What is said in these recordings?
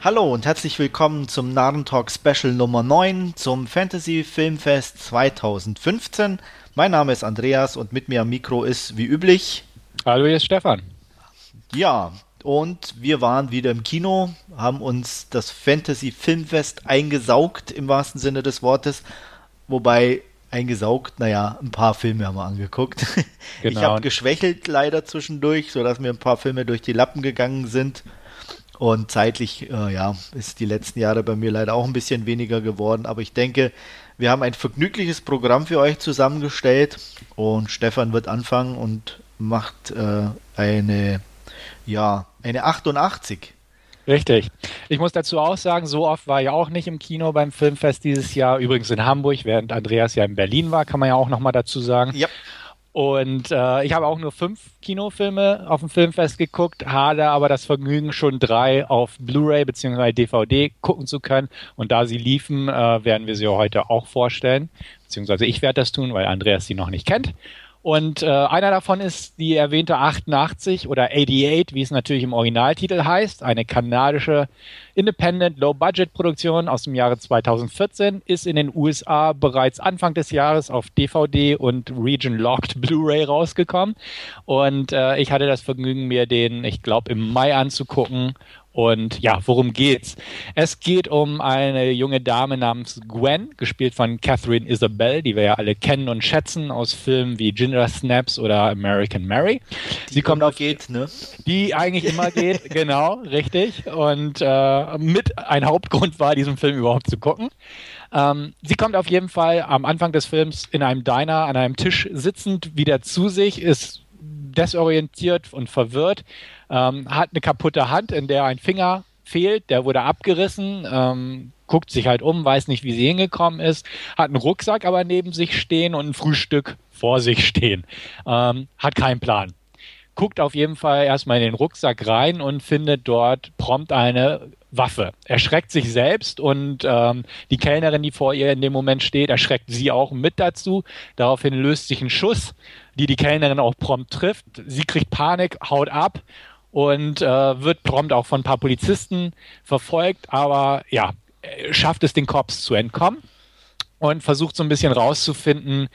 Hallo und herzlich willkommen zum Narrentalk Special Nummer 9 zum Fantasy Filmfest 2015. Mein Name ist Andreas und mit mir am Mikro ist wie üblich. Hallo, hier ist Stefan. Ja, und wir waren wieder im Kino, haben uns das Fantasy Filmfest eingesaugt im wahrsten Sinne des Wortes. Wobei eingesaugt, naja, ein paar Filme haben wir angeguckt. Ich Genau. habe geschwächelt leider zwischendurch, sodass mir ein paar Filme durch die Lappen gegangen sind. Und zeitlich, ja, ist die letzten Jahre bei mir leider auch ein bisschen weniger geworden. Aber ich denke, wir haben ein vergnügliches Programm für euch zusammengestellt. Und Stefan wird anfangen und macht eine 88. Richtig. Ich muss dazu auch sagen, so oft war ich auch nicht im Kino beim Filmfest dieses Jahr. Übrigens in Hamburg, während Andreas ja in Berlin war, kann man ja auch nochmal dazu sagen. Ja, Und ich habe auch nur 5 Kinofilme auf dem Filmfest geguckt, hatte aber das Vergnügen, schon 3 auf Blu-ray bzw. DVD gucken zu können. Und da sie liefen, werden wir sie heute auch vorstellen. Beziehungsweise ich werde das tun, weil Andreas sie noch nicht kennt. Und einer davon ist die erwähnte 88 oder 88, wie es natürlich im Originaltitel heißt. Eine kanadische Independent Low-Budget-Produktion aus dem Jahre 2014, ist in den USA bereits Anfang des Jahres auf DVD und Region-Locked Blu-ray rausgekommen. Und ich hatte das Vergnügen, mir den, ich glaube, im Mai anzugucken. Und ja, worum geht's? Es geht um eine junge Dame namens Gwen, gespielt von Catherine Isabelle, die wir ja alle kennen und schätzen aus Filmen wie Ginger Snaps oder American Mary. Sie kommt auf geht, ne? die eigentlich immer geht, genau, richtig. Und mit ein Hauptgrund war, diesen Film überhaupt zu gucken. Sie kommt auf jeden Fall am Anfang des Films in einem Diner an einem Tisch sitzend wieder zu sich, ist desorientiert und verwirrt, hat eine kaputte Hand, in der ein Finger fehlt, der wurde abgerissen, guckt sich halt um, weiß nicht, wie sie hingekommen ist, hat einen Rucksack aber neben sich stehen und ein Frühstück vor sich stehen, hat keinen Plan. Guckt auf jeden Fall erstmal in den Rucksack rein und findet dort prompt eine Waffe. Erschreckt sich selbst und die Kellnerin, die vor ihr in dem Moment steht, erschreckt sie auch mit dazu. Daraufhin löst sich ein Schuss, die Kellnerin auch prompt trifft. Sie kriegt Panik, haut ab und wird prompt auch von ein paar Polizisten verfolgt, aber ja, schafft es den Cops zu entkommen und versucht so ein bisschen rauszufinden,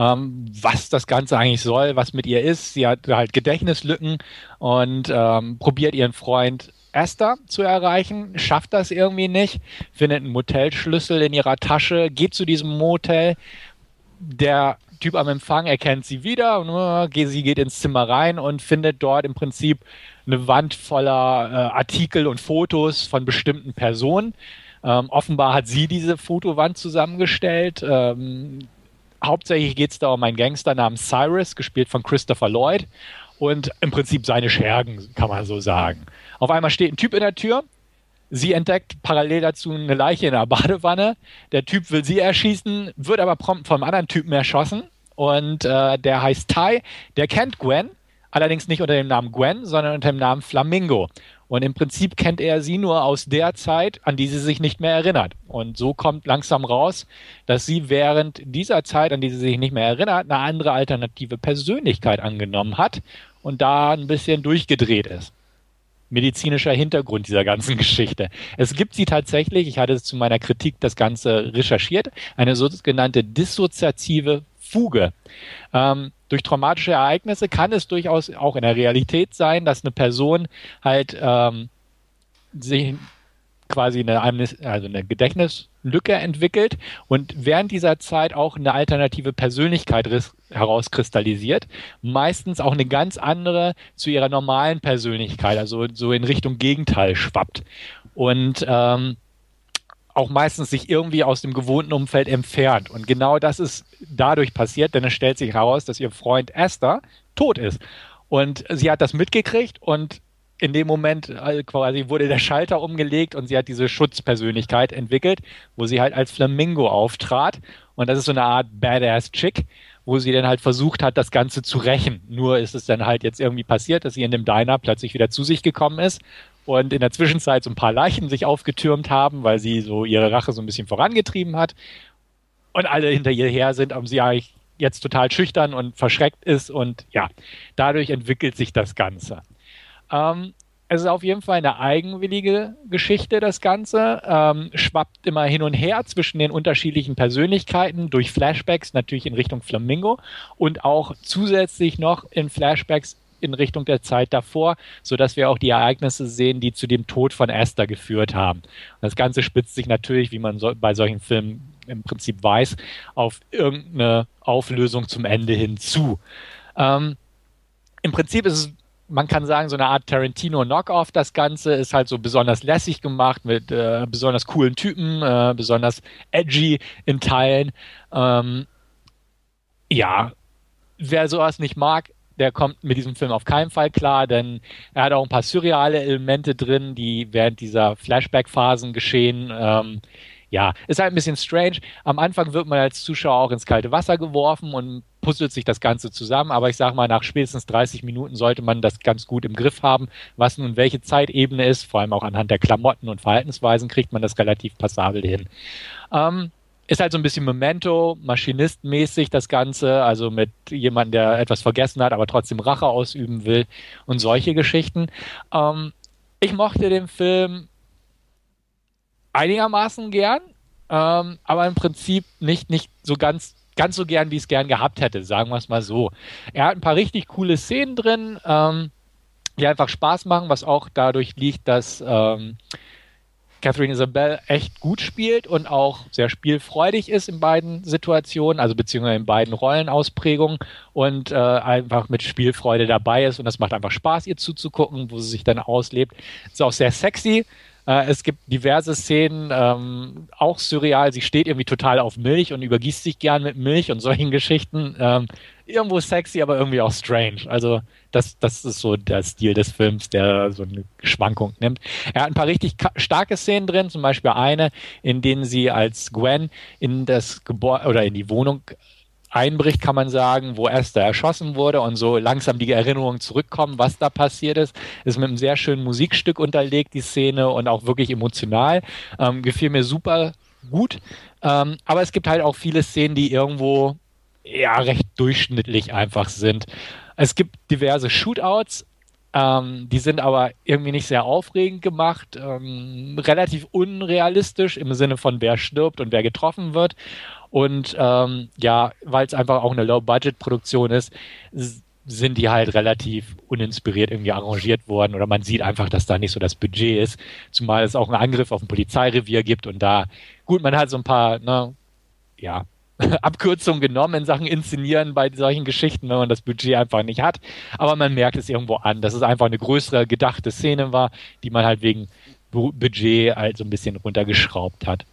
was das Ganze eigentlich soll, was mit ihr ist. Sie hat halt Gedächtnislücken und probiert ihren Freund Esther zu erreichen, schafft das irgendwie nicht, findet einen Motelschlüssel in ihrer Tasche, geht zu diesem Motel. Der Typ am Empfang erkennt sie wieder und sie geht ins Zimmer rein und findet dort im Prinzip eine Wand voller Artikel und Fotos von bestimmten Personen. Offenbar hat sie diese Fotowand zusammengestellt. Hauptsächlich geht es da um einen Gangster namens Cyrus, gespielt von Christopher Lloyd. Und im Prinzip seine Schergen, kann man so sagen. Auf einmal steht ein Typ in der Tür. Sie entdeckt parallel dazu eine Leiche in der Badewanne. Der Typ will sie erschießen, wird aber prompt vom anderen Typen erschossen. Und der heißt Ty, der kennt Gwen, allerdings nicht unter dem Namen Gwen, sondern unter dem Namen Flamingo. Und im Prinzip kennt er sie nur aus der Zeit, an die sie sich nicht mehr erinnert. Und so kommt langsam raus, dass sie während dieser Zeit, an die sie sich nicht mehr erinnert, eine andere alternative Persönlichkeit angenommen hat und da ein bisschen durchgedreht ist. Medizinischer Hintergrund dieser ganzen Geschichte. Es gibt sie tatsächlich, ich hatte zu meiner Kritik das Ganze recherchiert, eine sogenannte dissoziative Fuge. Durch traumatische Ereignisse kann es durchaus auch in der Realität sein, dass eine Person halt sich quasi eine Gedächtnislücke entwickelt und während dieser Zeit auch eine alternative Persönlichkeit herauskristallisiert. Meistens auch eine ganz andere zu ihrer normalen Persönlichkeit, also so in Richtung Gegenteil schwappt. Und auch meistens sich irgendwie aus dem gewohnten Umfeld entfernt. Und genau das ist dadurch passiert, denn es stellt sich heraus, dass ihr Freund Esther tot ist. Und sie hat das mitgekriegt und in dem Moment quasi wurde der Schalter umgelegt und sie hat diese Schutzpersönlichkeit entwickelt, wo sie halt als Flamingo auftrat. Und das ist so eine Art Badass-Chick, wo sie dann halt versucht hat, das Ganze zu rächen. Nur ist es dann halt jetzt irgendwie passiert, dass sie in dem Diner plötzlich wieder zu sich gekommen ist und in der Zwischenzeit so ein paar Leichen sich aufgetürmt haben, weil sie so ihre Rache so ein bisschen vorangetrieben hat. Und alle hinter ihr her sind, um sie eigentlich jetzt total schüchtern und verschreckt ist. Und ja, dadurch entwickelt sich das Ganze. es ist auf jeden Fall eine eigenwillige Geschichte, das Ganze. Schwappt immer hin und her zwischen den unterschiedlichen Persönlichkeiten durch Flashbacks natürlich in Richtung Flamingo und auch zusätzlich noch in Flashbacks in Richtung der Zeit davor, sodass wir auch die Ereignisse sehen, die zu dem Tod von Esther geführt haben. Und das Ganze spitzt sich natürlich, wie man bei solchen Filmen im Prinzip weiß, auf irgendeine Auflösung zum Ende hinzu. Im Prinzip ist es, man kann sagen, so eine Art Tarantino-Knockoff. Das Ganze ist halt so besonders lässig gemacht mit besonders coolen Typen, besonders edgy in Teilen. Ja, wer sowas nicht mag, der kommt mit diesem Film auf keinen Fall klar, denn er hat auch ein paar surreale Elemente drin, die während dieser Flashback-Phasen geschehen. Ja, ist halt ein bisschen strange. Am Anfang wird man als Zuschauer auch ins kalte Wasser geworfen und puzzelt sich das Ganze zusammen. Aber ich sage mal, nach spätestens 30 Minuten sollte man das ganz gut im Griff haben, was nun welche Zeitebene ist. Vor allem auch anhand der Klamotten und Verhaltensweisen kriegt man das relativ passabel hin. Ist halt so ein bisschen Memento, Maschinist-mäßig das Ganze, also mit jemandem, der etwas vergessen hat, aber trotzdem Rache ausüben will und solche Geschichten. Ich mochte den Film einigermaßen gern, aber im Prinzip nicht so ganz so gern, wie ich es gern gehabt hätte, sagen wir es mal so. Er hat ein paar richtig coole Szenen drin, die einfach Spaß machen, was auch dadurch liegt, dass Catherine Isabelle echt gut spielt und auch sehr spielfreudig ist in beiden Situationen, also beziehungsweise in beiden Rollenausprägungen und einfach mit Spielfreude dabei ist und das macht einfach Spaß, ihr zuzugucken, wo sie sich dann auslebt. Ist auch sehr sexy. Es gibt diverse Szenen, auch surreal. Sie steht irgendwie total auf Milch und übergießt sich gern mit Milch und solchen Geschichten. Irgendwo sexy, aber irgendwie auch strange. Also das ist so der Stil des Films, der so eine Schwankung nimmt. Er hat ein paar richtig starke Szenen drin, zum Beispiel eine, in denen sie als Gwen in das Gebäude oder in die Wohnung einbricht, kann man sagen, wo Esther erschossen wurde und so langsam die Erinnerungen zurückkommen, was da passiert ist. Ist mit einem sehr schönen Musikstück unterlegt, die Szene, und auch wirklich emotional. Gefiel mir super gut. Aber es gibt halt auch viele Szenen, die irgendwo ja recht durchschnittlich einfach sind. Es gibt diverse Shootouts, die sind aber irgendwie nicht sehr aufregend gemacht, relativ unrealistisch im Sinne von wer stirbt und wer getroffen wird. Und ja, weil es einfach auch eine Low-Budget-Produktion ist, sind die halt relativ uninspiriert irgendwie arrangiert worden oder man sieht einfach, dass da nicht so das Budget ist, zumal es auch einen Angriff auf ein Polizeirevier gibt und da, gut, man hat so ein paar, ne, ja, Abkürzungen genommen in Sachen Inszenieren bei solchen Geschichten, wenn man das Budget einfach nicht hat, aber man merkt es irgendwo an, dass es einfach eine größere gedachte Szene war, die man halt wegen Budget halt so ein bisschen runtergeschraubt hat.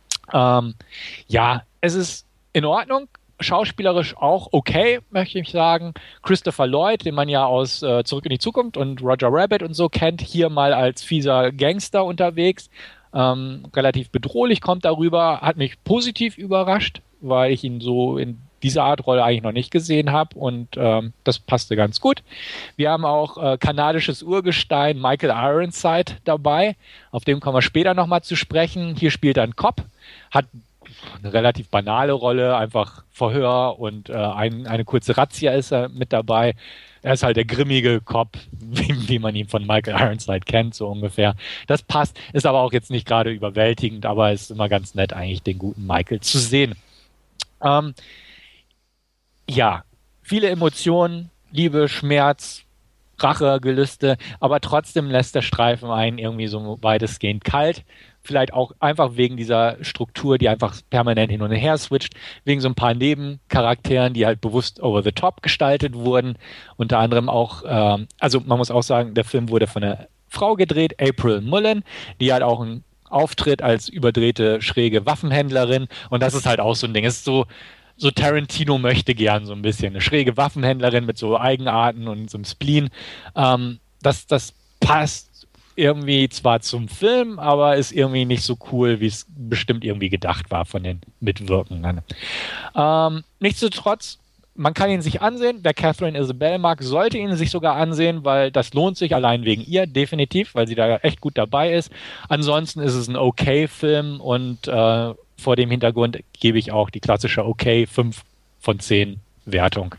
Ja, es ist in Ordnung, schauspielerisch auch okay, möchte ich sagen. Christopher Lloyd, den man ja aus Zurück in die Zukunft und Roger Rabbit und so kennt, hier mal als fieser Gangster unterwegs. Relativ bedrohlich kommt darüber, hat mich positiv überrascht, weil ich ihn so in dieser Art Rolle eigentlich noch nicht gesehen habe und das passte ganz gut. Wir haben auch kanadisches Urgestein Michael Ironside dabei, auf dem kommen wir später nochmal zu sprechen. Hier spielt er einen Cop, hat eine relativ banale Rolle, einfach Verhör und eine kurze Razzia ist er mit dabei. Er ist halt der grimmige Cop, wie man ihn von Michael Ironside kennt, so ungefähr. Das passt, ist aber auch jetzt nicht gerade überwältigend, aber es ist immer ganz nett, eigentlich den guten Michael zu sehen. Ja, viele Emotionen, Liebe, Schmerz, Rache, Gelüste, aber trotzdem lässt der Streifen einen irgendwie so weitestgehend kalt. Vielleicht auch einfach wegen dieser Struktur, die einfach permanent hin und her switcht, wegen so ein paar Nebencharakteren, die halt bewusst over the top gestaltet wurden. Unter anderem auch, also man muss auch sagen, der Film wurde von einer Frau gedreht, April Mullen, die hat auch einen Auftritt als überdrehte, schräge Waffenhändlerin und das ist halt auch so ein Ding. Es ist so Tarantino möchte gern so ein bisschen. Eine schräge Waffenhändlerin mit so Eigenarten und so einem Spleen. Das passt irgendwie zwar zum Film, aber ist irgendwie nicht so cool, wie es bestimmt irgendwie gedacht war von den Mitwirkenden. Nichtsdestotrotz, man kann ihn sich ansehen. Wer Catherine Isabelle mag, sollte ihn sich sogar ansehen, weil das lohnt sich allein wegen ihr, definitiv, weil sie da echt gut dabei ist. Ansonsten ist es ein Okay-Film und vor dem Hintergrund gebe ich auch die klassische Okay 5 von 10 Wertung.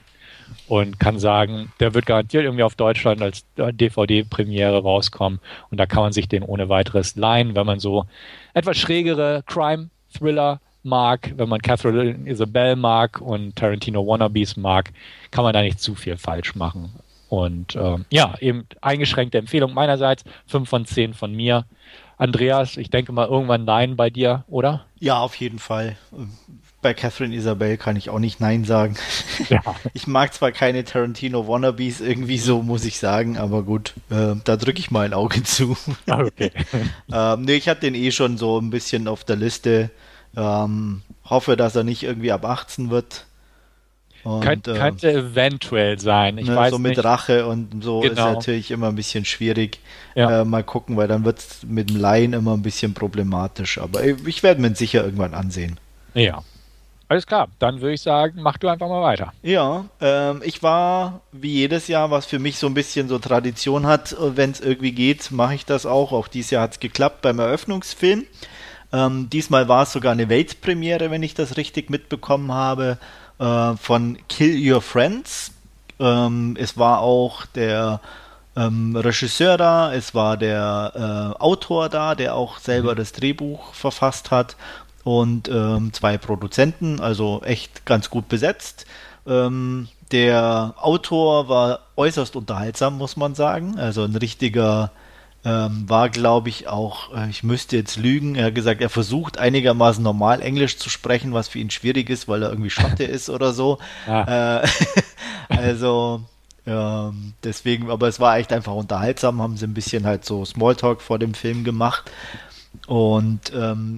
und kann sagen, der wird garantiert irgendwie auf Deutschland als DVD-Premiere rauskommen und da kann man sich den ohne weiteres leihen, wenn man so etwas schrägere Crime-Thriller mag, wenn man Catherine Isabelle mag und Tarantino Wannabes mag, kann man da nicht zu viel falsch machen. Und eben eingeschränkte Empfehlung meinerseits, 5 von 10 von mir. Andreas, ich denke mal irgendwann Nein bei dir, oder? Ja, auf jeden Fall. Bei Catherine Isabelle kann ich auch nicht Nein sagen. Ja. Ich mag zwar keine Tarantino Wannabes irgendwie so, muss ich sagen, aber gut, da drücke ich mal ein Auge zu. Okay. Nee, ich hatte den eh schon so ein bisschen auf der Liste. Hoffe, dass er nicht irgendwie ab 18 wird. Und, könnte eventuell sein. Ich weiß so mit nicht. Rache und so ist natürlich immer ein bisschen schwierig. Ja. Mal gucken, weil dann wird es mit dem Laien immer ein bisschen problematisch. Aber ich werde mir sicher irgendwann ansehen. Ja. Alles klar, dann würde ich sagen, mach du einfach mal weiter. Ja, ich war wie jedes Jahr, was für mich so ein bisschen so Tradition hat, wenn es irgendwie geht, mache ich das auch. Auch dieses Jahr hat es geklappt beim Eröffnungsfilm. Diesmal war es sogar eine Weltpremiere, wenn ich das richtig mitbekommen habe, von Kill Your Friends. Es war auch der Regisseur da, es war der Autor da, der auch selber das Drehbuch verfasst hat und 2 Produzenten, also echt ganz gut besetzt. Der Autor war äußerst unterhaltsam, muss man sagen, also ein richtiger war, glaube ich, auch, ich müsste jetzt lügen, er hat gesagt, er versucht einigermaßen normal Englisch zu sprechen, was für ihn schwierig ist, weil er irgendwie Schotte ist oder so. Ja. Also deswegen, aber es war echt einfach unterhaltsam, haben sie ein bisschen halt so Smalltalk vor dem Film gemacht. Und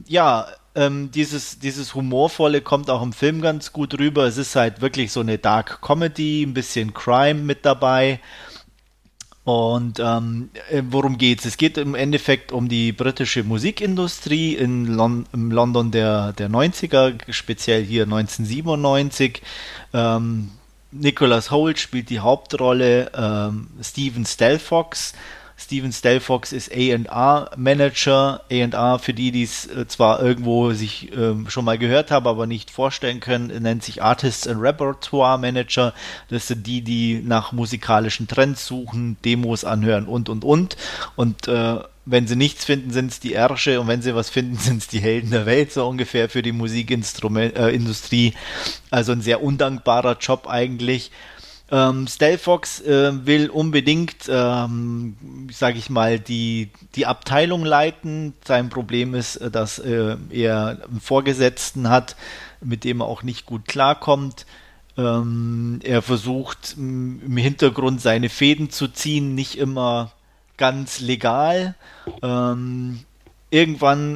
dieses Humorvolle kommt auch im Film ganz gut rüber. Es ist halt wirklich so eine Dark Comedy, ein bisschen Crime mit dabei. Und worum geht's? Es geht im Endeffekt um die britische Musikindustrie im London der 90er, speziell hier 1997. Nicholas Hoult spielt die Hauptrolle, Stephen Stelfox. Steven Stelfox ist A&R-Manager. A&R, für die es zwar irgendwo sich schon mal gehört haben, aber nicht vorstellen können, nennt sich Artists and Repertoire Manager. Das sind die nach musikalischen Trends suchen, Demos anhören und. Und wenn sie nichts finden, sind es die Ärsche und wenn sie was finden, sind es die Helden der Welt, so ungefähr für die Musikindustrie. Also ein sehr undankbarer Job eigentlich. Stelfox will unbedingt, sage ich mal, die Abteilung leiten. Sein Problem ist, dass er einen Vorgesetzten hat, mit dem er auch nicht gut klarkommt. Er versucht im Hintergrund seine Fäden zu ziehen, nicht immer ganz legal. Irgendwann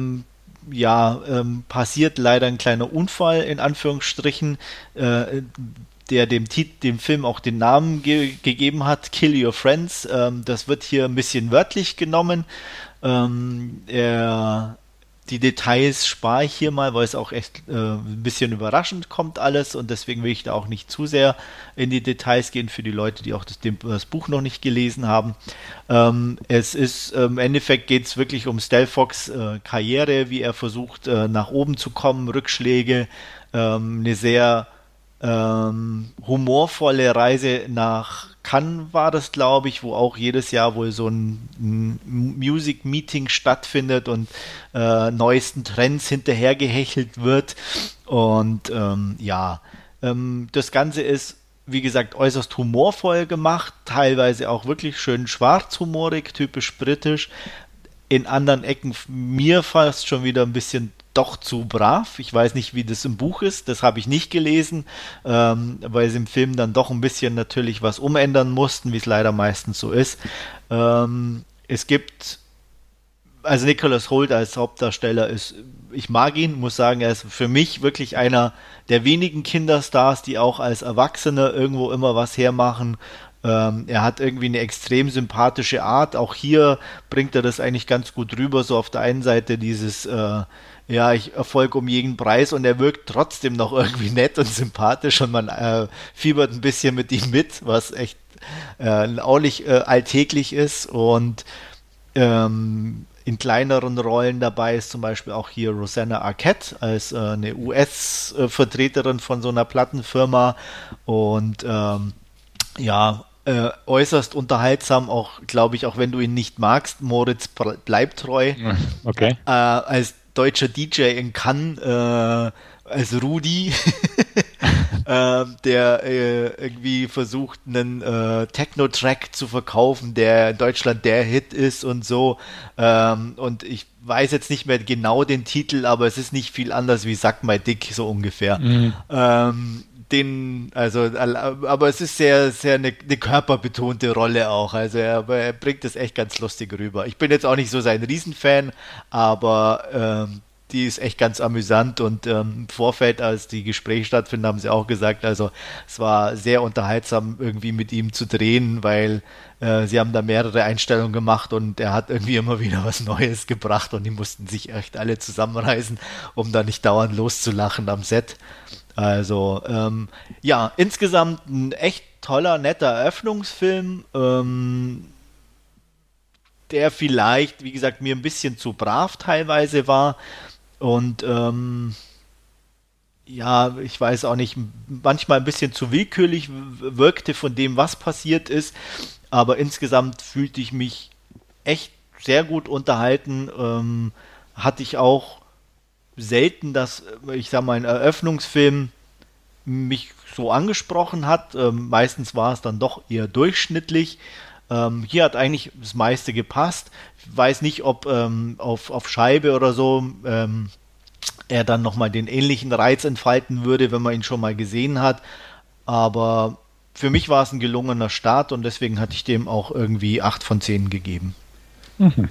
passiert leider ein kleiner Unfall, in Anführungsstrichen, der dem Film auch den Namen gegeben hat, Kill Your Friends. Das wird hier ein bisschen wörtlich genommen. Die Details spare ich hier mal, weil es auch echt ein bisschen überraschend kommt alles und deswegen will ich da auch nicht zu sehr in die Details gehen für die Leute, die auch das Buch noch nicht gelesen haben. Es ist im Endeffekt geht es wirklich um Stelfox Karriere, wie er versucht nach oben zu kommen, Rückschläge, eine sehr humorvolle Reise nach Cannes war das, glaube ich, wo auch jedes Jahr wohl so ein Music-Meeting stattfindet und neuesten Trends hinterhergehechelt wird. Und das Ganze ist, wie gesagt, äußerst humorvoll gemacht, teilweise auch wirklich schön schwarzhumorig, typisch britisch. In anderen Ecken mir fast schon wieder ein bisschen doch zu brav. Ich weiß nicht, wie das im Buch ist. Das habe ich nicht gelesen, weil sie im Film dann doch ein bisschen natürlich was umändern mussten, wie es leider meistens so ist. Es gibt, also Nicholas Hoult als Hauptdarsteller ist, ich mag ihn, muss sagen, er ist für mich wirklich einer der wenigen Kinderstars, die auch als Erwachsene irgendwo immer was hermachen. Er hat irgendwie eine extrem sympathische Art. Auch hier bringt er das eigentlich ganz gut rüber. So auf der einen Seite dieses ich erfolge um jeden Preis und er wirkt trotzdem noch irgendwie nett und sympathisch und man fiebert ein bisschen mit ihm mit, was echt auch nicht alltäglich ist und in kleineren Rollen dabei ist zum Beispiel auch hier Rosanna Arquette als eine US-Vertreterin von so einer Plattenfirma und äußerst unterhaltsam, auch glaube ich, auch wenn du ihn nicht magst, Moritz bleibt treu. Okay. Als deutscher DJ in Cannes, als Rudi, der irgendwie versucht, einen Techno-Track zu verkaufen, der in Deutschland der Hit ist und so. Und ich weiß jetzt nicht mehr genau den Titel, aber es ist nicht viel anders wie Suck My Dick, so ungefähr. Mhm. Aber es ist sehr, sehr eine körperbetonte Rolle auch. Also er bringt es echt ganz lustig rüber. Ich bin jetzt auch nicht so sein Riesenfan, aber die ist echt ganz amüsant und im Vorfeld, als die Gespräche stattfinden, haben sie auch gesagt, also es war sehr unterhaltsam irgendwie mit ihm zu drehen, weil sie haben da mehrere Einstellungen gemacht und er hat irgendwie immer wieder was Neues gebracht und die mussten sich echt alle zusammenreißen, um da nicht dauernd loszulachen am Set. Also insgesamt ein echt toller, netter Eröffnungsfilm, der vielleicht, wie gesagt, mir ein bisschen zu brav teilweise war. Und ich weiß auch nicht, manchmal ein bisschen zu willkürlich wirkte von dem, was passiert ist. Aber insgesamt fühlte ich mich echt sehr gut unterhalten. Hatte ich auch selten, dass, ich sag mal, ein Eröffnungsfilm mich so angesprochen hat. Meistens war es dann doch eher durchschnittlich. Hier hat eigentlich das meiste gepasst. Ich weiß nicht, ob auf Scheibe oder so er dann nochmal den ähnlichen Reiz entfalten würde, wenn man ihn schon mal gesehen hat. Aber für mich war es ein gelungener Start und deswegen hatte ich dem auch irgendwie 8 von 10 gegeben. Mhm.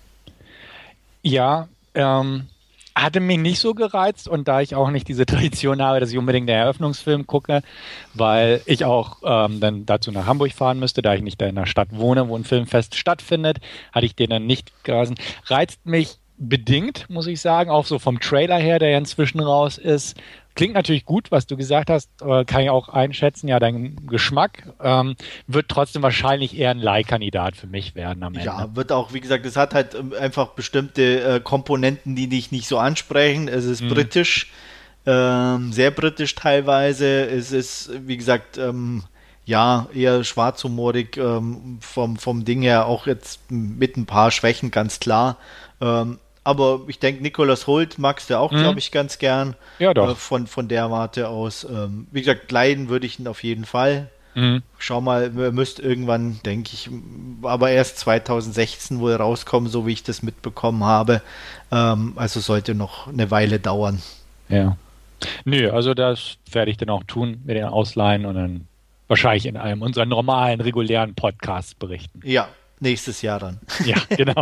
Ja, hatte mich nicht so gereizt und da ich auch nicht diese Tradition habe, dass ich unbedingt den Eröffnungsfilm gucke, weil ich auch dann dazu nach Hamburg fahren müsste, da ich nicht in der Stadt wohne, wo ein Filmfest stattfindet, hatte ich den dann nicht gerasen. Reizt mich bedingt, muss ich sagen, auch so vom Trailer her, der ja inzwischen raus ist. Klingt natürlich gut, was du gesagt hast, kann ich auch einschätzen, ja, dein Geschmack wird trotzdem wahrscheinlich eher ein Leihkandidat für mich werden am Ende. Ja, wird auch, wie gesagt, es hat halt einfach bestimmte Komponenten, die dich nicht so ansprechen. Es ist britisch, sehr britisch teilweise. Es ist, wie gesagt, eher schwarzhumorig vom Ding her, auch jetzt mit ein paar Schwächen, ganz klar. Aber ich denke, Nicholas Hoult magst du auch, glaube ich, ganz gern. Ja, doch. Von der Warte aus. Wie gesagt, leiden würde ich ihn auf jeden Fall. Schau mal, ihr müsst irgendwann, denke ich, aber erst 2016 wohl rauskommen, so wie ich das mitbekommen habe. Also sollte noch eine Weile dauern. Ja. Nö, also das werde ich dann auch tun, mit den Ausleihen und dann wahrscheinlich in einem unserer normalen, regulären Podcasts berichten. Ja, nächstes Jahr dann. Ja, genau.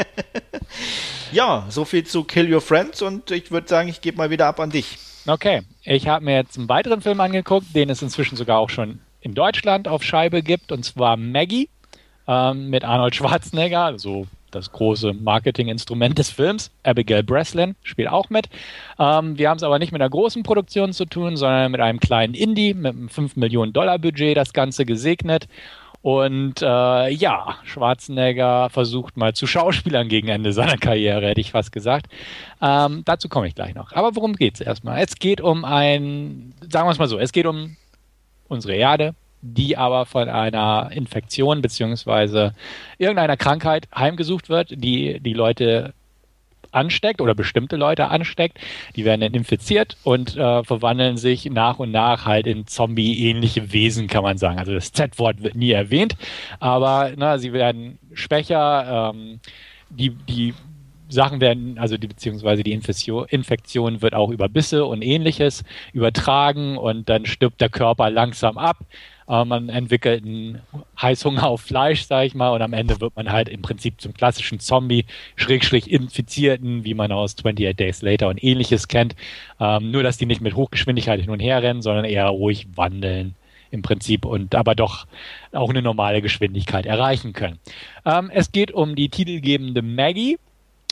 Ja, soviel zu Kill Your Friends und ich würde sagen, ich gebe mal wieder ab an dich. Okay, ich habe mir jetzt einen weiteren Film angeguckt, den es inzwischen sogar auch schon in Deutschland auf Scheibe gibt, und zwar Maggie mit Arnold Schwarzenegger, also das große Marketinginstrument des Films. Abigail Breslin spielt auch mit. Wir haben es aber nicht mit einer großen Produktion zu tun, sondern mit einem kleinen Indie mit einem 5 Millionen Dollar Budget, das Ganze gesegnet. Und Schwarzenegger versucht mal zu Schauspielern gegen Ende seiner Karriere, hätte ich fast gesagt. Dazu komme ich gleich noch. Aber worum geht es erstmal? Es geht um sagen wir es mal so, es geht um unsere Erde, die aber von einer Infektion bzw. irgendeiner Krankheit heimgesucht wird, die die Leute ansteckt oder bestimmte Leute ansteckt. Die werden dann infiziert und verwandeln sich nach und nach halt in Zombie-ähnliche Wesen, kann man sagen. Also das Z-Wort wird nie erwähnt, aber sie werden schwächer, die Sachen werden, beziehungsweise die Infektion wird auch über Bisse und Ähnliches übertragen und dann stirbt der Körper langsam ab. Man entwickelt einen Heißhunger auf Fleisch, sag ich mal, und am Ende wird man halt im Prinzip zum klassischen Zombie, Infizierten, wie man aus 28 Days Later und Ähnliches kennt. Nur, dass die nicht mit Hochgeschwindigkeit hin und her rennen, sondern eher ruhig wandeln im Prinzip und aber doch auch eine normale Geschwindigkeit erreichen können. Es geht um die titelgebende Maggie,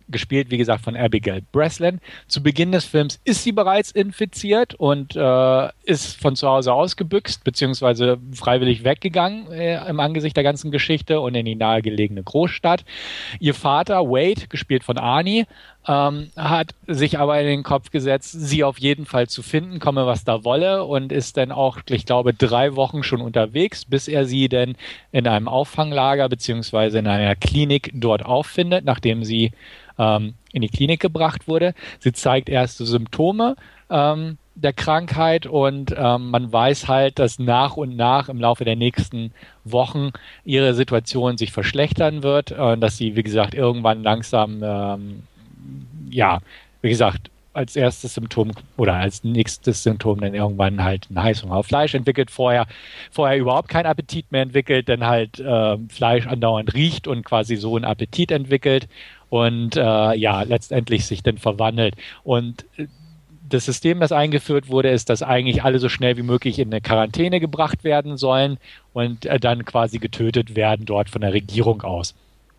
gespielt, wie gesagt, von Abigail Breslin. Zu Beginn des Films ist sie bereits infiziert und ist von zu Hause ausgebüxt, beziehungsweise freiwillig weggegangen im Angesicht der ganzen Geschichte und in die nahegelegene Großstadt. Ihr Vater, Wade, gespielt von Arnie, hat sich aber in den Kopf gesetzt, sie auf jeden Fall zu finden, komme was da wolle, und ist dann auch, ich glaube, 3 Wochen schon unterwegs, bis er sie denn in einem Auffanglager beziehungsweise in einer Klinik dort auffindet, nachdem sie in die Klinik gebracht wurde. Sie zeigt erste Symptome der Krankheit und man weiß halt, dass nach und nach im Laufe der nächsten Wochen ihre Situation sich verschlechtern wird und dass sie, wie gesagt, irgendwann langsam wie gesagt, als erstes Symptom oder als nächstes Symptom dann irgendwann halt eine Heißhunger auf Fleisch entwickelt, vorher überhaupt keinen Appetit mehr entwickelt, dann halt Fleisch andauernd riecht und quasi so einen Appetit entwickelt und letztendlich sich dann verwandelt. Und das System, das eingeführt wurde, ist, dass eigentlich alle so schnell wie möglich in eine Quarantäne gebracht werden sollen und dann quasi getötet werden dort von der Regierung aus.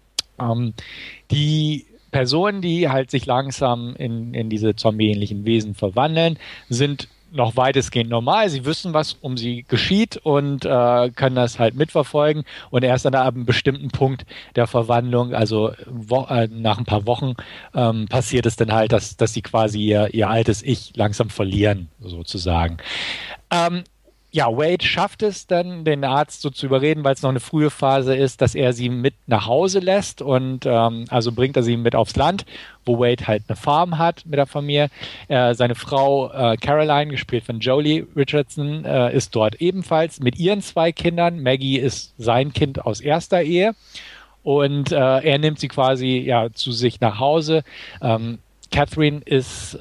Die Personen, die halt sich langsam in diese zombie-ähnlichen Wesen verwandeln, sind noch weitestgehend normal. Sie wissen, was um sie geschieht und können das halt mitverfolgen. Und erst ab einem bestimmten Punkt der Verwandlung, also nach ein paar Wochen, passiert es dann halt, dass sie quasi ihr altes Ich langsam verlieren, sozusagen. Wade schafft es dann, den Arzt so zu überreden, weil es noch eine frühe Phase ist, dass er sie mit nach Hause lässt und also bringt er sie mit aufs Land, wo Wade halt eine Farm hat mit der Familie. Seine Frau Caroline, gespielt von Joely Richardson, ist dort ebenfalls mit ihren 2 Kindern. Maggie ist sein Kind aus erster Ehe und er nimmt sie quasi zu sich nach Hause. Caroline ist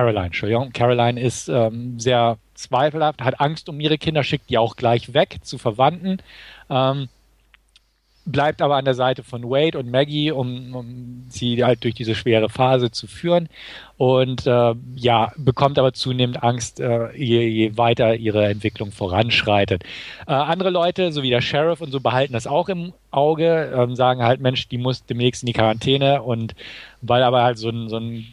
sehr zweifelhaft, hat Angst um ihre Kinder, schickt die auch gleich weg zu Verwandten, bleibt aber an der Seite von Wade und Maggie, um sie halt durch diese schwere Phase zu führen und bekommt aber zunehmend Angst, je weiter ihre Entwicklung voranschreitet. Andere Leute, so wie der Sheriff und so, behalten das auch im Auge, sagen halt, Mensch, die muss demnächst in die Quarantäne, und weil aber halt so ein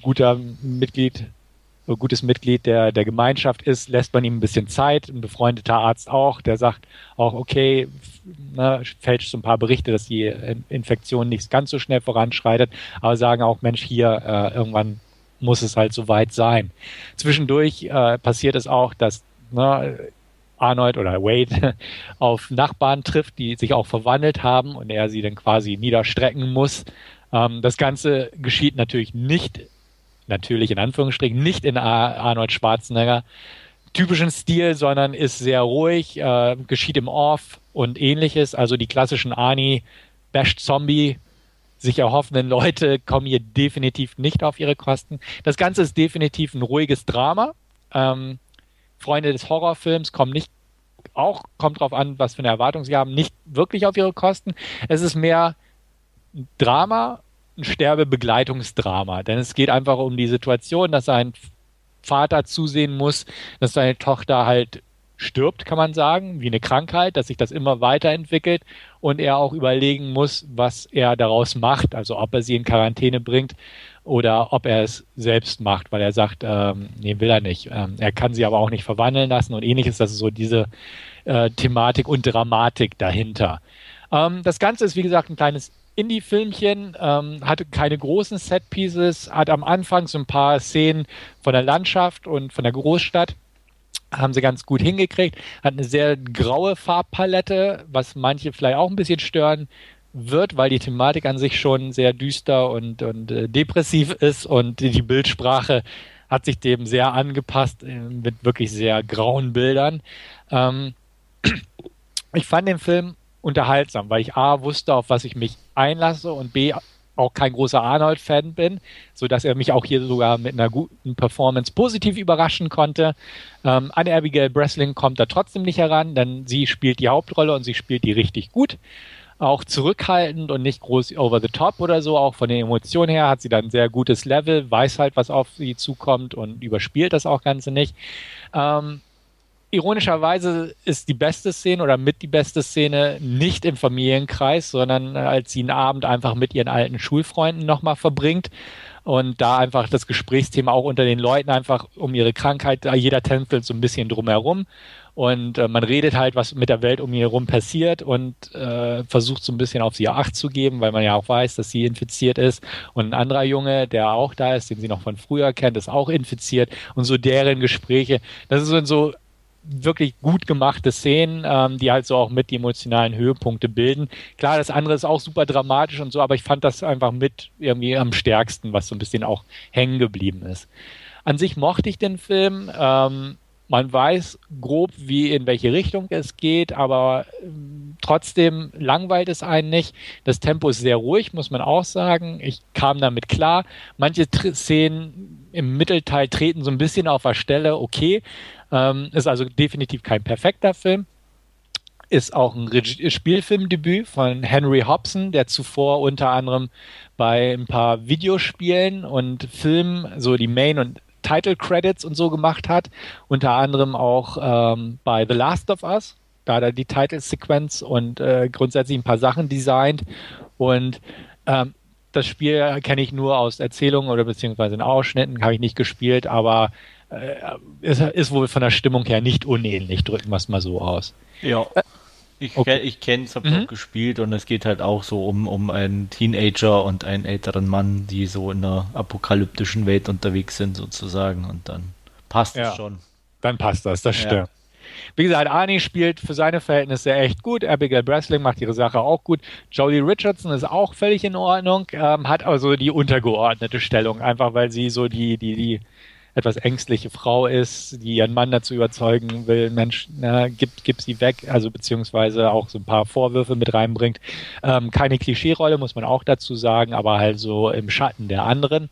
gutes Mitglied der Gemeinschaft ist, lässt man ihm ein bisschen Zeit. Ein befreundeter Arzt auch, der sagt auch, okay, fälscht so ein paar Berichte, dass die Infektion nicht ganz so schnell voranschreitet, aber sagen auch, Mensch, hier irgendwann muss es halt soweit sein. Zwischendurch passiert es auch, dass Arnold oder Wade auf Nachbarn trifft, die sich auch verwandelt haben und er sie dann quasi niederstrecken muss. Das Ganze geschieht natürlich in Anführungsstrichen, nicht in Arnold Schwarzenegger typischen Stil, sondern ist sehr ruhig, geschieht im Off und ähnliches. Also die klassischen Arnie basht Zombie sich erhoffenden Leute kommen hier definitiv nicht auf ihre Kosten. Das Ganze ist definitiv ein ruhiges Drama. Freunde des Horrorfilms kommt drauf an, was für eine Erwartung sie haben, nicht wirklich auf ihre Kosten. Es ist mehr ein Drama, ein Sterbebegleitungsdrama, denn es geht einfach um die Situation, dass sein Vater zusehen muss, dass seine Tochter halt stirbt, kann man sagen, wie eine Krankheit, dass sich das immer weiterentwickelt und er auch überlegen muss, was er daraus macht, also ob er sie in Quarantäne bringt oder ob er es selbst macht, weil er sagt, nee, will er nicht. Er kann sie aber auch nicht verwandeln lassen und ähnliches, das ist so diese Thematik und Dramatik dahinter. Das Ganze ist, wie gesagt, ein kleines Indie-Filmchen, hatte keine großen Set-Pieces, hat am Anfang so ein paar Szenen von der Landschaft und von der Großstadt, haben sie ganz gut hingekriegt, hat eine sehr graue Farbpalette, was manche vielleicht auch ein bisschen stören wird, weil die Thematik an sich schon sehr düster und depressiv ist und die Bildsprache hat sich dem sehr angepasst mit wirklich sehr grauen Bildern. Ich fand den Film unterhaltsam, weil ich A, wusste, auf was ich mich einlasse und B, auch kein großer Arnold-Fan bin, sodass er mich auch hier sogar mit einer guten Performance positiv überraschen konnte. An Abigail Breslin kommt da trotzdem nicht heran, denn sie spielt die Hauptrolle und sie spielt die richtig gut. Auch zurückhaltend und nicht groß over the top oder so, auch von den Emotionen her hat sie dann ein sehr gutes Level, weiß halt, was auf sie zukommt und überspielt das auch Ganze nicht. Ironischerweise ist die beste Szene oder mit die beste Szene nicht im Familienkreis, sondern als sie einen Abend einfach mit ihren alten Schulfreunden nochmal verbringt und da einfach das Gesprächsthema auch unter den Leuten einfach um ihre Krankheit, jeder tänzelt so ein bisschen drumherum und man redet halt, was mit der Welt um ihr herum passiert und versucht so ein bisschen auf sie Acht zu geben, weil man ja auch weiß, dass sie infiziert ist und ein anderer Junge, der auch da ist, den sie noch von früher kennt, ist auch infiziert und so deren Gespräche, das ist so wirklich gut gemachte Szenen, die halt so auch mit die emotionalen Höhepunkte bilden. Klar, das andere ist auch super dramatisch und so, aber ich fand das einfach mit irgendwie am stärksten, was so ein bisschen auch hängen geblieben ist. An sich mochte ich den Film. Man weiß grob, in welche Richtung es geht, aber trotzdem langweilt es einen nicht. Das Tempo ist sehr ruhig, muss man auch sagen. Ich kam damit klar. Manche Szenen im Mittelteil treten so ein bisschen auf der Stelle, okay. Ist also definitiv kein perfekter Film. Ist auch ein Spielfilmdebüt von Henry Hobson, der zuvor unter anderem bei ein paar Videospielen und Filmen so die Main- und Title Credits und so gemacht hat. Unter anderem auch bei The Last of Us. Da hat er die Titelsequenz und grundsätzlich ein paar Sachen designt. Und das Spiel kenne ich nur aus Erzählungen oder beziehungsweise in Ausschnitten, habe ich nicht gespielt, aber ist wohl von der Stimmung her nicht unähnlich, drücken wir es mal so aus. Ja, ich kenne es, habe auch gespielt und es geht halt auch so um einen Teenager und einen älteren Mann, die so in einer apokalyptischen Welt unterwegs sind sozusagen und dann passt es schon. Dann passt das stimmt. Wie gesagt, Arnie spielt für seine Verhältnisse echt gut. Abigail Breslin macht ihre Sache auch gut. Jodie Richardson ist auch völlig in Ordnung, hat aber so die untergeordnete Stellung, einfach weil sie so die etwas ängstliche Frau ist, die ihren Mann dazu überzeugen will, Mensch, gib sie weg, also beziehungsweise auch so ein paar Vorwürfe mit reinbringt. Keine Klischee-Rolle, muss man auch dazu sagen, aber halt so im Schatten der anderen.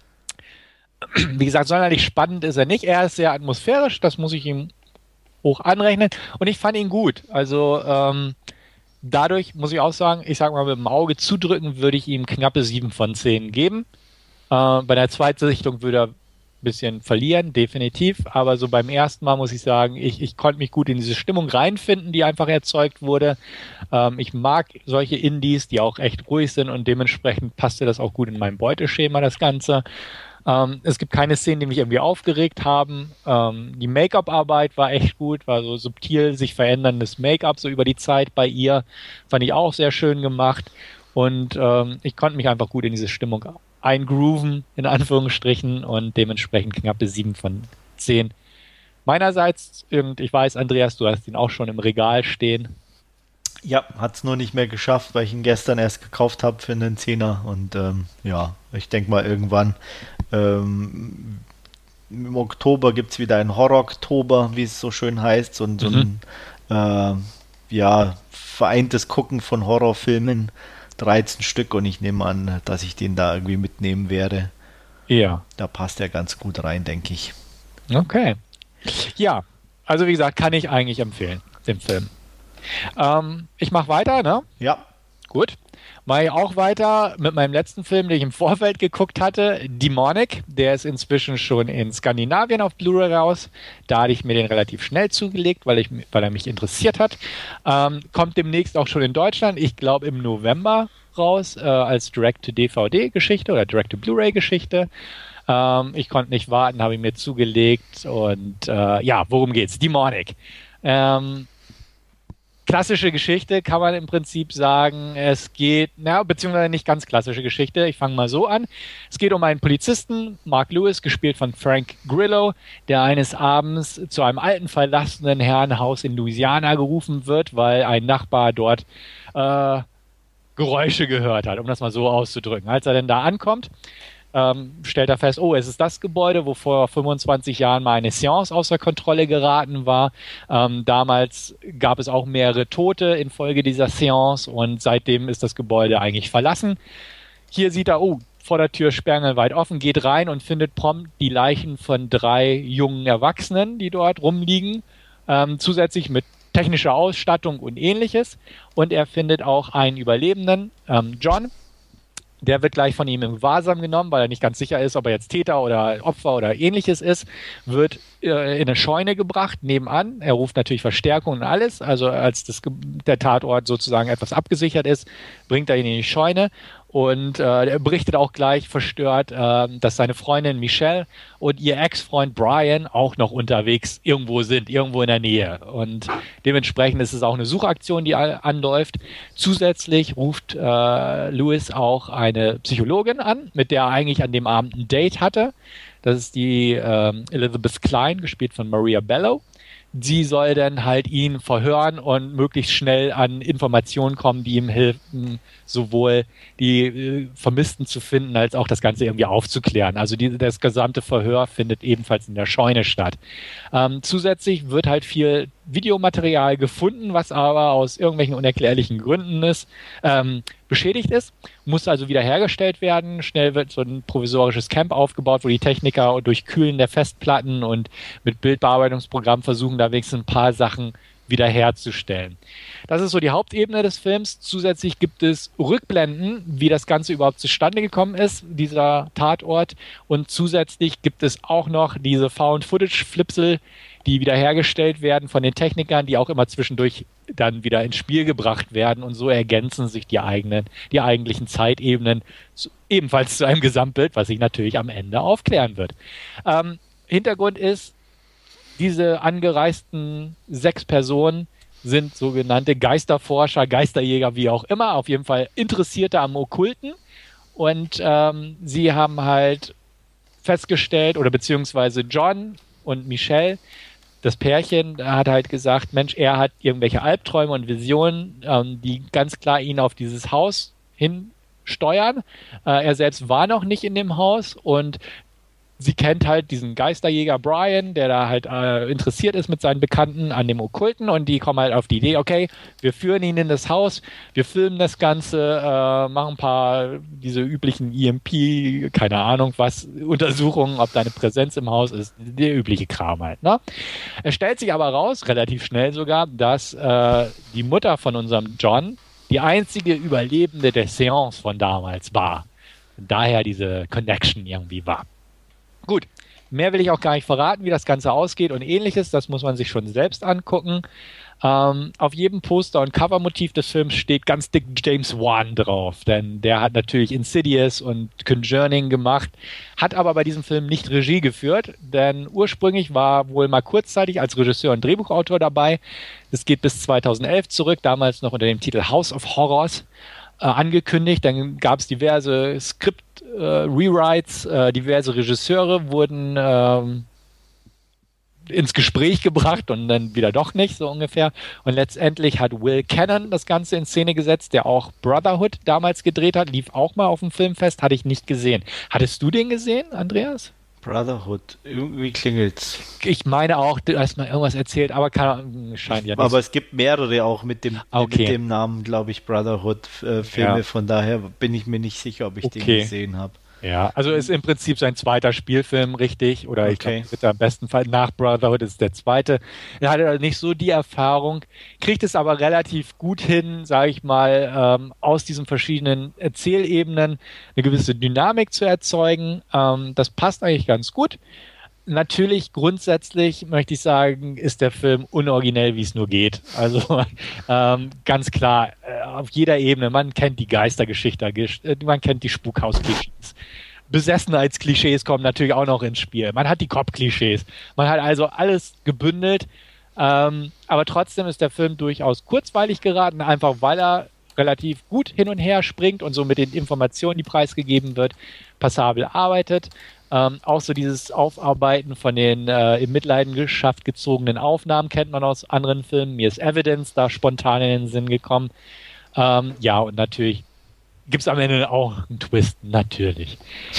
Wie gesagt, sonderlich spannend ist er nicht. Er ist sehr atmosphärisch, das muss ich ihm hoch anrechnen. Und ich fand ihn gut. Also dadurch muss ich auch sagen, ich sag mal, mit dem Auge zudrücken würde ich ihm knappe 7 von 10 geben. Bei der zweiten Sichtung würde er bisschen verlieren, definitiv, aber so beim ersten Mal muss ich sagen, ich konnte mich gut in diese Stimmung reinfinden, die einfach erzeugt wurde. Ich mag solche Indies, die auch echt ruhig sind und dementsprechend passte das auch gut in mein Beuteschema, das Ganze. Es gibt keine Szenen, die mich irgendwie aufgeregt haben. Die Make-up-Arbeit war echt gut, war so subtil sich veränderndes Make-up so über die Zeit bei ihr, fand ich auch sehr schön gemacht und ich konnte mich einfach gut in diese Stimmung eingrooven, in Anführungsstrichen, und dementsprechend knappe 7 von 10. Meinerseits, und ich weiß, Andreas, du hast ihn auch schon im Regal stehen. Ja, hat es nur nicht mehr geschafft, weil ich ihn gestern erst gekauft habe für einen Zehner und ja, ich denke mal irgendwann im Oktober gibt es wieder ein Horror-Oktober, wie es so schön heißt, so ein ja, vereintes Gucken von Horrorfilmen, 13 Stück und ich nehme an, dass ich den da irgendwie mitnehmen werde. Ja. Da passt er ganz gut rein, denke ich. Okay. Ja, also wie gesagt, kann ich eigentlich empfehlen, den Film. Ich mache weiter, ne? Ja. Gut. Mache ich auch weiter mit meinem letzten Film, den ich im Vorfeld geguckt hatte, Demonic. Der ist inzwischen schon in Skandinavien auf Blu-ray raus. Da hatte ich mir den relativ schnell zugelegt, weil er mich interessiert hat. Kommt demnächst auch schon in Deutschland, ich glaube im November raus, als Direct-to-DVD-Geschichte oder Direct-to-Blu-ray-Geschichte. Ich konnte nicht warten, habe ich mir zugelegt und ja, worum geht's? Demonic. Klassische Geschichte, kann man im Prinzip sagen. Es geht, beziehungsweise nicht ganz klassische Geschichte. Ich fange mal so an. Es geht um einen Polizisten, Mark Lewis, gespielt von Frank Grillo, der eines Abends zu einem alten, verlassenen Herrenhaus in Louisiana gerufen wird, weil ein Nachbar dort Geräusche gehört hat, um das mal so auszudrücken. Als er denn da ankommt, stellt er fest, oh, es ist das Gebäude, wo vor 25 Jahren mal eine Seance außer Kontrolle geraten war. Damals gab es auch mehrere Tote infolge dieser Seance und seitdem ist das Gebäude eigentlich verlassen. Hier sieht er, oh, vor der Tür sperrangelweit offen, geht rein und findet prompt die Leichen von 3 jungen Erwachsenen, die dort rumliegen, zusätzlich mit technischer Ausstattung und ähnliches. Und er findet auch einen Überlebenden, John. Der wird gleich von ihm in Gewahrsam genommen, weil er nicht ganz sicher ist, ob er jetzt Täter oder Opfer oder ähnliches ist, wird in eine Scheune gebracht, nebenan. Er ruft natürlich Verstärkung und alles. Also als der Tatort sozusagen etwas abgesichert ist, bringt er ihn in die Scheune. Und er berichtet auch gleich verstört, dass seine Freundin Michelle und ihr Ex-Freund Brian auch noch unterwegs irgendwo sind, irgendwo in der Nähe. Und dementsprechend ist es auch eine Suchaktion, die anläuft. Zusätzlich ruft Lewis auch eine Psychologin an, mit der er eigentlich an dem Abend ein Date hatte. Das ist die Elizabeth Klein, gespielt von Maria Bello. Sie soll dann halt ihn verhören und möglichst schnell an Informationen kommen, die ihm helfen, sowohl die Vermissten zu finden, als auch das Ganze irgendwie aufzuklären. Also das gesamte Verhör findet ebenfalls in der Scheune statt. Zusätzlich wird halt viel Videomaterial gefunden, was aber aus irgendwelchen unerklärlichen Gründen beschädigt ist, muss also wieder hergestellt werden. Schnell wird so ein provisorisches Camp aufgebaut, wo die Techniker durch Kühlen der Festplatten und mit Bildbearbeitungsprogrammen versuchen, da wenigstens ein paar Sachen wiederherzustellen. Das ist so die Hauptebene des Films. Zusätzlich gibt es Rückblenden, wie das Ganze überhaupt zustande gekommen ist, dieser Tatort. Und zusätzlich gibt es auch noch diese Found-Footage-Flipsel, die wiederhergestellt werden von den Technikern, die auch immer zwischendurch dann wieder ins Spiel gebracht werden. Und so ergänzen sich die eigentlichen Zeitebenen ebenfalls zu einem Gesamtbild, was sich natürlich am Ende aufklären wird. Hintergrund ist, diese angereisten 6 Personen sind sogenannte Geisterforscher, Geisterjäger, wie auch immer, auf jeden Fall Interessierte am Okkulten. Und sie haben halt festgestellt, oder beziehungsweise John und Michelle, das Pärchen, hat halt gesagt, Mensch, er hat irgendwelche Albträume und Visionen, die ganz klar ihn auf dieses Haus hinsteuern. Er selbst war noch nicht in dem Haus und sie kennt halt diesen Geisterjäger Brian, der da halt interessiert ist mit seinen Bekannten an dem Okkulten, und die kommen halt auf die Idee, okay, wir führen ihn in das Haus, wir filmen das Ganze, machen ein paar diese üblichen EMP, keine Ahnung was, Untersuchungen, ob deine Präsenz im Haus ist, der übliche Kram halt, ne? Es stellt sich aber raus, relativ schnell sogar, dass die Mutter von unserem John die einzige Überlebende der Seance von damals war. Und daher diese Connection irgendwie war. Gut, mehr will ich auch gar nicht verraten, wie das Ganze ausgeht und ähnliches. Das muss man sich schon selbst angucken. Auf jedem Poster und Covermotiv des Films steht ganz dick James Wan drauf, denn der hat natürlich Insidious und Conjuring gemacht, hat aber bei diesem Film nicht Regie geführt, denn ursprünglich war wohl mal kurzzeitig als Regisseur und Drehbuchautor dabei. Das geht bis 2011 zurück, damals noch unter dem Titel House of Horrors angekündigt. Dann gab es diverse Skript-Rewrites, diverse Regisseure wurden ins Gespräch gebracht und dann wieder doch nicht, so ungefähr. Und letztendlich hat Will Cannon das Ganze in Szene gesetzt, der auch Brotherhood damals gedreht hat, lief auch mal auf dem Filmfest, hatte ich nicht gesehen. Hattest du den gesehen, Andreas? Brotherhood, irgendwie klingelt's. Ich meine auch, du hast mal irgendwas erzählt, aber scheint ja nicht. Aber es gibt mehrere auch mit dem Namen, glaube ich, Brotherhood-Filme, ja. Von daher bin ich mir nicht sicher, ob ich den gesehen habe. Ja, also ist im Prinzip sein zweiter Spielfilm, richtig, oder ich glaube, wird er im besten Fall nach Brotherhood ist der zweite. Er hatte nicht so die Erfahrung, kriegt es aber relativ gut hin, sage ich mal, aus diesen verschiedenen Erzählebenen eine gewisse Dynamik zu erzeugen. Das passt eigentlich ganz gut. Natürlich, grundsätzlich möchte ich sagen, ist der Film unoriginell, wie es nur geht. Also ganz klar, auf jeder Ebene, man kennt die Geistergeschichte, man kennt die Spukhaus-Klischees. Besessenheitsklischees kommen natürlich auch noch ins Spiel. Man hat die Cop-Klischees. Man hat also alles gebündelt. Aber trotzdem ist der Film durchaus kurzweilig geraten, einfach weil er relativ gut hin und her springt und so mit den Informationen, die preisgegeben wird, passabel arbeitet. Auch so dieses Aufarbeiten von den in Mitleidenschaft gezogenen Aufnahmen kennt man aus anderen Filmen. Mir ist Evidence da spontan in den Sinn gekommen. Ja, und natürlich gibt es am Ende auch einen Twist, natürlich.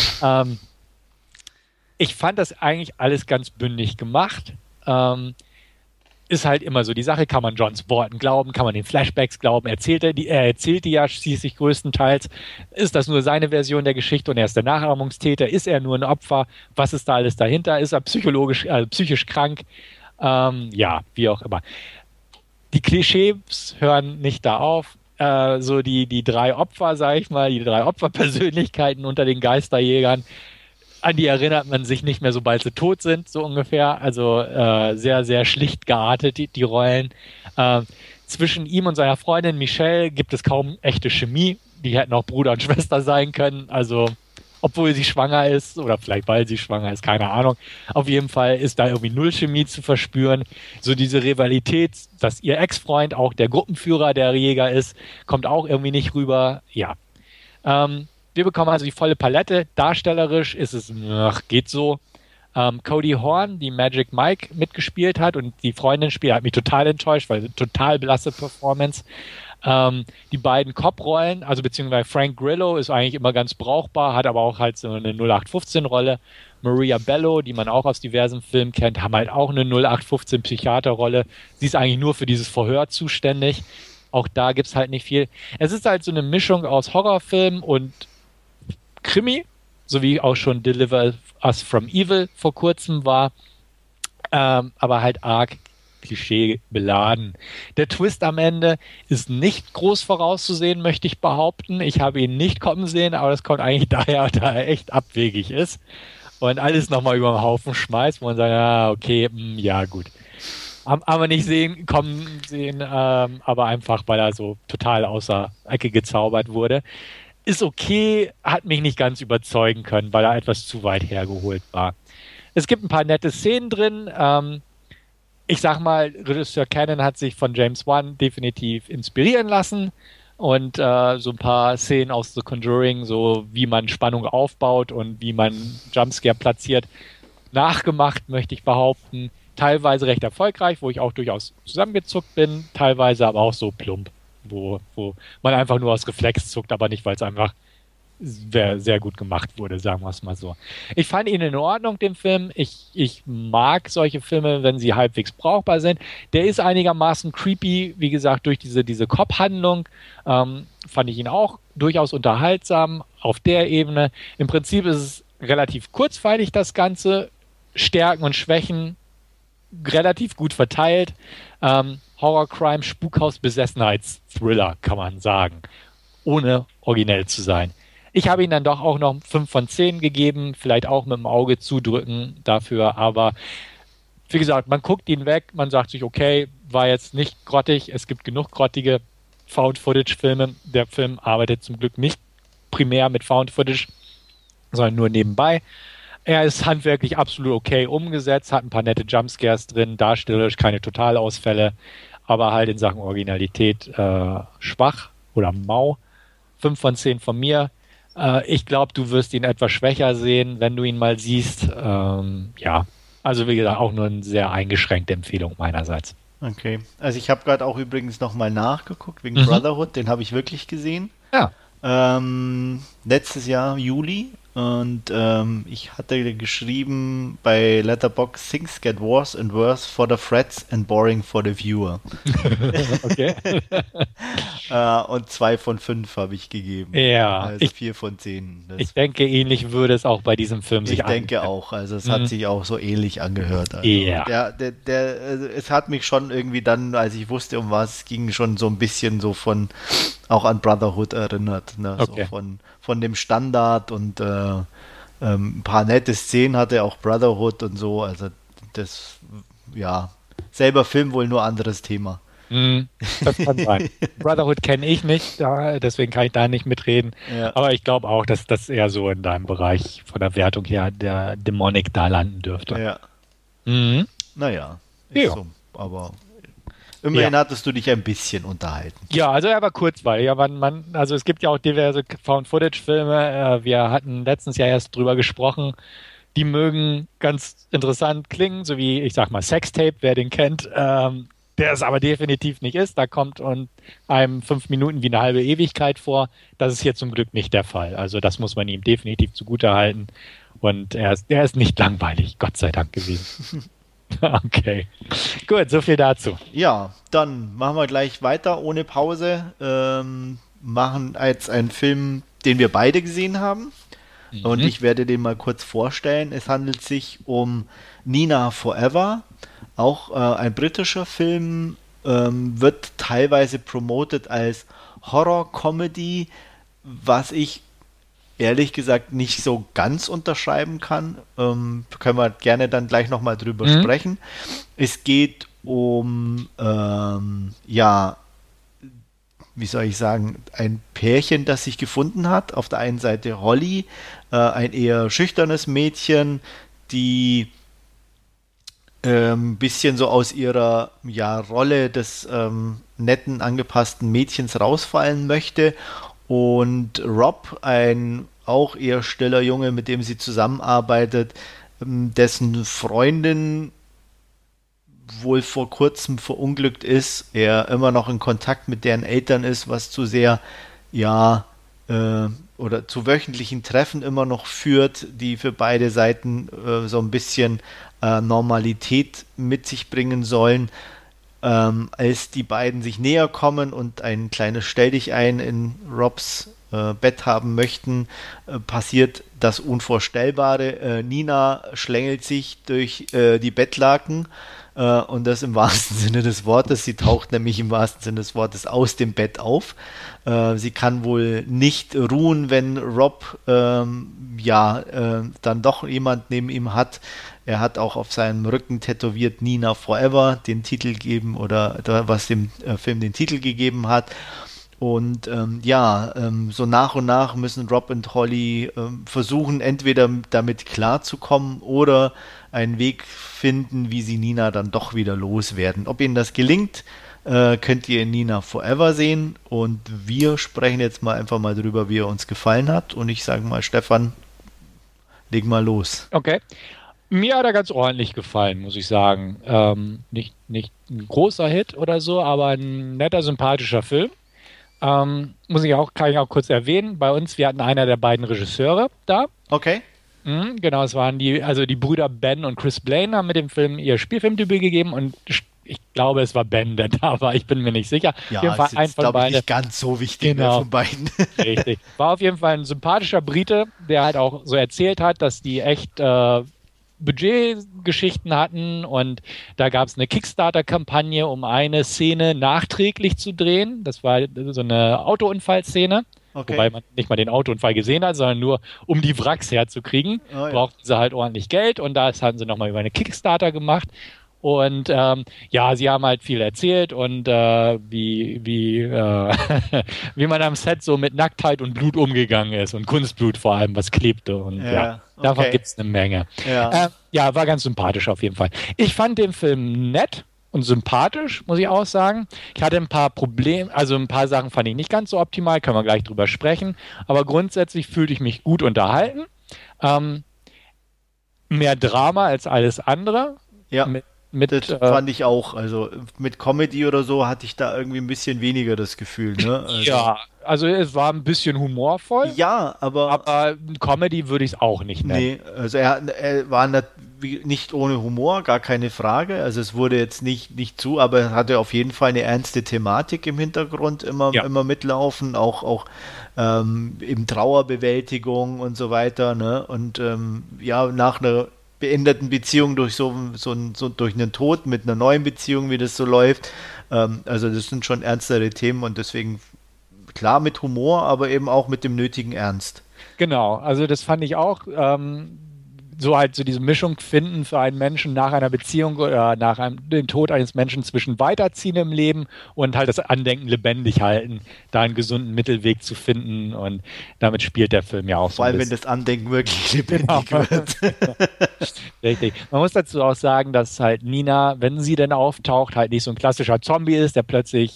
Ich fand das eigentlich alles ganz bündig gemacht. Ist halt immer so die Sache, kann man Johns Worten glauben, kann man den Flashbacks glauben, er erzählt die ja schließlich größtenteils, ist das nur seine Version der Geschichte und er ist der Nachahmungstäter, ist er nur ein Opfer, was ist da alles dahinter, ist er psychisch krank, ja, wie auch immer. Die Klischees hören nicht da auf, so die drei Opfer, sag ich mal, die drei Opferpersönlichkeiten unter den Geisterjägern, an die erinnert man sich nicht mehr, sobald sie tot sind, so ungefähr. Also sehr, sehr schlicht geartet, die Rollen. Zwischen ihm und seiner Freundin Michelle gibt es kaum echte Chemie. Die hätten auch Bruder und Schwester sein können. Also, obwohl sie schwanger ist oder vielleicht weil sie schwanger ist, keine Ahnung. Auf jeden Fall ist da irgendwie null Chemie zu verspüren. So diese Rivalität, dass ihr Ex-Freund auch der Gruppenführer der Jäger ist, kommt auch irgendwie nicht rüber. Ja. Wir bekommen also die volle Palette. Darstellerisch ist es, geht so. Cody Horn, die Magic Mike mitgespielt hat und die Freundin spielt, hat mich total enttäuscht, weil total blasse Performance. Die beiden Cop-Rollen, also beziehungsweise Frank Grillo ist eigentlich immer ganz brauchbar, hat aber auch halt so eine 0815-Rolle. Maria Bello, die man auch aus diversen Filmen kennt, haben halt auch eine 0815 Psychiaterrolle. Sie ist eigentlich nur für dieses Verhör zuständig. Auch da gibt's halt nicht viel. Es ist halt so eine Mischung aus Horrorfilm und Krimi, so wie auch schon Deliver Us from Evil vor kurzem war, aber halt arg Klischee beladen. Der Twist am Ende ist nicht groß vorauszusehen, möchte ich behaupten. Ich habe ihn nicht kommen sehen, aber das kommt eigentlich daher, da er echt abwegig ist und alles nochmal über den Haufen schmeißt, wo man sagt, okay, ja gut. Aber nicht kommen sehen, aber einfach, weil er so total außer Ecke gezaubert wurde. Ist okay, hat mich nicht ganz überzeugen können, weil er etwas zu weit hergeholt war. Es gibt ein paar nette Szenen drin. Ich sag mal, Regisseur Cannon hat sich von James Wan definitiv inspirieren lassen und so ein paar Szenen aus The Conjuring, so wie man Spannung aufbaut und wie man Jumpscare platziert, nachgemacht, möchte ich behaupten. Teilweise recht erfolgreich, wo ich auch durchaus zusammengezuckt bin, teilweise aber auch so plump, wo man einfach nur aus Reflex zuckt, aber nicht, weil es einfach sehr gut gemacht wurde, sagen wir es mal so. Ich fand ihn in Ordnung, den Film. Ich mag solche Filme, wenn sie halbwegs brauchbar sind. Der ist einigermaßen creepy, wie gesagt, durch diese Cop-Handlung. Fand ich ihn auch durchaus unterhaltsam auf der Ebene. Im Prinzip ist es relativ kurzweilig, das Ganze. Stärken und Schwächen relativ gut verteilt. Horror-Crime, Spukhaus-Besessenheits-Thriller, kann man sagen. Ohne originell zu sein. Ich habe ihm dann doch auch noch 5 von 10 gegeben, vielleicht auch mit dem Auge zudrücken dafür, aber wie gesagt, man guckt ihn weg, man sagt sich, okay, war jetzt nicht grottig, es gibt genug grottige Found-Footage-Filme. Der Film arbeitet zum Glück nicht primär mit Found-Footage, sondern nur nebenbei. Er ist handwerklich absolut okay umgesetzt, hat ein paar nette Jumpscares drin, darstellerisch keine Totalausfälle, aber halt in Sachen Originalität schwach oder mau. 5 von 10 von mir. Ich glaube, du wirst ihn etwas schwächer sehen, wenn du ihn mal siehst. Ja, also wie gesagt, auch nur eine sehr eingeschränkte Empfehlung meinerseits. Okay, also ich habe gerade auch übrigens nochmal nachgeguckt, wegen Brotherhood, den habe ich wirklich gesehen. Ja. Letztes Jahr, Juli. Und ich hatte geschrieben bei Letterboxd, Things get worse and worse for the threats and boring for the viewer. Okay. Und 2 von 5 habe ich gegeben. Ja. Also 4 von 10. Ich denke, ähnlich würde es auch bei diesem Film sich anhören. Ich denke auch. Also es hat sich auch so ähnlich angehört. Also ja. Also es hat mich schon irgendwie dann, als ich wusste, um was es ging, schon so ein bisschen so auch an Brotherhood erinnert. Ne? Okay. So von dem Standard und ein paar nette Szenen hatte auch Brotherhood und so. Also das, ja, selber Film wohl nur anderes Thema. Das kann sein. Brotherhood kenne ich nicht, deswegen kann ich da nicht mitreden. Ja. Aber ich glaube auch, dass das eher so in deinem Bereich von der Wertung her der Demonic da landen dürfte. Ja. Naja, ja. So, aber immerhin hattest du dich ein bisschen unterhalten. Ja, also er war kurzweilig. Ja, also es gibt ja auch diverse Found-Footage-Filme. Wir hatten letztens ja erst drüber gesprochen. Die mögen ganz interessant klingen, so wie, ich sag mal, Sextape, wer den kennt. Der es aber definitiv nicht ist. Da kommt einem 5 Minuten wie eine halbe Ewigkeit vor. Das ist hier zum Glück nicht der Fall. Also das muss man ihm definitiv zugutehalten. Und er ist nicht langweilig, Gott sei Dank gewesen. Okay, gut, so viel dazu. Ja, dann machen wir gleich weiter ohne Pause. Machen jetzt einen Film, den wir beide gesehen haben. Und ich werde den mal kurz vorstellen. Es handelt sich um Nina Forever. Auch ein britischer Film, wird teilweise promotet als Horror-Comedy, was ich ehrlich gesagt nicht so ganz unterschreiben kann. Können wir gerne dann gleich nochmal drüber sprechen. Es geht um, ja, wie soll ich sagen, ein Pärchen, das sich gefunden hat. Auf der einen Seite Holly, ein eher schüchternes Mädchen, die ein bisschen so aus ihrer Rolle des netten, angepassten Mädchens rausfallen möchte. Und Rob, ein auch eher stiller Junge, mit dem sie zusammenarbeitet, dessen Freundin wohl vor kurzem verunglückt ist, er immer noch in Kontakt mit deren Eltern ist, was zu sehr, oder zu wöchentlichen Treffen immer noch führt, die für beide Seiten so ein bisschen Normalität mit sich bringen sollen. Als die beiden sich näher kommen und ein kleines Stelldichein in Robs Bett haben möchten, passiert das Unvorstellbare. Nina schlängelt sich durch die Bettlaken und das im wahrsten Sinne des Wortes. Sie taucht nämlich im wahrsten Sinne des Wortes aus dem Bett auf. Sie kann wohl nicht ruhen, wenn Rob dann doch jemand neben ihm hat. Er hat auch auf seinem Rücken tätowiert Nina Forever, den Titel gegeben oder was dem Film den Titel gegeben hat. Und so nach und nach müssen Rob und Holly versuchen, entweder damit klarzukommen oder einen Weg finden, wie sie Nina dann doch wieder loswerden. Ob ihnen das gelingt, könnt ihr in Nina Forever sehen. Und wir sprechen jetzt mal einfach mal drüber, wie er uns gefallen hat. Und ich sage mal, Stefan, leg mal los. Okay. Mir hat er ganz ordentlich gefallen, muss ich sagen. Nicht ein großer Hit oder so, aber ein netter, sympathischer Film. Kann ich auch kurz erwähnen. Bei uns, wir hatten einer der beiden Regisseure da. Okay. Genau, es waren die Brüder Ben und Chris Blaine haben mit dem Film ihr Spielfilmdebüt gegeben und ich glaube, es war Ben, der da war. Ich bin mir nicht sicher. Ja, das ist, glaube ich, nicht ganz so wichtig mehr von beiden. Richtig. War auf jeden Fall ein sympathischer Brite, der halt auch so erzählt hat, dass die echt Budgetgeschichten hatten und da gab es eine Kickstarter-Kampagne, um eine Szene nachträglich zu drehen. Das war so eine Autounfallszene, wobei man nicht mal den Autounfall gesehen hat, sondern nur um die Wracks herzukriegen, brauchten sie halt ordentlich Geld und das hatten sie nochmal über eine Kickstarter gemacht. Und sie haben halt viel erzählt und wie man am Set so mit Nacktheit und Blut umgegangen ist und Kunstblut vor allem, was klebte. Und davon gibt es eine Menge. Ja. War ganz sympathisch auf jeden Fall. Ich fand den Film nett und sympathisch, muss ich auch sagen. Ich hatte ein paar Probleme, also ein paar Sachen fand ich nicht ganz so optimal, können wir gleich drüber sprechen. Aber grundsätzlich fühlte ich mich gut unterhalten. Mehr Drama als alles andere. Ja. Das fand ich auch. Also mit Comedy oder so hatte ich da irgendwie ein bisschen weniger das Gefühl. Ne? Also es war ein bisschen humorvoll. Ja, aber Comedy würde ich es auch nicht nennen. Nee, also er war nicht ohne Humor, gar keine Frage. Also es wurde jetzt nicht zu, aber er hatte auf jeden Fall eine ernste Thematik im Hintergrund immer mitlaufen, auch eben Trauerbewältigung und so weiter. Ne? Und nach einer beendeten Beziehung durch durch einen Tod mit einer neuen Beziehung, wie das so läuft. Also das sind schon ernstere Themen und deswegen klar mit Humor, aber eben auch mit dem nötigen Ernst. Genau, also das fand ich auch so diese Mischung finden für einen Menschen nach einer Beziehung oder nach dem Tod eines Menschen zwischen Weiterziehen im Leben und halt das Andenken lebendig halten, da einen gesunden Mittelweg zu finden und damit spielt der Film ja auch so. Vor allem, wenn das Andenken wirklich lebendig wird. Richtig. Man muss dazu auch sagen, dass halt Nina, wenn sie denn auftaucht, halt nicht so ein klassischer Zombie ist, der plötzlich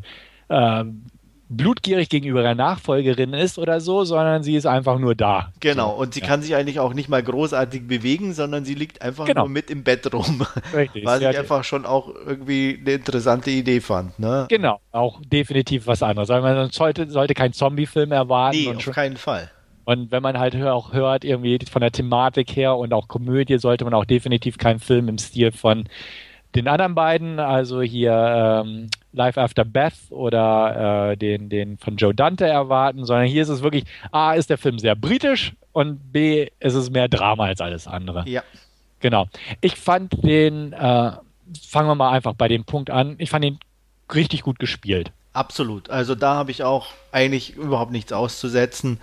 blutgierig gegenüber ihrer Nachfolgerin ist oder so, sondern sie ist einfach nur da. Genau, und sie kann sich eigentlich auch nicht mal großartig bewegen, sondern sie liegt einfach nur mit im Bett rum. Richtig. Was ich einfach schon auch irgendwie eine interessante Idee fand. Ne? Genau, auch definitiv was anderes. Also man sollte keinen Zombie-Film erwarten. Nee, auf keinen Fall. Und wenn man halt auch hört, irgendwie von der Thematik her und auch Komödie, sollte man auch definitiv keinen Film im Stil von den anderen beiden, also hier Life After Beth oder den von Joe Dante erwarten, sondern hier ist es wirklich, A, ist der Film sehr britisch und B, ist es mehr Drama als alles andere. Ja. Genau. Ich fand fangen wir mal einfach bei dem Punkt an, ich fand ihn richtig gut gespielt. Absolut. Also da habe ich auch eigentlich überhaupt nichts auszusetzen.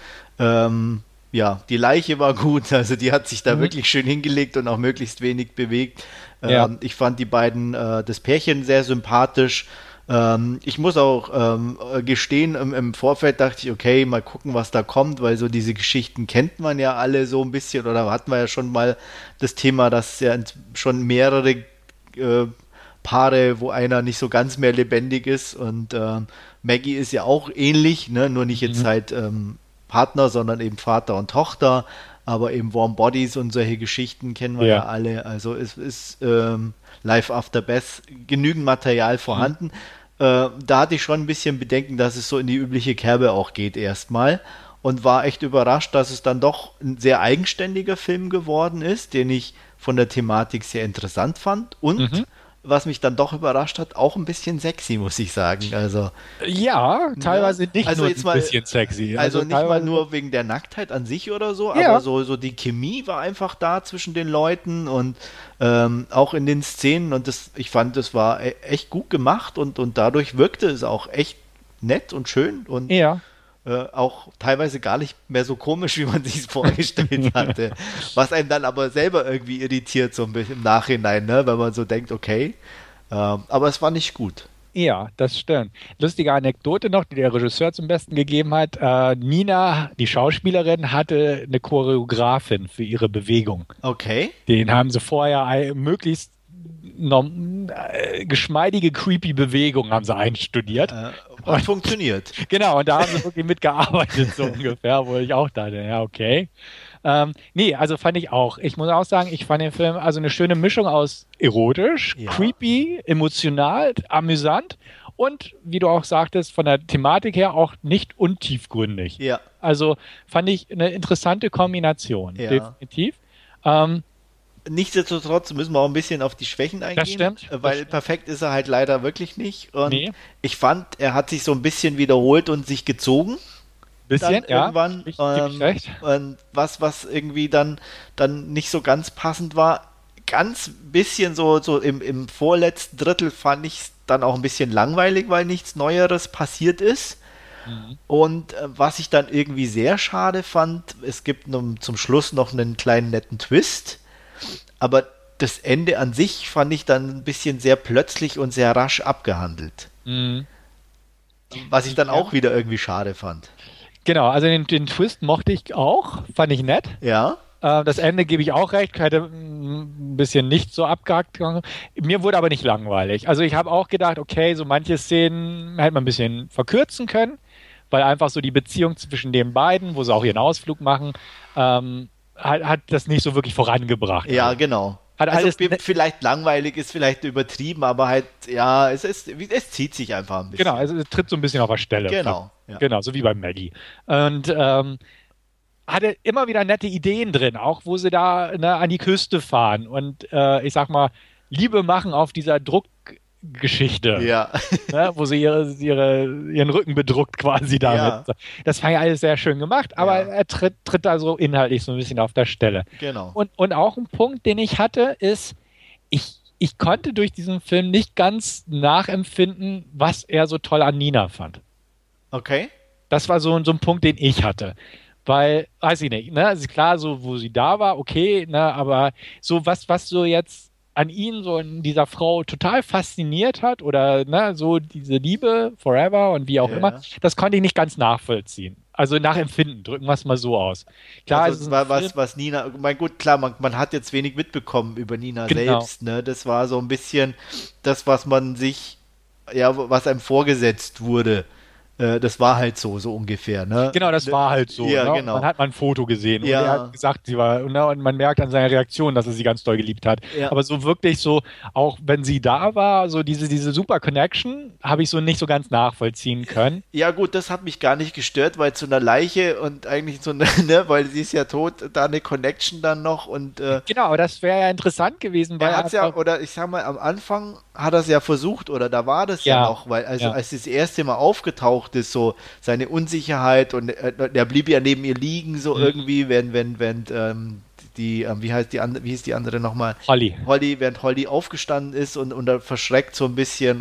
Ja, die Leiche war gut, also die hat sich da wirklich schön hingelegt und auch möglichst wenig bewegt. Ja. Ich fand die beiden, das Pärchen sehr sympathisch. Ich muss auch gestehen, im Vorfeld dachte ich, okay, mal gucken, was da kommt, weil so diese Geschichten kennt man ja alle so ein bisschen, oder hatten wir ja schon mal das Thema, dass ja schon mehrere Paare, wo einer nicht so ganz mehr lebendig ist, und Maggie ist ja auch ähnlich, ne? Nur nicht jetzt halt Partner, sondern eben Vater und Tochter, aber eben Warm Bodies und solche Geschichten kennen wir ja alle. Also es ist Life After Beth genügend Material vorhanden. Da hatte ich schon ein bisschen Bedenken, dass es so in die übliche Kerbe auch geht erstmal, und war echt überrascht, dass es dann doch ein sehr eigenständiger Film geworden ist, den ich von der Thematik sehr interessant fand, und was mich dann doch überrascht hat, auch ein bisschen sexy, muss ich sagen. Also Ja, teilweise nicht also nur jetzt ein mal, bisschen sexy. also nicht mal teilweise nur wegen der Nacktheit an sich oder so, Ja. aber so die Chemie war einfach da zwischen den Leuten, und auch in den Szenen, und ich fand, das war echt gut gemacht, und dadurch wirkte es auch echt nett und schön und Ja. auch teilweise gar nicht mehr so komisch, wie man sich es vorgestellt hatte. Was einem dann aber selber irgendwie irritiert, so ein bisschen im Nachhinein, ne? Wenn man so denkt, okay, aber es war nicht gut. Ja, das stimmt. Lustige Anekdote noch, die der Regisseur zum Besten gegeben hat. Nina, die Schauspielerin, hatte eine Choreografin für ihre Bewegung. Okay. Den haben sie vorher möglichst geschmeidige, creepy Bewegungen haben sie einstudiert. Hat funktioniert. Genau, und da haben sie wirklich mitgearbeitet, so ungefähr, wo ich auch dachte, ja, okay. Nee, also fand ich auch. Ich muss auch sagen, ich fand den Film also eine schöne Mischung aus erotisch, creepy, emotional, amüsant und, wie du auch sagtest, von der Thematik her auch nicht untiefgründig. Ja. Also fand ich eine interessante Kombination, definitiv. Nichtsdestotrotz müssen wir auch ein bisschen auf die Schwächen eingehen. Das stimmt. Weil perfekt ist er halt leider wirklich nicht. Und Nee. ich fand, er hat sich so ein bisschen wiederholt und sich gezogen. Bisschen, Dann irgendwann. Geb ich recht. Und was irgendwie dann nicht so ganz passend war. Ganz bisschen so im vorletzten Drittel fand ich es dann auch ein bisschen langweilig, weil nichts Neueres passiert ist. Und was ich dann irgendwie sehr schade fand, es gibt zum Schluss noch einen kleinen netten Twist. Aber das Ende an sich fand ich dann ein bisschen sehr plötzlich und sehr rasch abgehandelt. Was ich dann auch wieder irgendwie schade fand. Genau, also den Twist mochte ich auch, fand ich nett. Ja. Das Ende gebe ich auch recht, hätte ein bisschen nicht so abgehakt. Mir wurde aber nicht langweilig. Also ich habe auch gedacht, okay, so manche Szenen hätte man ein bisschen verkürzen können, weil einfach so die Beziehung zwischen den beiden, wo sie auch ihren Ausflug machen, hat das nicht so wirklich vorangebracht. Ja, genau. Also vielleicht langweilig ist vielleicht übertrieben, aber halt, ja, es zieht sich einfach ein bisschen. Genau, es tritt so ein bisschen auf der Stelle. Genau. Ja. Genau, so wie bei Maggie. Und hatte immer wieder nette Ideen drin, auch wo sie da an die Küste fahren und ich sag mal, Liebe machen auf dieser Druckgeschichte. Ja. Ne, wo sie ihren Rücken bedruckt quasi damit. Ja. Das fand ich alles sehr schön gemacht, aber er tritt da so inhaltlich so ein bisschen auf der Stelle. Genau. Und auch ein Punkt, den ich hatte, ist, ich konnte durch diesen Film nicht ganz nachempfinden, was er so toll an Nina fand. Okay. Das war so ein Punkt, den ich hatte. Weil, weiß ich nicht, ne? Also klar, so, wo sie da war, okay, ne? Aber so was so jetzt an ihn, so in dieser Frau total fasziniert hat oder ne, so diese Liebe forever und wie auch immer, das konnte ich nicht ganz nachvollziehen. Also nachempfinden, drücken wir es mal so aus. Klar, also was Nina, mein gut, klar, man hat jetzt wenig mitbekommen über Nina selbst, ne? Das war so ein bisschen das, was man sich, was einem vorgesetzt wurde. Das war halt so ungefähr, ne? Genau, das war halt so. Ja, ne? genau. Man hat mal ein Foto gesehen und Ja. er hat gesagt, sie war, ne? Und man merkt an seiner Reaktion, dass er sie ganz doll geliebt hat. Ja. Aber so wirklich so, auch wenn sie da war, so diese super Connection, habe ich so nicht so ganz nachvollziehen können. Ja gut, das hat mich gar nicht gestört, weil zu einer Leiche und eigentlich so eine, ne, weil sie ist ja tot, da eine Connection dann noch und Genau, aber das wäre ja interessant gewesen, weil er hat's ja, oder ich sag mal, am Anfang hat er es ja versucht, oder da war das ja noch, weil als das erste Mal aufgetaucht ist, so seine Unsicherheit und er blieb ja neben ihr liegen, so irgendwie, wenn wie hieß die andere nochmal? Holly. Während Holly aufgestanden ist und er verschreckt so ein bisschen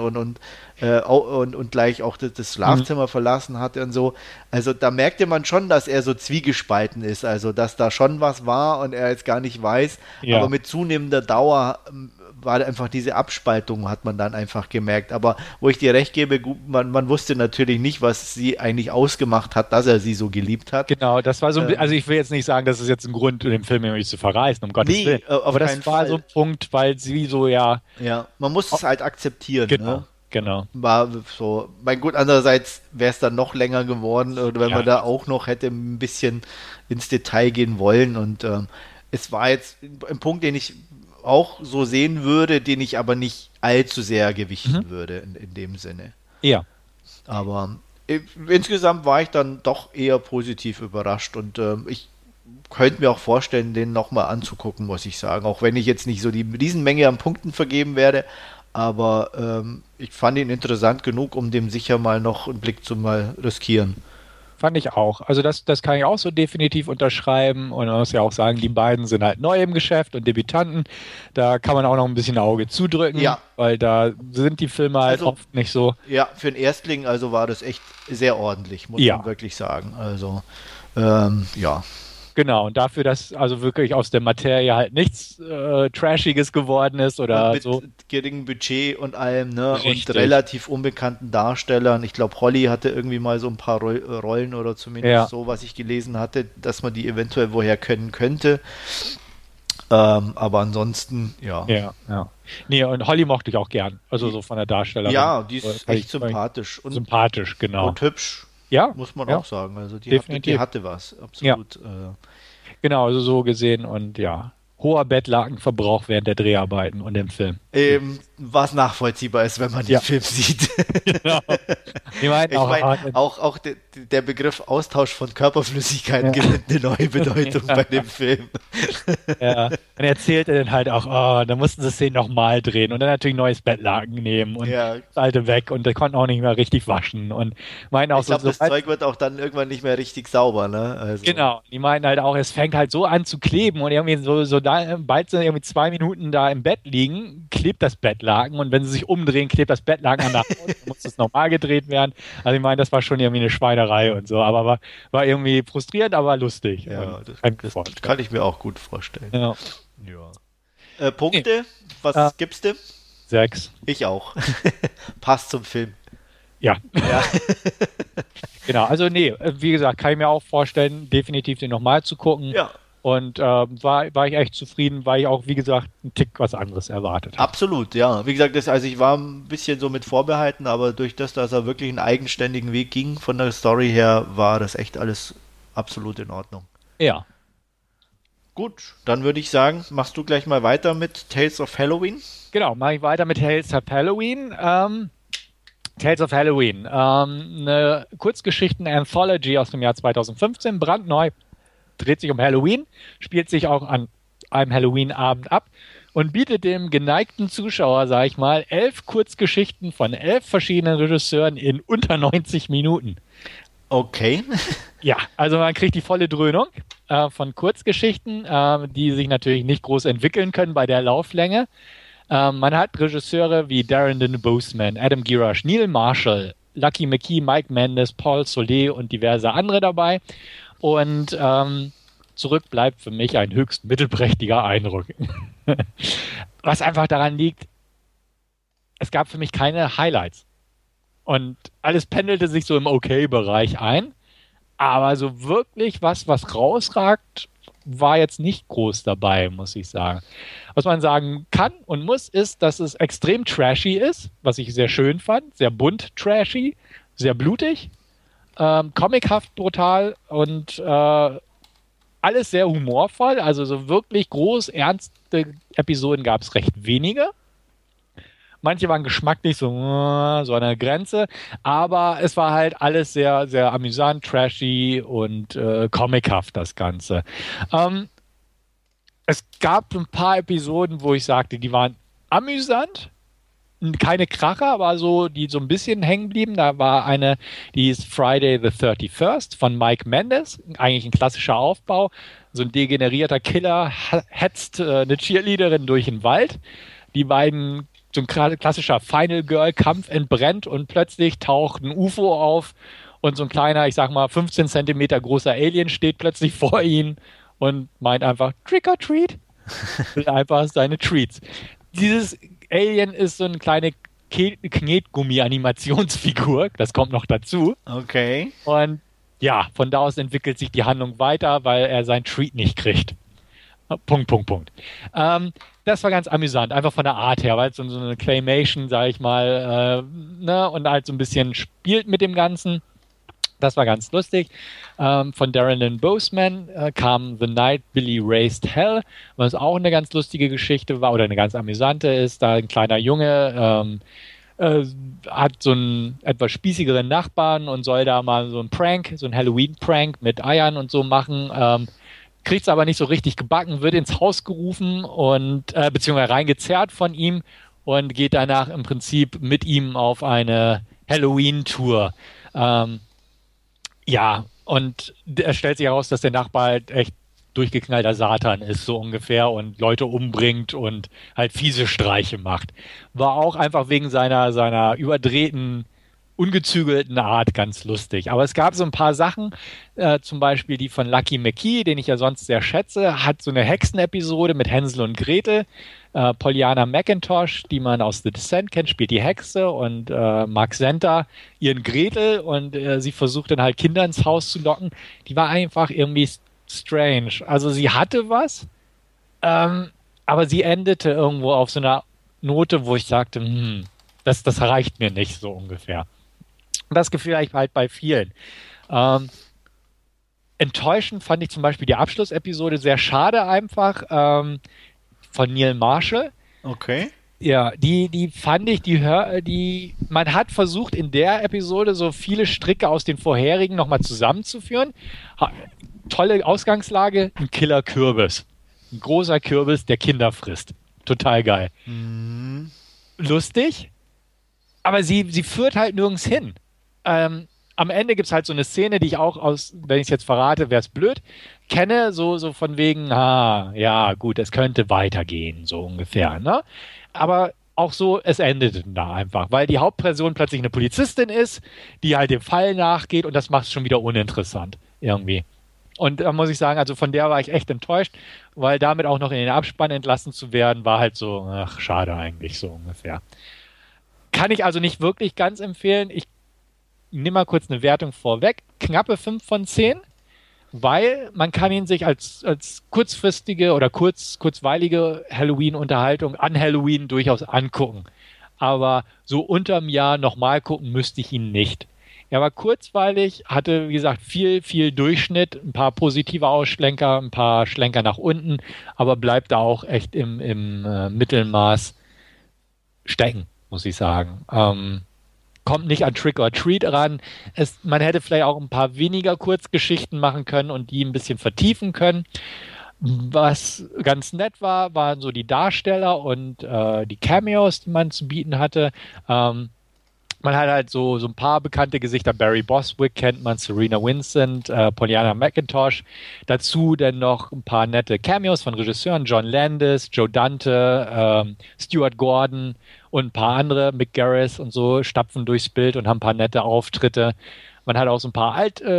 und gleich auch das Schlafzimmer verlassen hatte und so. Also da merkte man schon, dass er so zwiegespalten ist, also dass da schon was war und er jetzt gar nicht weiß, aber mit zunehmender Dauer war einfach diese Abspaltung, hat man dann einfach gemerkt. Aber wo ich dir recht gebe, man wusste natürlich nicht, was sie eigentlich ausgemacht hat, dass er sie so geliebt hat. Genau, das war so also ich will jetzt nicht sagen, das ist jetzt ein Grund, den Film irgendwie zu verreißen, um Gottes Willen. Aber das war so ein Punkt, weil sie so Ja, man muss es halt akzeptieren. Genau. Ne? Genau. War so, mein Gut, andererseits wäre es dann noch länger geworden, oder wenn man da auch noch hätte ein bisschen ins Detail gehen wollen. Und es war jetzt ein Punkt, den ich auch so sehen würde, den ich aber nicht allzu sehr gewichten würde in dem Sinne. Ja. Aber insgesamt war ich dann doch eher positiv überrascht und ich könnte mir auch vorstellen, den nochmal anzugucken, muss ich sagen. Auch wenn ich jetzt nicht so die Riesenmenge an Punkten vergeben werde, aber ich fand ihn interessant genug, um dem sicher mal noch einen Blick zu mal riskieren. Fand ich auch. Also das kann ich auch so definitiv unterschreiben. Und man muss ja auch sagen, die beiden sind halt neu im Geschäft und Debütanten. Da kann man auch noch ein bisschen Auge zudrücken, weil da sind die Filme halt oft nicht so. Ja, für einen Erstling also war das echt sehr ordentlich, muss man wirklich sagen. Also, ja. Genau, und dafür, dass also wirklich aus der Materie halt nichts Trashiges geworden ist oder mit so. Geringem Budget und allem, ne? Richtig. Und relativ unbekannten Darstellern. Ich glaube, Holly hatte irgendwie mal so ein paar Rollen oder zumindest so, was ich gelesen hatte, dass man die eventuell woher können könnte. Aber ansonsten, ja. Nee, und Holly mochte ich auch gern. Also so von der Darstellerin. Ja, die ist echt sympathisch. Und sympathisch, genau. Und hübsch. Ja. Muss man auch sagen. Also die hatte was, absolut. Ja. Genau, also so gesehen und hoher Bettlakenverbrauch während der Dreharbeiten und im Film. Was nachvollziehbar ist, wenn man den Film sieht. Genau. Ich meine auch der Begriff Austausch von Körperflüssigkeiten gewinnt eine neue Bedeutung bei dem Film. Ja, und er erzählte dann halt auch, da mussten sie es den nochmal drehen und dann natürlich neues Bettlaken nehmen und das alte weg und der konnten auch nicht mehr richtig waschen und meinen auch ich glaube, das Zeug wird auch dann irgendwann nicht mehr richtig sauber, ne? Also. Genau, die meinten halt auch, es fängt halt so an zu kleben und irgendwie bald sie irgendwie 2 Minuten da im Bett liegen, klebt das Bettlaken und wenn sie sich umdrehen, klebt das Bettlaken an der Haut, dann muss das nochmal gedreht werden. Also ich meine, das war schon irgendwie eine Schweinerei und so, aber war irgendwie frustrierend, aber lustig. Ja, das kann ich mir auch gut vorstellen. Ja. Punkte, was gibst du? 6. Ich auch. Passt zum Film. Ja. Genau, also wie gesagt, kann ich mir auch vorstellen, definitiv den nochmal zu gucken. Ja. Und war ich echt zufrieden, weil ich auch, wie gesagt, einen Tick was anderes erwartet habe. Absolut, ja. Wie gesagt, also ich war ein bisschen so mit Vorbehalten, aber durch das, dass er wirklich einen eigenständigen Weg ging von der Story her, war das echt alles absolut in Ordnung. Ja. Gut, dann würde ich sagen, machst du gleich mal weiter mit Tales of Halloween? Genau, mache ich weiter mit Tales of Halloween. Tales of Halloween, eine Kurzgeschichten-Anthology aus dem Jahr 2015, brandneu. Dreht sich um Halloween, spielt sich auch an einem Halloween-Abend ab und bietet dem geneigten Zuschauer, sag ich mal, 11 Kurzgeschichten von 11 verschiedenen Regisseuren in unter 90 Minuten. Okay. Ja, also man kriegt die volle Dröhnung von Kurzgeschichten, die sich natürlich nicht groß entwickeln können bei der Lauflänge. Man hat Regisseure wie Darren Lynn Bousman, Adam Girash, Neil Marshall, Lucky McKee, Mike Mendes, Paul Solé und diverse andere dabei. Und zurück bleibt für mich ein höchst mittelprächtiger Eindruck. Was einfach daran liegt, es gab für mich keine Highlights. Und alles pendelte sich so im Okay-Bereich ein. Aber so wirklich was rausragt, war jetzt nicht groß dabei, muss ich sagen. Was man sagen kann und muss, ist, dass es extrem trashy ist, was ich sehr schön fand. Sehr bunt trashy, sehr blutig. Comichaft brutal und alles sehr humorvoll. Also so wirklich groß, ernste Episoden gab es recht wenige. Manche waren geschmacklich so an der Grenze, aber es war halt alles sehr, sehr amüsant, trashy und comichaft, das Ganze. Es gab ein paar Episoden, wo ich sagte, die waren amüsant, keine Kracher, aber so, die so ein bisschen hängen blieben. Da war eine, die ist Friday the 31st von Mike Mendes, eigentlich ein klassischer Aufbau. So ein degenerierter Killer hetzt eine Cheerleaderin durch den Wald. Die beiden, so ein klassischer Final Girl Kampf entbrennt und plötzlich taucht ein UFO auf und so ein kleiner, ich sag mal 15 Zentimeter großer Alien steht plötzlich vor ihnen und meint einfach Trick or Treat. Will einfach seine Treats. Dieses Alien ist so eine kleine Knetgummi-Animationsfigur, das kommt noch dazu. Okay. Und ja, von da aus entwickelt sich die Handlung weiter, weil er sein Treat nicht kriegt. Punkt. Das war ganz amüsant, einfach von der Art her, weil es so eine Claymation, sag ich mal, und halt so ein bisschen spielt mit dem Ganzen. Das war ganz lustig. Von Darren Lynn Bousman kam The Night Billy Raised Hell, was auch eine ganz lustige Geschichte war oder eine ganz amüsante ist. Da ein kleiner Junge hat so einen etwas spießigeren Nachbarn und soll da mal so einen Prank, so einen Halloween-Prank mit Eiern und so machen. Kriegt es aber nicht so richtig gebacken, wird ins Haus gerufen und beziehungsweise reingezerrt von ihm und geht danach im Prinzip mit ihm auf eine Halloween-Tour. Ja, und es stellt sich heraus, dass der Nachbar halt echt durchgeknallter Satan ist, so ungefähr, und Leute umbringt und halt fiese Streiche macht. War auch einfach wegen seiner überdrehten, ungezügelten Art ganz lustig. Aber es gab so ein paar Sachen, zum Beispiel die von Lucky McKee, den ich ja sonst sehr schätze, hat so eine Hexenepisode mit Hänsel und Gretel. Pollyanna McIntosh, die man aus The Descent kennt, spielt die Hexe und Mark Senta ihren Gretel und sie versucht dann halt Kinder ins Haus zu locken. Die war einfach irgendwie strange. Also sie hatte was, aber sie endete irgendwo auf so einer Note, wo ich sagte, das reicht mir nicht so ungefähr. Und das Gefühl habe ich halt bei vielen. Enttäuschend fand ich zum Beispiel die Abschlussepisode sehr schade einfach. Von Neil Marshall. Okay. Ja, die fand ich, man hat versucht in der Episode so viele Stricke aus den vorherigen nochmal zusammenzuführen. Tolle Ausgangslage, ein Killer-Kürbis. Ein großer Kürbis, der Kinder frisst. Total geil. Mhm. Lustig, aber sie führt halt nirgends hin. Am Ende gibt es halt so eine Szene, die ich auch wenn ich es jetzt verrate, wäre es blöd, kenne, so von wegen, ja, gut, es könnte weitergehen, so ungefähr, ne? Aber auch so, es endet da einfach, weil die Hauptperson plötzlich eine Polizistin ist, die halt dem Fall nachgeht und das macht es schon wieder uninteressant, irgendwie. Und da muss ich sagen, also von der war ich echt enttäuscht, weil damit auch noch in den Abspann entlassen zu werden, war halt so, ach, schade eigentlich, so ungefähr. Kann ich also nicht wirklich ganz empfehlen. Ich nehme mal kurz eine Wertung vorweg. Knappe 5 von 10, weil man kann ihn sich als kurzfristige oder kurzweilige Halloween-Unterhaltung an Halloween durchaus angucken. Aber so unterm Jahr nochmal gucken müsste ich ihn nicht. Er war kurzweilig, hatte, wie gesagt, viel Durchschnitt, ein paar positive Ausschlenker, ein paar Schlenker nach unten, aber bleibt da auch echt im Mittelmaß stecken, muss ich sagen. Kommt nicht an Trick or Treat ran. Man hätte vielleicht auch ein paar weniger Kurzgeschichten machen können und die ein bisschen vertiefen können. Was ganz nett war, waren so die Darsteller und die Cameos, die man zu bieten hatte. Man hat halt so ein paar bekannte Gesichter. Barry Bostwick kennt man, Serena Vincent, Pollyanna McIntosh. Dazu dann noch ein paar nette Cameos von Regisseuren. John Landis, Joe Dante, Stuart Gordon und ein paar andere, Mick Garris und so, stapfen durchs Bild und haben ein paar nette Auftritte. Man hat auch so ein paar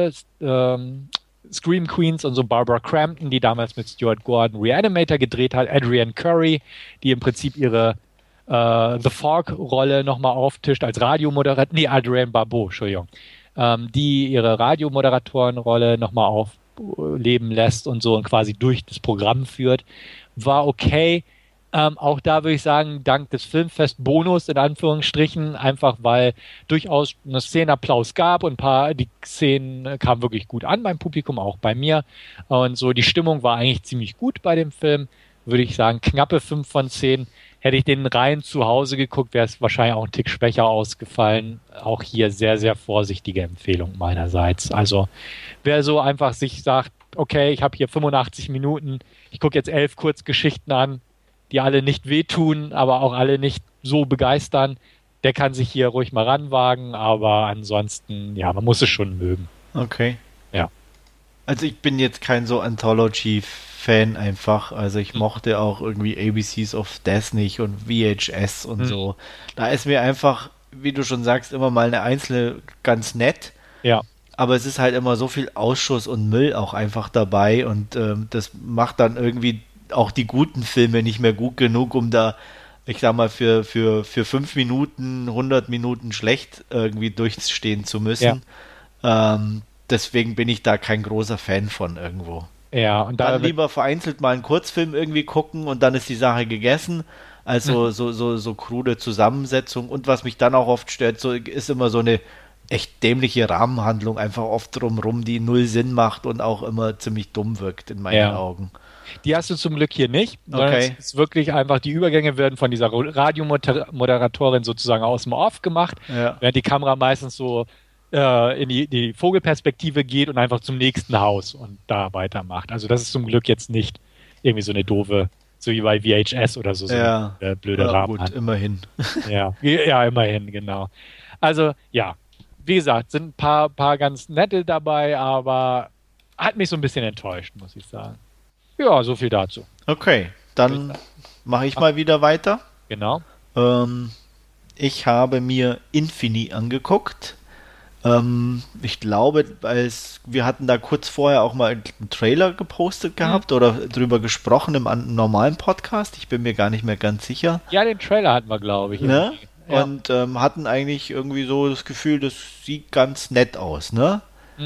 Scream Queens und so, Barbara Crampton, die damals mit Stuart Gordon Reanimator gedreht hat, Adrienne Curry, die im Prinzip ihre The Fork-Rolle nochmal auftischt als Radiomoderatorin, Adrienne Barbeau, Entschuldigung, die ihre Radiomoderatorenrolle nochmal aufleben lässt und so und quasi durch das Programm führt. War okay. Auch da würde ich sagen, dank des Filmfest-Bonus in Anführungsstrichen, einfach weil durchaus eine Szenenapplaus gab und die Szenen kamen wirklich gut an beim Publikum, auch bei mir. Und so die Stimmung war eigentlich ziemlich gut bei dem Film, würde ich sagen, knappe 5 von 10. Hätte ich den rein zu Hause geguckt, wäre es wahrscheinlich auch ein Tick schwächer ausgefallen. Auch hier sehr, sehr vorsichtige Empfehlung meinerseits. Also wer so einfach sich sagt, okay, ich habe hier 85 Minuten, ich gucke jetzt 11 Kurzgeschichten an, die alle nicht wehtun, aber auch alle nicht so begeistern, der kann sich hier ruhig mal ranwagen, aber ansonsten, ja, man muss es schon mögen. Okay. Ja. Also ich bin jetzt kein so Anthology-Fan einfach. Also ich mochte auch irgendwie ABCs of Death nicht und VHS und so. Da ist mir einfach, wie du schon sagst, immer mal eine einzelne ganz nett. Ja. Aber es ist halt immer so viel Ausschuss und Müll auch einfach dabei und das macht dann irgendwie auch die guten Filme nicht mehr gut genug, um da, ich sag mal, für 5 Minuten, 100 Minuten schlecht irgendwie durchstehen zu müssen. Deswegen bin ich da kein großer Fan von irgendwo. Ja, und Dann lieber vereinzelt mal einen Kurzfilm irgendwie gucken und dann ist die Sache gegessen. Also so krude Zusammensetzung. Und was mich dann auch oft stört, so ist immer so eine echt dämliche Rahmenhandlung einfach oft drumrum, die null Sinn macht und auch immer ziemlich dumm wirkt in meinen Augen. Die hast du zum Glück hier nicht. Okay. Es ist wirklich einfach, die Übergänge werden von dieser Radiomoderatorin sozusagen aus dem Off gemacht, während die Kamera meistens so in die Vogelperspektive geht und einfach zum nächsten Haus und da weitermacht. Also das ist zum Glück jetzt nicht irgendwie so eine doofe, so wie bei VHS oder so, eine blöde Rahmen. Gut, immerhin. Ja, immerhin, genau. Also ja, wie gesagt, sind ein paar ganz nette dabei, aber hat mich so ein bisschen enttäuscht, muss ich sagen. Ja, so viel dazu. Okay, dann mache ich mal wieder weiter. Genau. Ich habe mir Infini angeguckt. Ich glaube, wir hatten da kurz vorher auch mal einen Trailer gepostet gehabt oder drüber gesprochen im normalen Podcast. Ich bin mir gar nicht mehr ganz sicher. Ja, den Trailer hatten wir, glaube ich. Ne? Ja. Und hatten eigentlich irgendwie so das Gefühl, das sieht ganz nett aus, ne?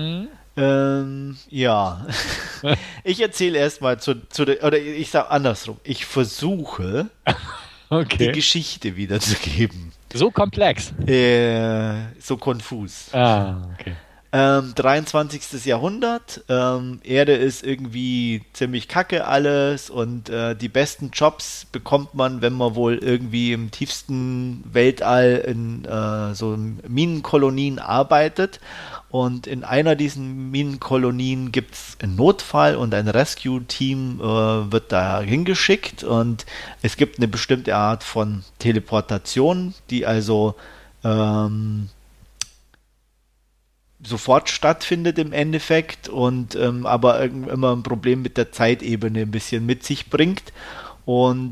Ja. Ich erzähle erstmal oder ich sage andersrum. Ich versuche, die Geschichte wiederzugeben. So komplex. So konfus. Okay. 23. Jahrhundert. Erde ist irgendwie ziemlich kacke alles und die besten Jobs bekommt man, wenn man wohl irgendwie im tiefsten Weltall in so Minenkolonien arbeitet. Und in einer diesen Minenkolonien gibt es einen Notfall und ein Rescue-Team wird da hingeschickt und es gibt eine bestimmte Art von Teleportation, die also sofort stattfindet im Endeffekt und aber immer ein Problem mit der Zeitebene ein bisschen mit sich bringt. Und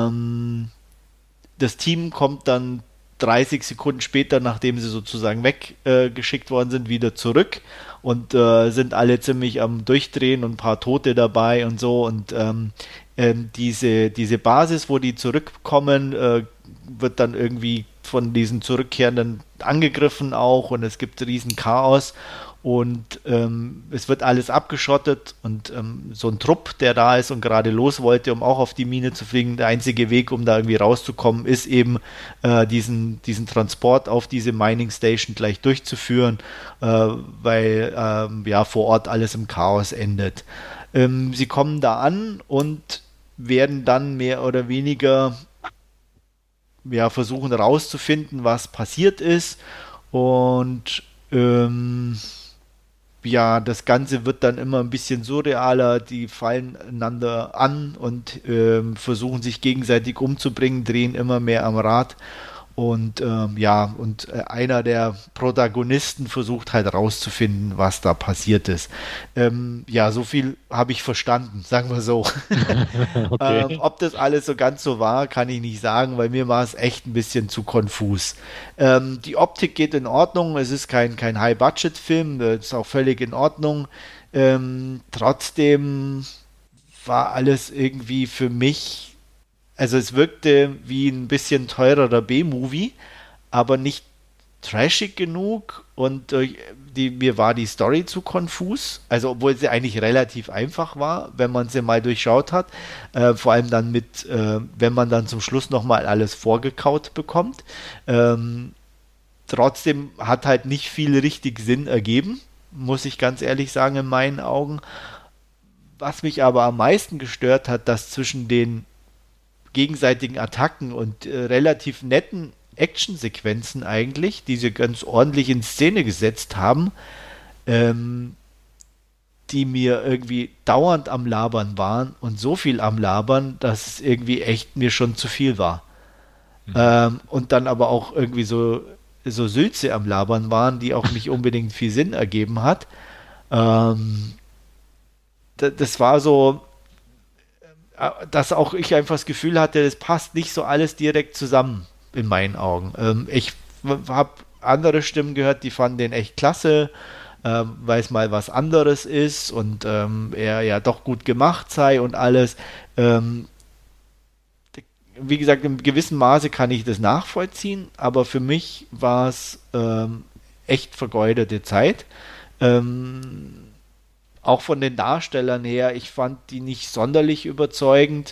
das Team kommt dann 30 Sekunden später, nachdem sie sozusagen weggeschickt worden sind, wieder zurück und sind alle ziemlich am Durchdrehen und ein paar Tote dabei und so. Und diese Basis, wo die zurückkommen, wird dann irgendwie von diesen Zurückkehrenden angegriffen auch und es gibt riesen Chaos und es wird alles abgeschottet und so ein Trupp, der da ist und gerade los wollte, um auch auf die Mine zu fliegen, der einzige Weg, um da irgendwie rauszukommen, ist eben diesen Transport auf diese Mining Station gleich durchzuführen, weil vor Ort alles im Chaos endet. Sie kommen da an und werden dann mehr oder weniger versuchen rauszufinden, was passiert ist und das Ganze wird dann immer ein bisschen surrealer, die fallen einander an und versuchen sich gegenseitig umzubringen, drehen immer mehr am Rad und einer der Protagonisten versucht halt rauszufinden, was da passiert ist. So viel habe ich verstanden, sagen wir so. Okay. Ob das alles so ganz so war, kann ich nicht sagen, weil mir war es echt ein bisschen zu konfus. Die Optik geht in Ordnung, es ist kein High-Budget-Film, das ist auch völlig in Ordnung. Trotzdem war alles irgendwie für mich, also es wirkte wie ein bisschen teurerer B-Movie, aber nicht trashig genug und mir war die Story zu konfus, also obwohl sie eigentlich relativ einfach war, wenn man sie mal durchschaut hat, vor allem dann wenn man dann zum Schluss nochmal alles vorgekaut bekommt. Trotzdem hat halt nicht viel richtig Sinn ergeben, muss ich ganz ehrlich sagen, in meinen Augen. Was mich aber am meisten gestört hat, dass zwischen den gegenseitigen Attacken und relativ netten Actionsequenzen eigentlich, die sie ganz ordentlich in Szene gesetzt haben, die mir irgendwie dauernd am Labern waren und so viel am Labern, dass es irgendwie echt mir schon zu viel war. Und dann aber auch irgendwie so Sülze am Labern waren, die auch nicht unbedingt viel Sinn ergeben hat. Das war so, dass auch ich einfach das Gefühl hatte, das passt nicht so alles direkt zusammen in meinen Augen. Ich habe andere Stimmen gehört, die fanden den echt klasse, weil es mal was anderes ist und er ja doch gut gemacht sei und alles. Wie gesagt, in gewissem Maße kann ich das nachvollziehen, aber für mich war es echt vergeudete Zeit. Auch von den Darstellern her, ich fand die nicht sonderlich überzeugend.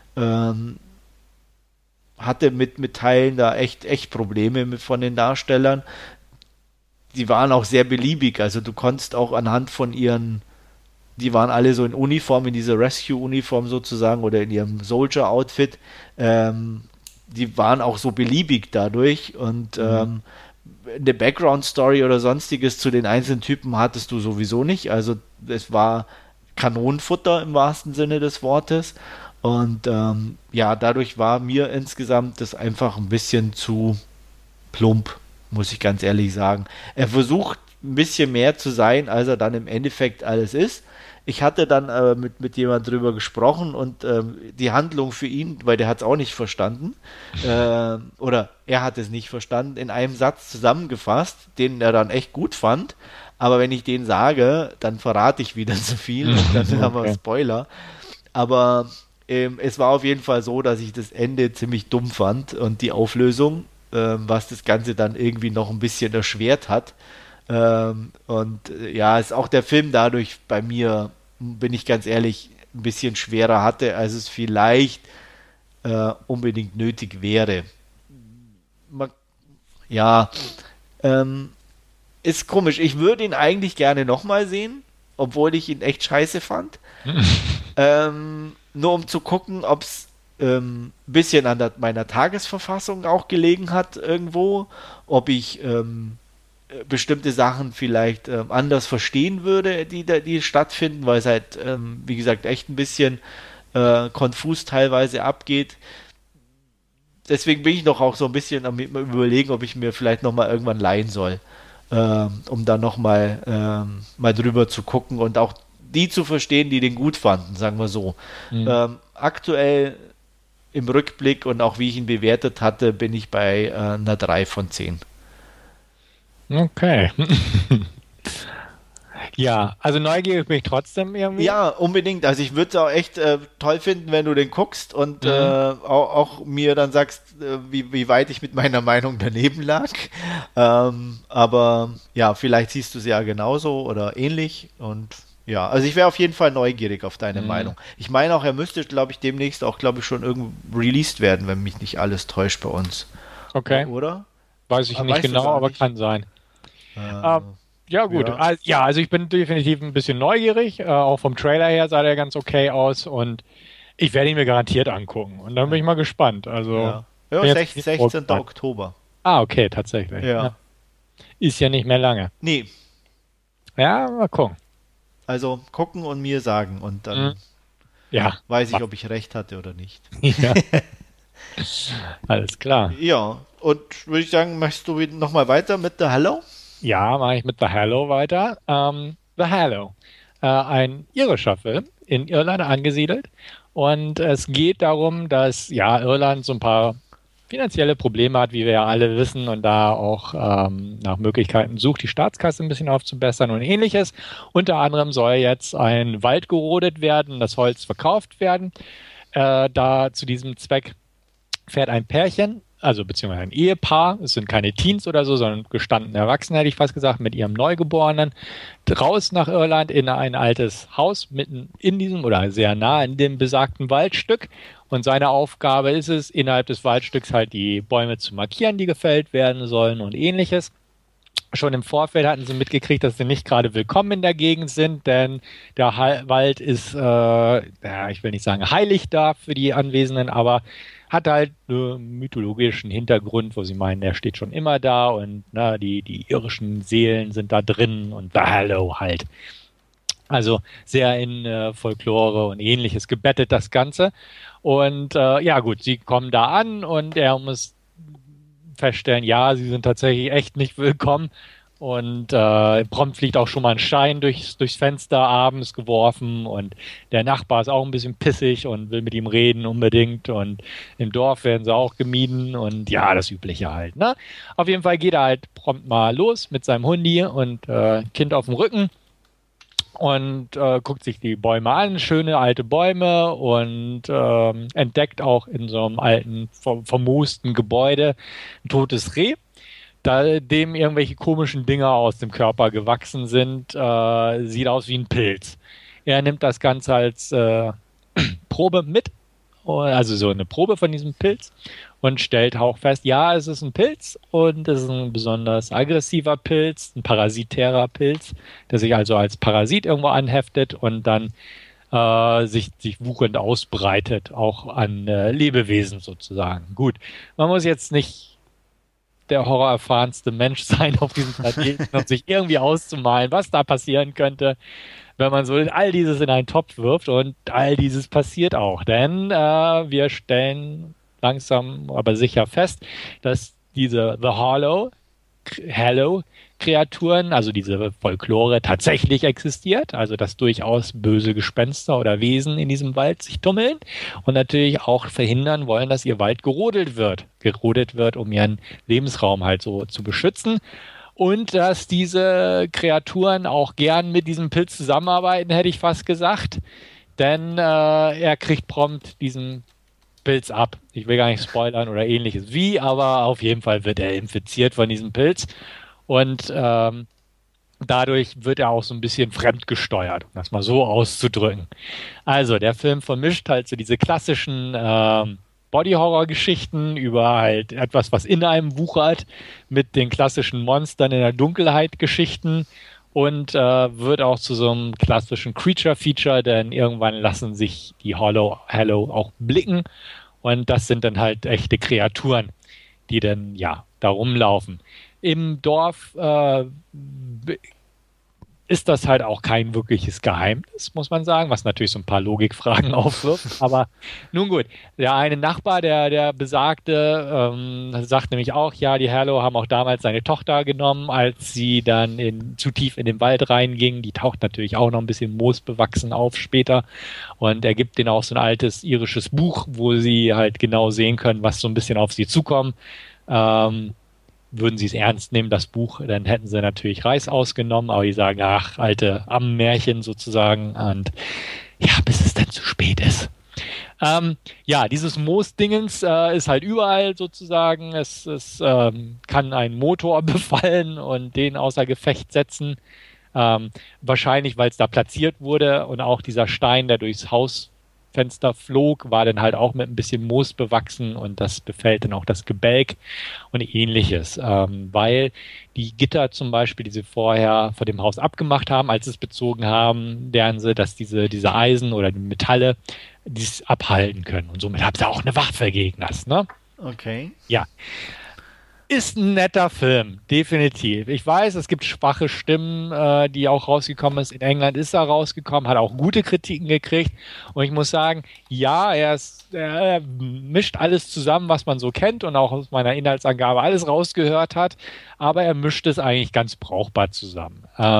Hatte mit Teilen da echt Probleme von den Darstellern. Die waren auch sehr beliebig, also du konntest auch anhand von die waren alle so in Uniform, in dieser Rescue-Uniform sozusagen oder in ihrem Soldier-Outfit. Die waren auch so beliebig dadurch und eine Background-Story oder sonstiges zu den einzelnen Typen hattest du sowieso nicht. Also es war Kanonenfutter im wahrsten Sinne des Wortes. Und dadurch war mir insgesamt das einfach ein bisschen zu plump, muss ich ganz ehrlich sagen. Er versucht ein bisschen mehr zu sein, als er dann im Endeffekt alles ist. Ich hatte dann mit jemand drüber gesprochen und die Handlung für ihn, weil der hat es auch nicht verstanden, oder er hat es nicht verstanden, in einem Satz zusammengefasst, den er dann echt gut fand. Aber wenn ich den sage, dann verrate ich wieder zu viel und dann haben wir Spoiler. Aber es war auf jeden Fall so, dass ich das Ende ziemlich dumm fand und die Auflösung, was das Ganze dann irgendwie noch ein bisschen erschwert hat. Ist auch der Film dadurch bei mir, bin ich ganz ehrlich, ein bisschen schwerer hatte, als es vielleicht unbedingt nötig wäre. Ist komisch. Ich würde ihn eigentlich gerne nochmal sehen, obwohl ich ihn echt scheiße fand. Nur um zu gucken, ob es ein bisschen an meiner Tagesverfassung auch gelegen hat irgendwo, ob ich bestimmte Sachen vielleicht anders verstehen würde, die stattfinden, weil es halt, wie gesagt, echt ein bisschen konfus teilweise abgeht. Deswegen bin ich noch auch so ein bisschen am Überlegen, ob ich mir vielleicht nochmal irgendwann leihen soll, um da nochmal mal drüber zu gucken und auch die zu verstehen, die den gut fanden, sagen wir so. Aktuell im Rückblick und auch wie ich ihn bewertet hatte, bin ich bei einer 3 von 10. Okay. Ja, also neugierig bin ich trotzdem irgendwie. Ja, unbedingt. Also ich würde es auch echt toll finden, wenn du den guckst und auch mir dann sagst, wie weit ich mit meiner Meinung daneben lag. Aber ja, vielleicht siehst du es ja genauso oder ähnlich. Und ja, also ich wäre auf jeden Fall neugierig auf deine Meinung. Ich meine auch, er müsste, glaube ich, demnächst auch, glaube ich, schon irgendwo released werden, wenn mich nicht alles täuscht bei uns. Okay. Oder? Weiß ich nicht genau, aber kann sein. Ja, gut. Ja. Also ich bin definitiv ein bisschen neugierig. Auch vom Trailer her sah der ganz okay aus und ich werde ihn mir garantiert angucken. Und dann bin ich mal gespannt. Also ja 16. Oktober. Ah, okay, tatsächlich. Ja. Ist ja nicht mehr lange. Nee. Ja, mal gucken. Also gucken und mir sagen und dann weiß ich, ob ich recht hatte oder nicht. Ja. Alles klar. Ja, und würde ich sagen, möchtest du nochmal weiter mit The Hallow? Ja, mache ich mit The Hallow weiter. The Hallow, ein irischer Film, in Irland angesiedelt. Und es geht darum, dass Irland so ein paar finanzielle Probleme hat, wie wir ja alle wissen, und da auch nach Möglichkeiten sucht, die Staatskasse ein bisschen aufzubessern und ähnliches. Unter anderem soll jetzt ein Wald gerodet werden, das Holz verkauft werden. Da zu diesem Zweck fährt ein Pärchen, also beziehungsweise ein Ehepaar, es sind keine Teens oder so, sondern gestandene Erwachsene, hätte ich fast gesagt, mit ihrem Neugeborenen, raus nach Irland in ein altes Haus, mitten in diesem oder sehr nah in dem besagten Waldstück. Und seine Aufgabe ist es, innerhalb des Waldstücks halt die Bäume zu markieren, die gefällt werden sollen und ähnliches. Schon im Vorfeld hatten sie mitgekriegt, dass sie nicht gerade willkommen in der Gegend sind, denn der Wald ist, ich will nicht sagen heilig da für die Anwesenden, aber hat halt einen mythologischen Hintergrund, wo sie meinen, der steht schon immer da und die irischen Seelen sind da drin und The Hallow halt. Also sehr in Folklore und ähnliches gebettet das Ganze. Und gut, sie kommen da an und er muss feststellen, ja, sie sind tatsächlich echt nicht willkommen. Und prompt fliegt auch schon mal ein Stein durchs Fenster abends geworfen und der Nachbar ist auch ein bisschen pissig und will mit ihm reden unbedingt und im Dorf werden sie auch gemieden und ja, das Übliche halt, ne? Auf jeden Fall geht er halt prompt mal los mit seinem Hundi und Kind auf dem Rücken und guckt sich die Bäume an, schöne alte Bäume und entdeckt auch in so einem alten, vermoosten Gebäude ein totes Reh, da dem irgendwelche komischen Dinger aus dem Körper gewachsen sind, sieht aus wie ein Pilz. Er nimmt das Ganze als Probe mit, also so eine Probe von diesem Pilz und stellt auch fest, ja, es ist ein Pilz und es ist ein besonders aggressiver Pilz, ein parasitärer Pilz, der sich also als Parasit irgendwo anheftet und dann sich wuchernd ausbreitet, auch an Lebewesen sozusagen. Gut, man muss jetzt nicht der horrorerfahrenste Mensch sein auf diesem Planeten, um sich irgendwie auszumalen, was da passieren könnte, wenn man so all dieses in einen Topf wirft und all dieses passiert auch. Denn wir stellen langsam aber sicher fest, dass diese The Hallow-Kreaturen, also diese Folklore, tatsächlich existiert, also dass durchaus böse Gespenster oder Wesen in diesem Wald sich tummeln und natürlich auch verhindern wollen, dass ihr Wald gerodet wird, um ihren Lebensraum halt so zu beschützen. Und dass diese Kreaturen auch gern mit diesem Pilz zusammenarbeiten, hätte ich fast gesagt. Denn er kriegt prompt diesen Pilz ab. Ich will gar nicht spoilern oder ähnliches wie, aber auf jeden Fall wird er infiziert von diesem Pilz. Und dadurch wird er auch so ein bisschen fremdgesteuert, um das mal so auszudrücken. Also der Film vermischt halt so diese klassischen Body-Horror-Geschichten über halt etwas, was in einem wuchert, mit den klassischen Monstern in der Dunkelheit-Geschichten und wird auch zu so einem klassischen Creature-Feature, denn irgendwann lassen sich die Hallow auch blicken und das sind dann halt echte Kreaturen, die dann ja da rumlaufen. Im Dorf ist das halt auch kein wirkliches Geheimnis, muss man sagen, was natürlich so ein paar Logikfragen aufwirft. Aber nun gut, der eine Nachbar, der besagte, sagt nämlich auch, ja, die Hallow haben auch damals seine Tochter genommen, als sie dann zu tief in den Wald reinging. Die taucht natürlich auch noch ein bisschen moosbewachsen auf später. Und er gibt denen auch so ein altes irisches Buch, wo sie halt genau sehen können, was so ein bisschen auf sie zukommt. Würden sie es ernst nehmen, das Buch, dann hätten sie natürlich Reis ausgenommen, aber die sagen, ach, alte Ammenmärchen sozusagen und ja, bis es dann zu spät ist. Ja, dieses Moosdingens ist halt überall sozusagen, es kann einen Motor befallen und den außer Gefecht setzen, wahrscheinlich, weil es da platziert wurde und auch dieser Stein, der durchs Hausfenster flog, war dann halt auch mit ein bisschen Moos bewachsen und das befällt dann auch das Gebälk und ähnliches, weil die Gitter zum Beispiel, die sie vorher vor dem Haus abgemacht haben, als sie es bezogen haben, lernen sie, dass diese Eisen oder die Metalle dies abhalten können und somit haben sie auch eine Waffe gegen das, ne? Okay. Ja. Ist ein netter Film, definitiv. Ich weiß, es gibt schwache Stimmen, die auch rausgekommen ist. In England ist er rausgekommen, hat auch gute Kritiken gekriegt. Und ich muss sagen, ja, er mischt alles zusammen, was man so kennt und auch aus meiner Inhaltsangabe alles rausgehört hat. Aber er mischt es eigentlich ganz brauchbar zusammen.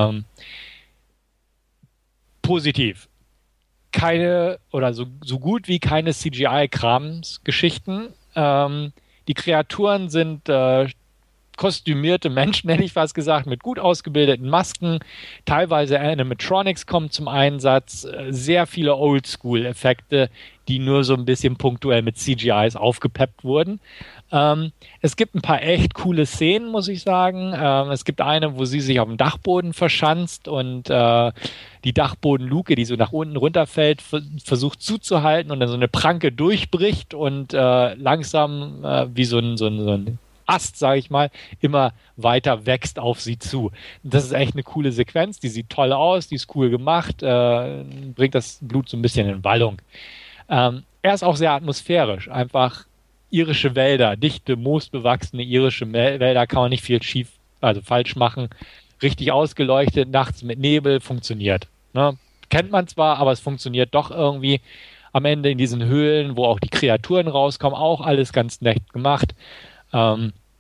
Positiv. Keine oder so gut wie keine CGI-Krams-Geschichten. Die Kreaturen sind kostümierte Menschen, hätte ich fast gesagt, mit gut ausgebildeten Masken. Teilweise Animatronics kommen zum Einsatz. Sehr viele Oldschool-Effekte, die nur so ein bisschen punktuell mit CGIs aufgepeppt wurden. Es gibt ein paar echt coole Szenen, muss ich sagen. Es gibt eine, wo sie sich auf dem Dachboden verschanzt und die Dachbodenluke, die so nach unten runterfällt, versucht zuzuhalten und dann so eine Pranke durchbricht und langsam wie so ein Ast, sage ich mal, immer weiter wächst auf sie zu. Das ist echt eine coole Sequenz, die sieht toll aus, die ist cool gemacht, bringt das Blut so ein bisschen in Wallung. Er ist auch sehr atmosphärisch, einfach irische Wälder, dichte, moosbewachsene irische Wälder, kann man nicht viel falsch machen. Richtig ausgeleuchtet, nachts mit Nebel, funktioniert. Ne? Kennt man zwar, aber es funktioniert doch irgendwie. Am Ende in diesen Höhlen, wo auch die Kreaturen rauskommen, auch alles ganz nett gemacht.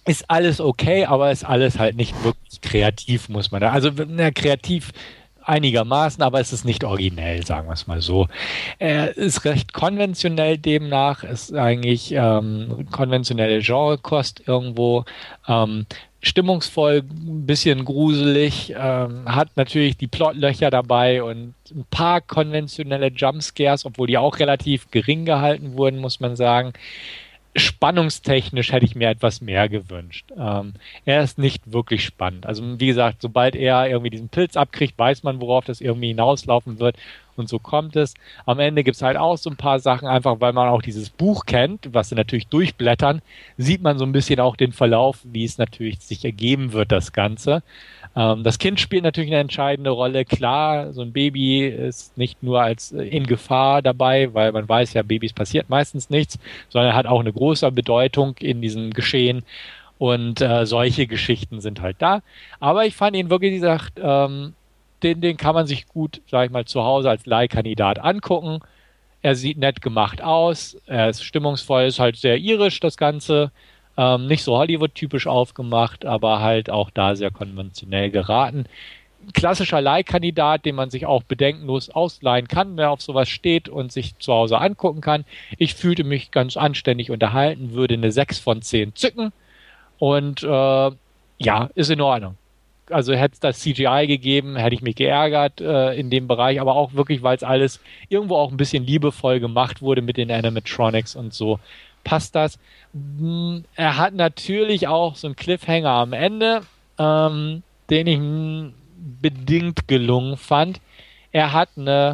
ist alles okay, aber ist alles halt nicht wirklich kreativ, muss man da. Also kreativ einigermaßen, aber es ist nicht originell, sagen wir es mal so. Er ist recht konventionell demnach, ist eigentlich konventionelle Genrekost irgendwo. Stimmungsvoll, ein bisschen gruselig, hat natürlich die Plotlöcher dabei und ein paar konventionelle Jumpscares, obwohl die auch relativ gering gehalten wurden, muss man sagen. Spannungstechnisch hätte ich mir etwas mehr gewünscht. Er ist nicht wirklich spannend. Also wie gesagt, sobald er irgendwie diesen Pilz abkriegt, weiß man, worauf das irgendwie hinauslaufen wird. Und so kommt es. Am Ende gibt es halt auch so ein paar Sachen, einfach weil man auch dieses Buch kennt, was sie natürlich durchblättern, sieht man so ein bisschen auch den Verlauf, wie es natürlich sich ergeben wird, das Ganze. Das Kind spielt natürlich eine entscheidende Rolle. Klar, so ein Baby ist nicht nur als in Gefahr dabei, weil man weiß ja, Babys passiert meistens nichts, sondern hat auch eine große Bedeutung in diesem Geschehen. Und solche Geschichten sind halt da. Aber ich fand ihn wirklich, wie gesagt, den kann man sich gut, sag ich mal, zu Hause als Leihkandidat angucken. Er sieht nett gemacht aus, er ist stimmungsvoll, ist halt sehr irisch, das Ganze. Nicht so Hollywood-typisch aufgemacht, aber halt auch da sehr konventionell geraten. Klassischer Leihkandidat, den man sich auch bedenkenlos ausleihen kann, wer auf sowas steht und sich zu Hause angucken kann. Ich fühlte mich ganz anständig unterhalten, würde eine 6 von 10 zücken und ja, ist in Ordnung. Also hätte es das CGI gegeben, hätte ich mich geärgert in dem Bereich, aber auch wirklich, weil es alles irgendwo auch ein bisschen liebevoll gemacht wurde mit den Animatronics und so, passt das. Er hat natürlich auch so einen Cliffhanger am Ende, den ich bedingt gelungen fand. Er hat eine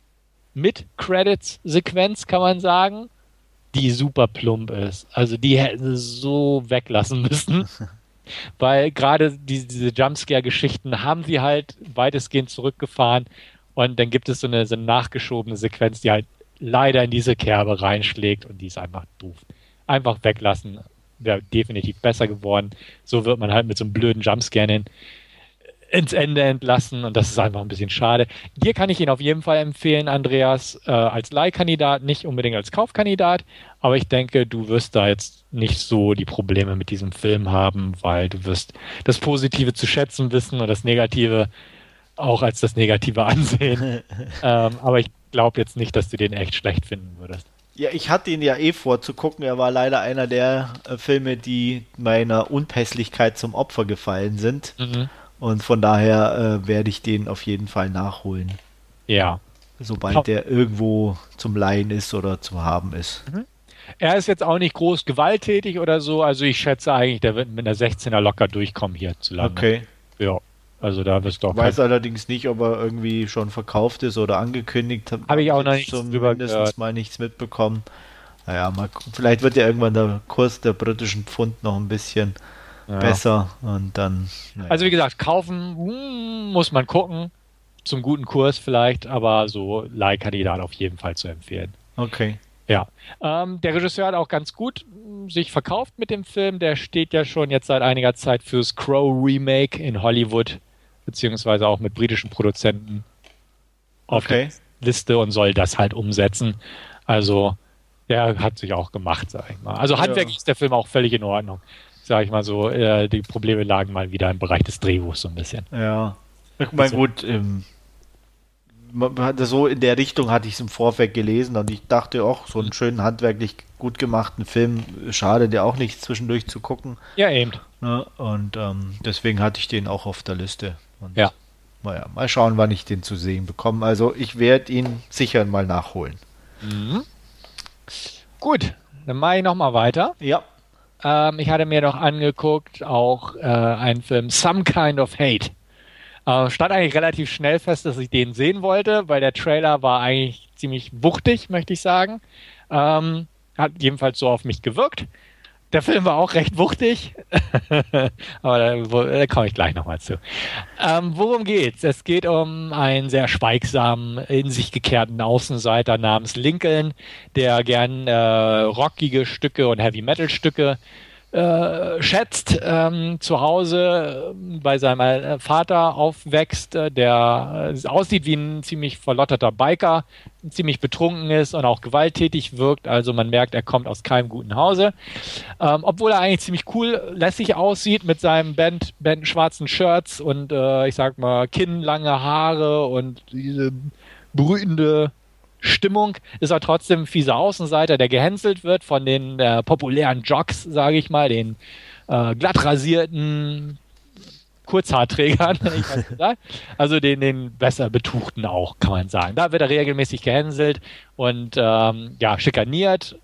Mid-Credits-Sequenz, kann man sagen, die super plump ist. Also die hätten sie so weglassen müssen. Weil gerade diese Jumpscare-Geschichten haben sie halt weitestgehend zurückgefahren und dann gibt es so eine nachgeschobene Sequenz, die halt leider in diese Kerbe reinschlägt und die ist einfach doof. Einfach weglassen, wäre definitiv besser geworden. So wird man halt mit so einem blöden Jumpscare ins Ende entlassen und das ist einfach ein bisschen schade. Dir kann ich ihn auf jeden Fall empfehlen, Andreas, als Leihkandidat, nicht unbedingt als Kaufkandidat, aber ich denke, du wirst da jetzt nicht so die Probleme mit diesem Film haben, weil du wirst das Positive zu schätzen wissen und das Negative auch als das Negative ansehen. Aber ich glaube jetzt nicht, dass du den echt schlecht finden würdest. Ja, ich hatte ihn ja vor zu gucken. Er war leider einer der Filme, die meiner Unpässlichkeit zum Opfer gefallen sind. Mhm. Und von daher werde ich den auf jeden Fall nachholen. Ja. Sobald der irgendwo zum Leihen ist oder zu haben ist. Mhm. Er ist jetzt auch nicht groß gewalttätig oder so. Also ich schätze eigentlich, der wird mit einer 16er locker durchkommen hierzulande. Okay. Ja. Also da wirst du auch. Ich weiß allerdings nicht, ob er irgendwie schon verkauft ist oder angekündigt. Habe ich auch noch nicht zumindest mal nichts mitbekommen. Naja, mal gucken. Vielleicht wird ja irgendwann der Kurs der britischen Pfund noch ein bisschen besser und dann. Naja. Also wie gesagt, kaufen muss man gucken. Zum guten Kurs vielleicht, aber so Leihkandidat auf jeden Fall zu empfehlen. Okay. Ja. Der Regisseur hat auch ganz gut sich verkauft mit dem Film. Der steht ja schon jetzt seit einiger Zeit fürs Crow Remake in Hollywood, beziehungsweise auch mit britischen Produzenten auf der Liste und soll das halt umsetzen. Also der hat sich auch gemacht, sag ich mal. Also handwerklich ist der Film auch völlig in Ordnung. Sag ich mal so, die Probleme lagen mal wieder im Bereich des Drehbuchs so ein bisschen. Ja. Ich meine, gut, so in der Richtung hatte ich es im Vorfeld gelesen und ich dachte auch, so einen schönen handwerklich gut gemachten Film schadet ja auch nicht zwischendurch zu gucken. Ja, eben. Ja, und deswegen hatte ich den auch auf der Liste. Und ja. Naja, mal schauen, wann ich den zu sehen bekomme. Also ich werde ihn sicher mal nachholen. Mhm. Gut, dann mache ich nochmal weiter. Ja. Ich hatte mir noch angeguckt, auch einen Film Some Kind of Hate. Stand eigentlich relativ schnell fest, dass ich den sehen wollte, weil der Trailer war eigentlich ziemlich wuchtig, möchte ich sagen. Hat jedenfalls so auf mich gewirkt. Der Film war auch recht wuchtig, aber da komme ich gleich nochmal zu. Worum geht's? Es geht um einen sehr schweigsamen, in sich gekehrten Außenseiter namens Lincoln, der gern rockige Stücke und Heavy-Metal-Stücke schätzt, zu Hause bei seinem Vater aufwächst, der aussieht wie ein ziemlich verlotterter Biker, ziemlich betrunken ist und auch gewalttätig wirkt. Also man merkt, er kommt aus keinem guten Hause. Obwohl er eigentlich ziemlich cool, lässig aussieht mit seinen schwarzen Shirts und ich sag mal kinnlange Haare und diese brütende Stimmung, ist er trotzdem ein fieser Außenseiter, der gehänselt wird von den populären Jocks, sage ich mal, den glatt rasierten Kurzhaarträgern, also den besser betuchten auch, kann man sagen. Da wird er regelmäßig gehänselt und schikaniert.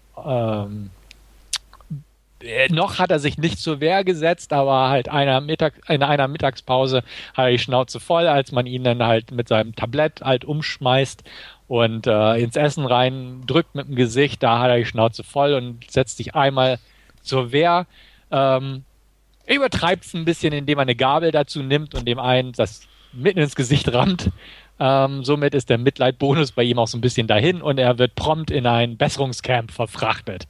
Noch hat er sich nicht zur Wehr gesetzt, aber halt in einer Mittagspause hat er die Schnauze voll, als man ihn dann halt mit seinem Tablett halt umschmeißt und ins Essen rein drückt mit dem Gesicht. Da hat er die Schnauze voll und setzt sich einmal zur Wehr. Er übertreibt es ein bisschen, indem er eine Gabel dazu nimmt und dem einen das mitten ins Gesicht rammt. Somit ist der Mitleidbonus bei ihm auch so ein bisschen dahin und er wird prompt in ein Besserungscamp verfrachtet.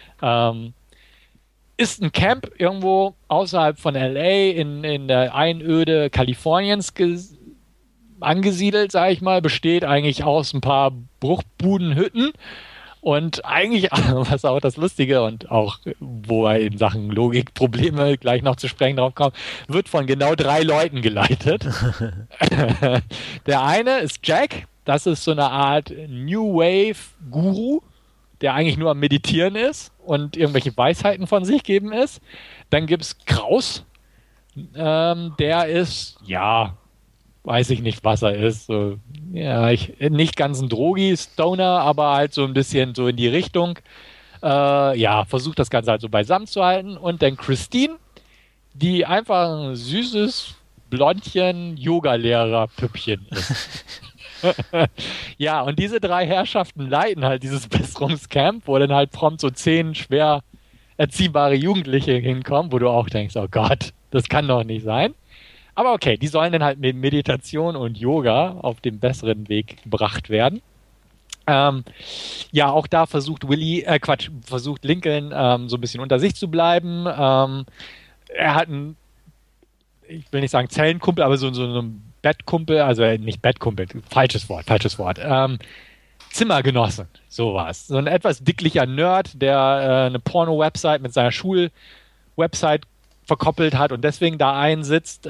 Ist ein Camp irgendwo außerhalb von LA in der Einöde Kaliforniens angesiedelt, sage ich mal, besteht eigentlich aus ein paar Bruchbudenhütten und eigentlich, was auch das Lustige und auch, wo er in Sachen Logikprobleme gleich noch zu sprechen drauf kommt, wird von genau 3 Leuten geleitet. Der eine ist Jack, das ist so eine Art New Wave Guru, der eigentlich nur am Meditieren ist und irgendwelche Weisheiten von sich geben ist. Dann gibt es Kraus, der ist, weiß ich nicht, was er ist. So, nicht ganz ein Drogi, Stoner, aber halt so ein bisschen so in die Richtung. Versucht das Ganze halt so beisammen zu halten. Und dann Christine, die einfach ein süßes Blondchen Yoga-Lehrer-Püppchen ist. Ja, und diese 3 Herrschaften leiten halt dieses Besserungscamp, wo dann halt prompt so 10 schwer erziehbare Jugendliche hinkommen, wo du auch denkst, oh Gott, das kann doch nicht sein. Aber okay, die sollen dann halt mit Meditation und Yoga auf den besseren Weg gebracht werden. Auch da versucht Lincoln so ein bisschen unter sich zu bleiben. Er hat einen, ich will nicht sagen Zellenkumpel, aber so einen Bettkumpel, also nicht Bettkumpel, falsches Wort. Zimmergenossen, sowas. So ein etwas dicklicher Nerd, der eine Porno-Website mit seiner Schul-Website verkoppelt hat und deswegen da einsitzt.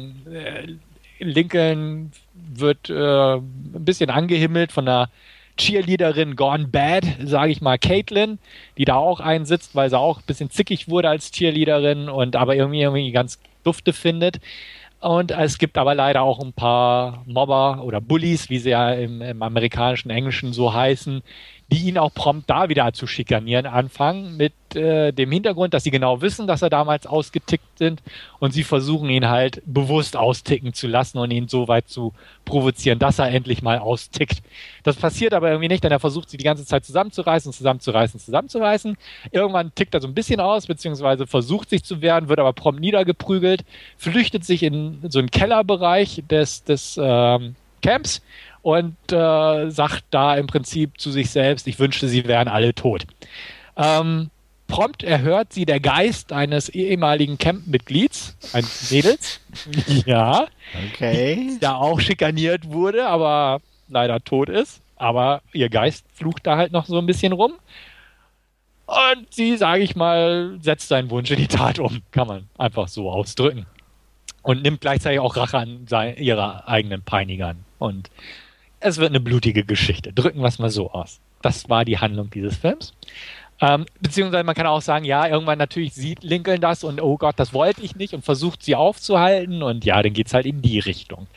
Lincoln wird ein bisschen angehimmelt von der Cheerleaderin Gone Bad, sage ich mal, Caitlin, die da auch einsitzt, weil sie auch ein bisschen zickig wurde als Cheerleaderin und aber irgendwie ganz dufte findet. Und es gibt aber leider auch ein paar Mobber oder Bullies, wie sie ja im amerikanischen Englischen so heißen, die ihn auch prompt da wieder zu schikanieren anfangen, mit dem Hintergrund, dass sie genau wissen, dass er damals ausgetickt sind und sie versuchen ihn halt bewusst austicken zu lassen und ihn so weit zu provozieren, dass er endlich mal austickt. Das passiert aber irgendwie nicht, denn er versucht sie die ganze Zeit zusammenzureißen. Irgendwann tickt er so ein bisschen aus, beziehungsweise versucht sich zu wehren, wird aber prompt niedergeprügelt, flüchtet sich in so einen Kellerbereich des Camps und sagt da im Prinzip zu sich selbst, ich wünschte, sie wären alle tot. Prompt erhört sie der Geist eines ehemaligen Camp-Mitglieds, eines Mädels, okay, der auch schikaniert wurde, aber leider tot ist. Aber ihr Geist flucht da halt noch so ein bisschen rum. Und sie, sage ich mal, setzt seinen Wunsch in die Tat um. Kann man einfach so ausdrücken. Und nimmt gleichzeitig auch Rache an ihrer eigenen Peinigern. Und es wird eine blutige Geschichte. Drücken wir es mal so aus. Das war die Handlung dieses Films. Beziehungsweise man kann auch sagen, irgendwann natürlich sieht Lincoln das und oh Gott, das wollte ich nicht und versucht sie aufzuhalten und dann geht es halt in die Richtung.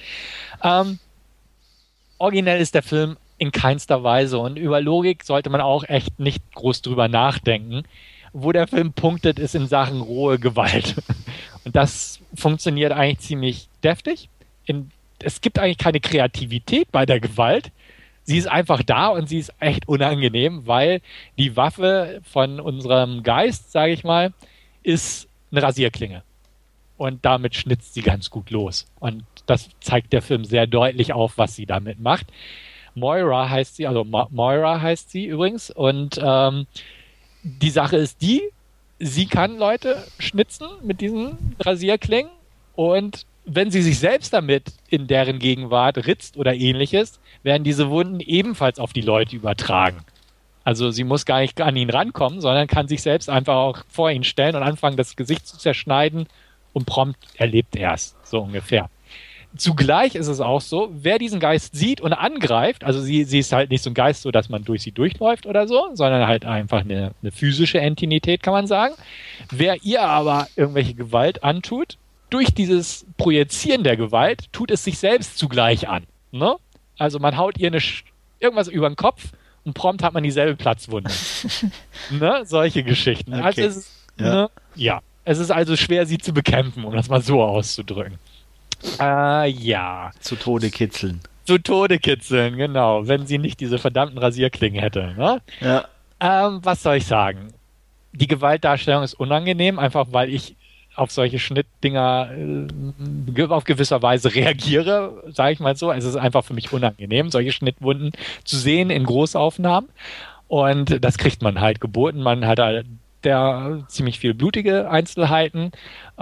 Originell ist der Film in keinster Weise und über Logik sollte man auch echt nicht groß drüber nachdenken. Wo der Film punktet, ist in Sachen rohe Gewalt. Und das funktioniert eigentlich ziemlich deftig. Es gibt eigentlich keine Kreativität bei der Gewalt. Sie ist einfach da und sie ist echt unangenehm, weil die Waffe von unserem Geist, sage ich mal, ist eine Rasierklinge. Und damit schnitzt sie ganz gut los. Und das zeigt der Film sehr deutlich auf, was sie damit macht. Moira heißt sie übrigens. Und die Sache ist die, sie kann Leute schnitzen mit diesen Rasierklingen und wenn sie sich selbst damit in deren Gegenwart ritzt oder ähnliches, werden diese Wunden ebenfalls auf die Leute übertragen. Also sie muss gar nicht an ihn rankommen, sondern kann sich selbst einfach auch vor ihn stellen und anfangen, das Gesicht zu zerschneiden und prompt erlebt er es, so ungefähr. Zugleich ist es auch so, wer diesen Geist sieht und angreift, also sie ist halt nicht so ein Geist, so dass man durch sie durchläuft oder so, sondern halt einfach eine physische Entität, kann man sagen. Wer ihr aber irgendwelche Gewalt antut, durch dieses Projizieren der Gewalt, tut es sich selbst zugleich an. Ne? Also man haut ihr irgendwas über den Kopf und prompt hat man dieselbe Platzwunde. Ne? Solche Geschichten. Okay. Also es ist also schwer, sie zu bekämpfen, um das mal so auszudrücken. Ja. Zu Tode kitzeln. Zu Tode kitzeln, genau. Wenn sie nicht diese verdammten Rasierklingen hätte. Ne? Ja. Was soll ich sagen? Die Gewaltdarstellung ist unangenehm, einfach weil ich auf solche Schnittdinger auf gewisser Weise reagiere, sage ich mal so. Es ist einfach für mich unangenehm, solche Schnittwunden zu sehen in Großaufnahmen. Und das kriegt man halt geboten. Man hat halt ziemlich viele blutige Einzelheiten.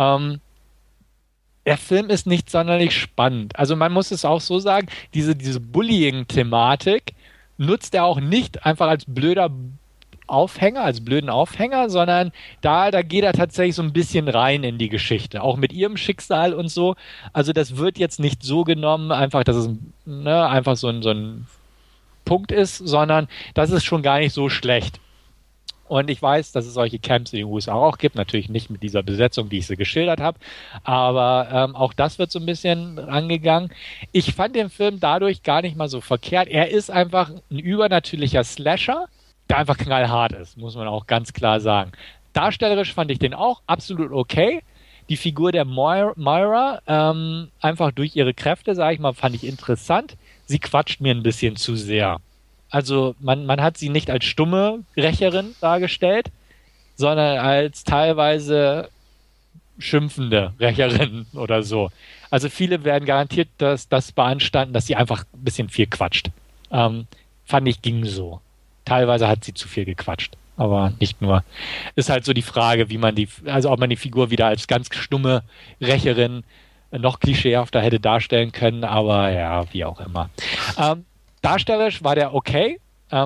Der Film ist nicht sonderlich spannend. Also man muss es auch so sagen, diese Bullying-Thematik nutzt er auch nicht einfach als blöder Aufhänger, als blöden Aufhänger, sondern da geht er tatsächlich so ein bisschen rein in die Geschichte, auch mit ihrem Schicksal und so. Also das wird jetzt nicht so genommen, einfach, dass es einfach so ein Punkt ist, sondern das ist schon gar nicht so schlecht. Und ich weiß, dass es solche Camps in den USA auch gibt, natürlich nicht mit dieser Besetzung, die ich sie geschildert habe, aber auch das wird so ein bisschen angegangen. Ich fand den Film dadurch gar nicht mal so verkehrt. Er ist einfach ein übernatürlicher Slasher, der einfach knallhart ist, muss man auch ganz klar sagen. Darstellerisch fand ich den auch absolut okay. Die Figur der Moira, einfach durch ihre Kräfte, sage ich mal, fand ich interessant. Sie quatscht mir ein bisschen zu sehr. Also man hat sie nicht als stumme Rächerin dargestellt, sondern als teilweise schimpfende Rächerin oder so. Also viele werden garantiert das beanstanden, dass sie einfach ein bisschen viel quatscht. Fand ich, ging so. Teilweise hat sie zu viel gequatscht, aber nicht nur. Ist halt so die Frage, ob man die Figur wieder als ganz stumme Rächerin noch klischeehafter hätte darstellen können, aber ja, wie auch immer. Darstellerisch war der okay.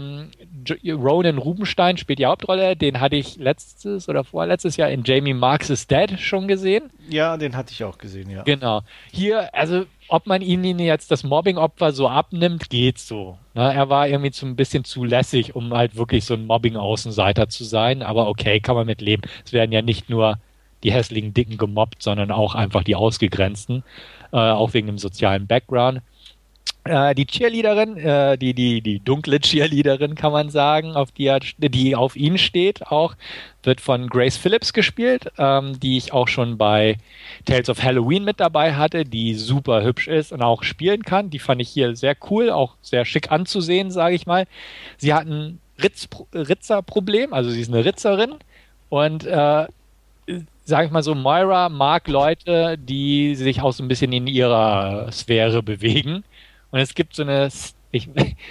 Ronan Rubinstein spielt die Hauptrolle. Den hatte ich letztes oder vorletztes Jahr in Jamie Marks is Dead schon gesehen. Ja, den hatte ich auch gesehen, ja. Genau. Hier, also ob man ihn jetzt das Mobbing-Opfer so abnimmt, geht so. Ne, er war irgendwie ein bisschen zu lässig, um halt wirklich so ein Mobbing-Außenseiter zu sein. Aber okay, kann man mit leben. Es werden ja nicht nur die hässlichen Dicken gemobbt, sondern auch einfach die Ausgegrenzten. Auch wegen dem sozialen Background. Die Cheerleaderin, die dunkle Cheerleaderin, kann man sagen, die auf ihn steht auch, wird von Grace Phillips gespielt, die ich auch schon bei Tales of Halloween mit dabei hatte, die super hübsch ist und auch spielen kann. Die fand ich hier sehr cool, auch sehr schick anzusehen, sage ich mal. Sie hat ein Ritzerproblem, also sie ist eine Ritzerin und sage ich mal so, Moira mag Leute, die sich auch so ein bisschen in ihrer Sphäre bewegen. Und es gibt so eine, ich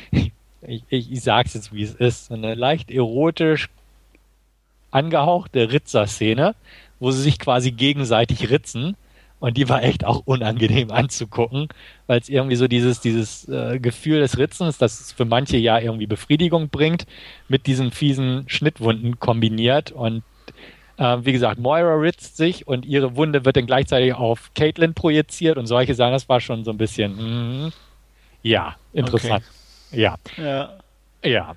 sag's jetzt, wie es ist, so eine leicht erotisch angehauchte Ritzer-Szene, wo sie sich quasi gegenseitig ritzen. Und die war echt auch unangenehm anzugucken, weil es irgendwie so dieses Gefühl des Ritzens, das es für manche ja irgendwie Befriedigung bringt, mit diesen fiesen Schnittwunden kombiniert. Und wie gesagt, Moira ritzt sich und ihre Wunde wird dann gleichzeitig auf Caitlin projiziert und solche Sachen. Das war schon so ein bisschen, ja, interessant. Okay. Ja.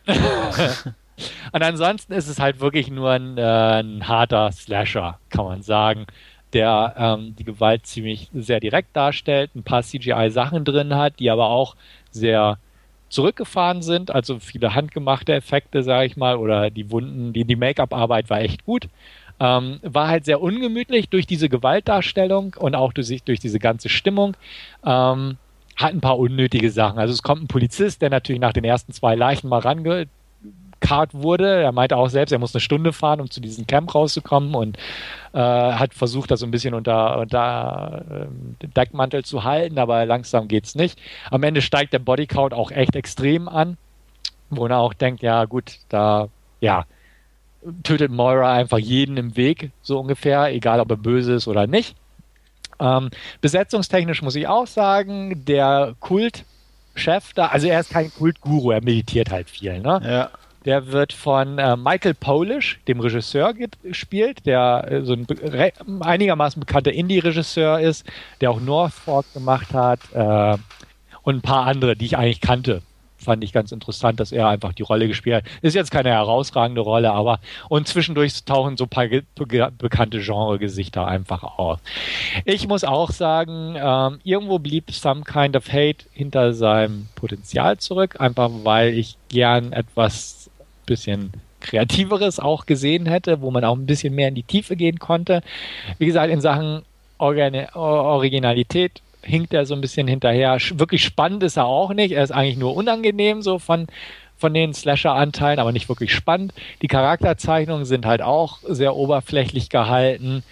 Und ansonsten ist es halt wirklich nur ein harter Slasher, kann man sagen, der die Gewalt ziemlich sehr direkt darstellt, ein paar CGI-Sachen drin hat, die aber auch sehr zurückgefahren sind, also viele handgemachte Effekte, sage ich mal, oder die Wunden, die Make-up-Arbeit war echt gut. War halt sehr ungemütlich durch diese Gewaltdarstellung und auch durch diese ganze Stimmung. Hat ein paar unnötige Sachen. Also es kommt ein Polizist, der natürlich nach den ersten 2 Leichen mal rangekarrt wurde. Er meinte auch selbst, er muss eine Stunde fahren, um zu diesem Camp rauszukommen und hat versucht, das so ein bisschen unter Deckmantel zu halten, aber langsam geht's nicht. Am Ende steigt der Bodycount auch echt extrem an, wo er auch denkt, ja gut, tötet Moira einfach jeden im Weg, so ungefähr, egal ob er böse ist oder nicht. Besetzungstechnisch muss ich auch sagen, der Kultchef da, also er ist kein Kultguru, er meditiert halt viel, ne? Ja. Der wird von Michael Polish, dem Regisseur, gespielt, der so ein einigermaßen bekannter Indie-Regisseur ist, der auch North Fork gemacht hat und ein paar andere, die ich eigentlich kannte. Fand ich ganz interessant, dass er einfach die Rolle gespielt hat. Ist jetzt keine herausragende Rolle, aber und zwischendurch tauchen so ein paar bekannte Genregesichter einfach auf. Ich muss auch sagen, irgendwo blieb Some Kind of Hate hinter seinem Potenzial zurück, einfach weil ich gern etwas bisschen Kreativeres auch gesehen hätte, wo man auch ein bisschen mehr in die Tiefe gehen konnte. Wie gesagt, in Sachen Originalität hinkt er so ein bisschen hinterher. Wirklich spannend ist er auch nicht. Er ist eigentlich nur unangenehm so von den Slasher-Anteilen, aber nicht wirklich spannend. Die Charakterzeichnungen sind halt auch sehr oberflächlich gehalten.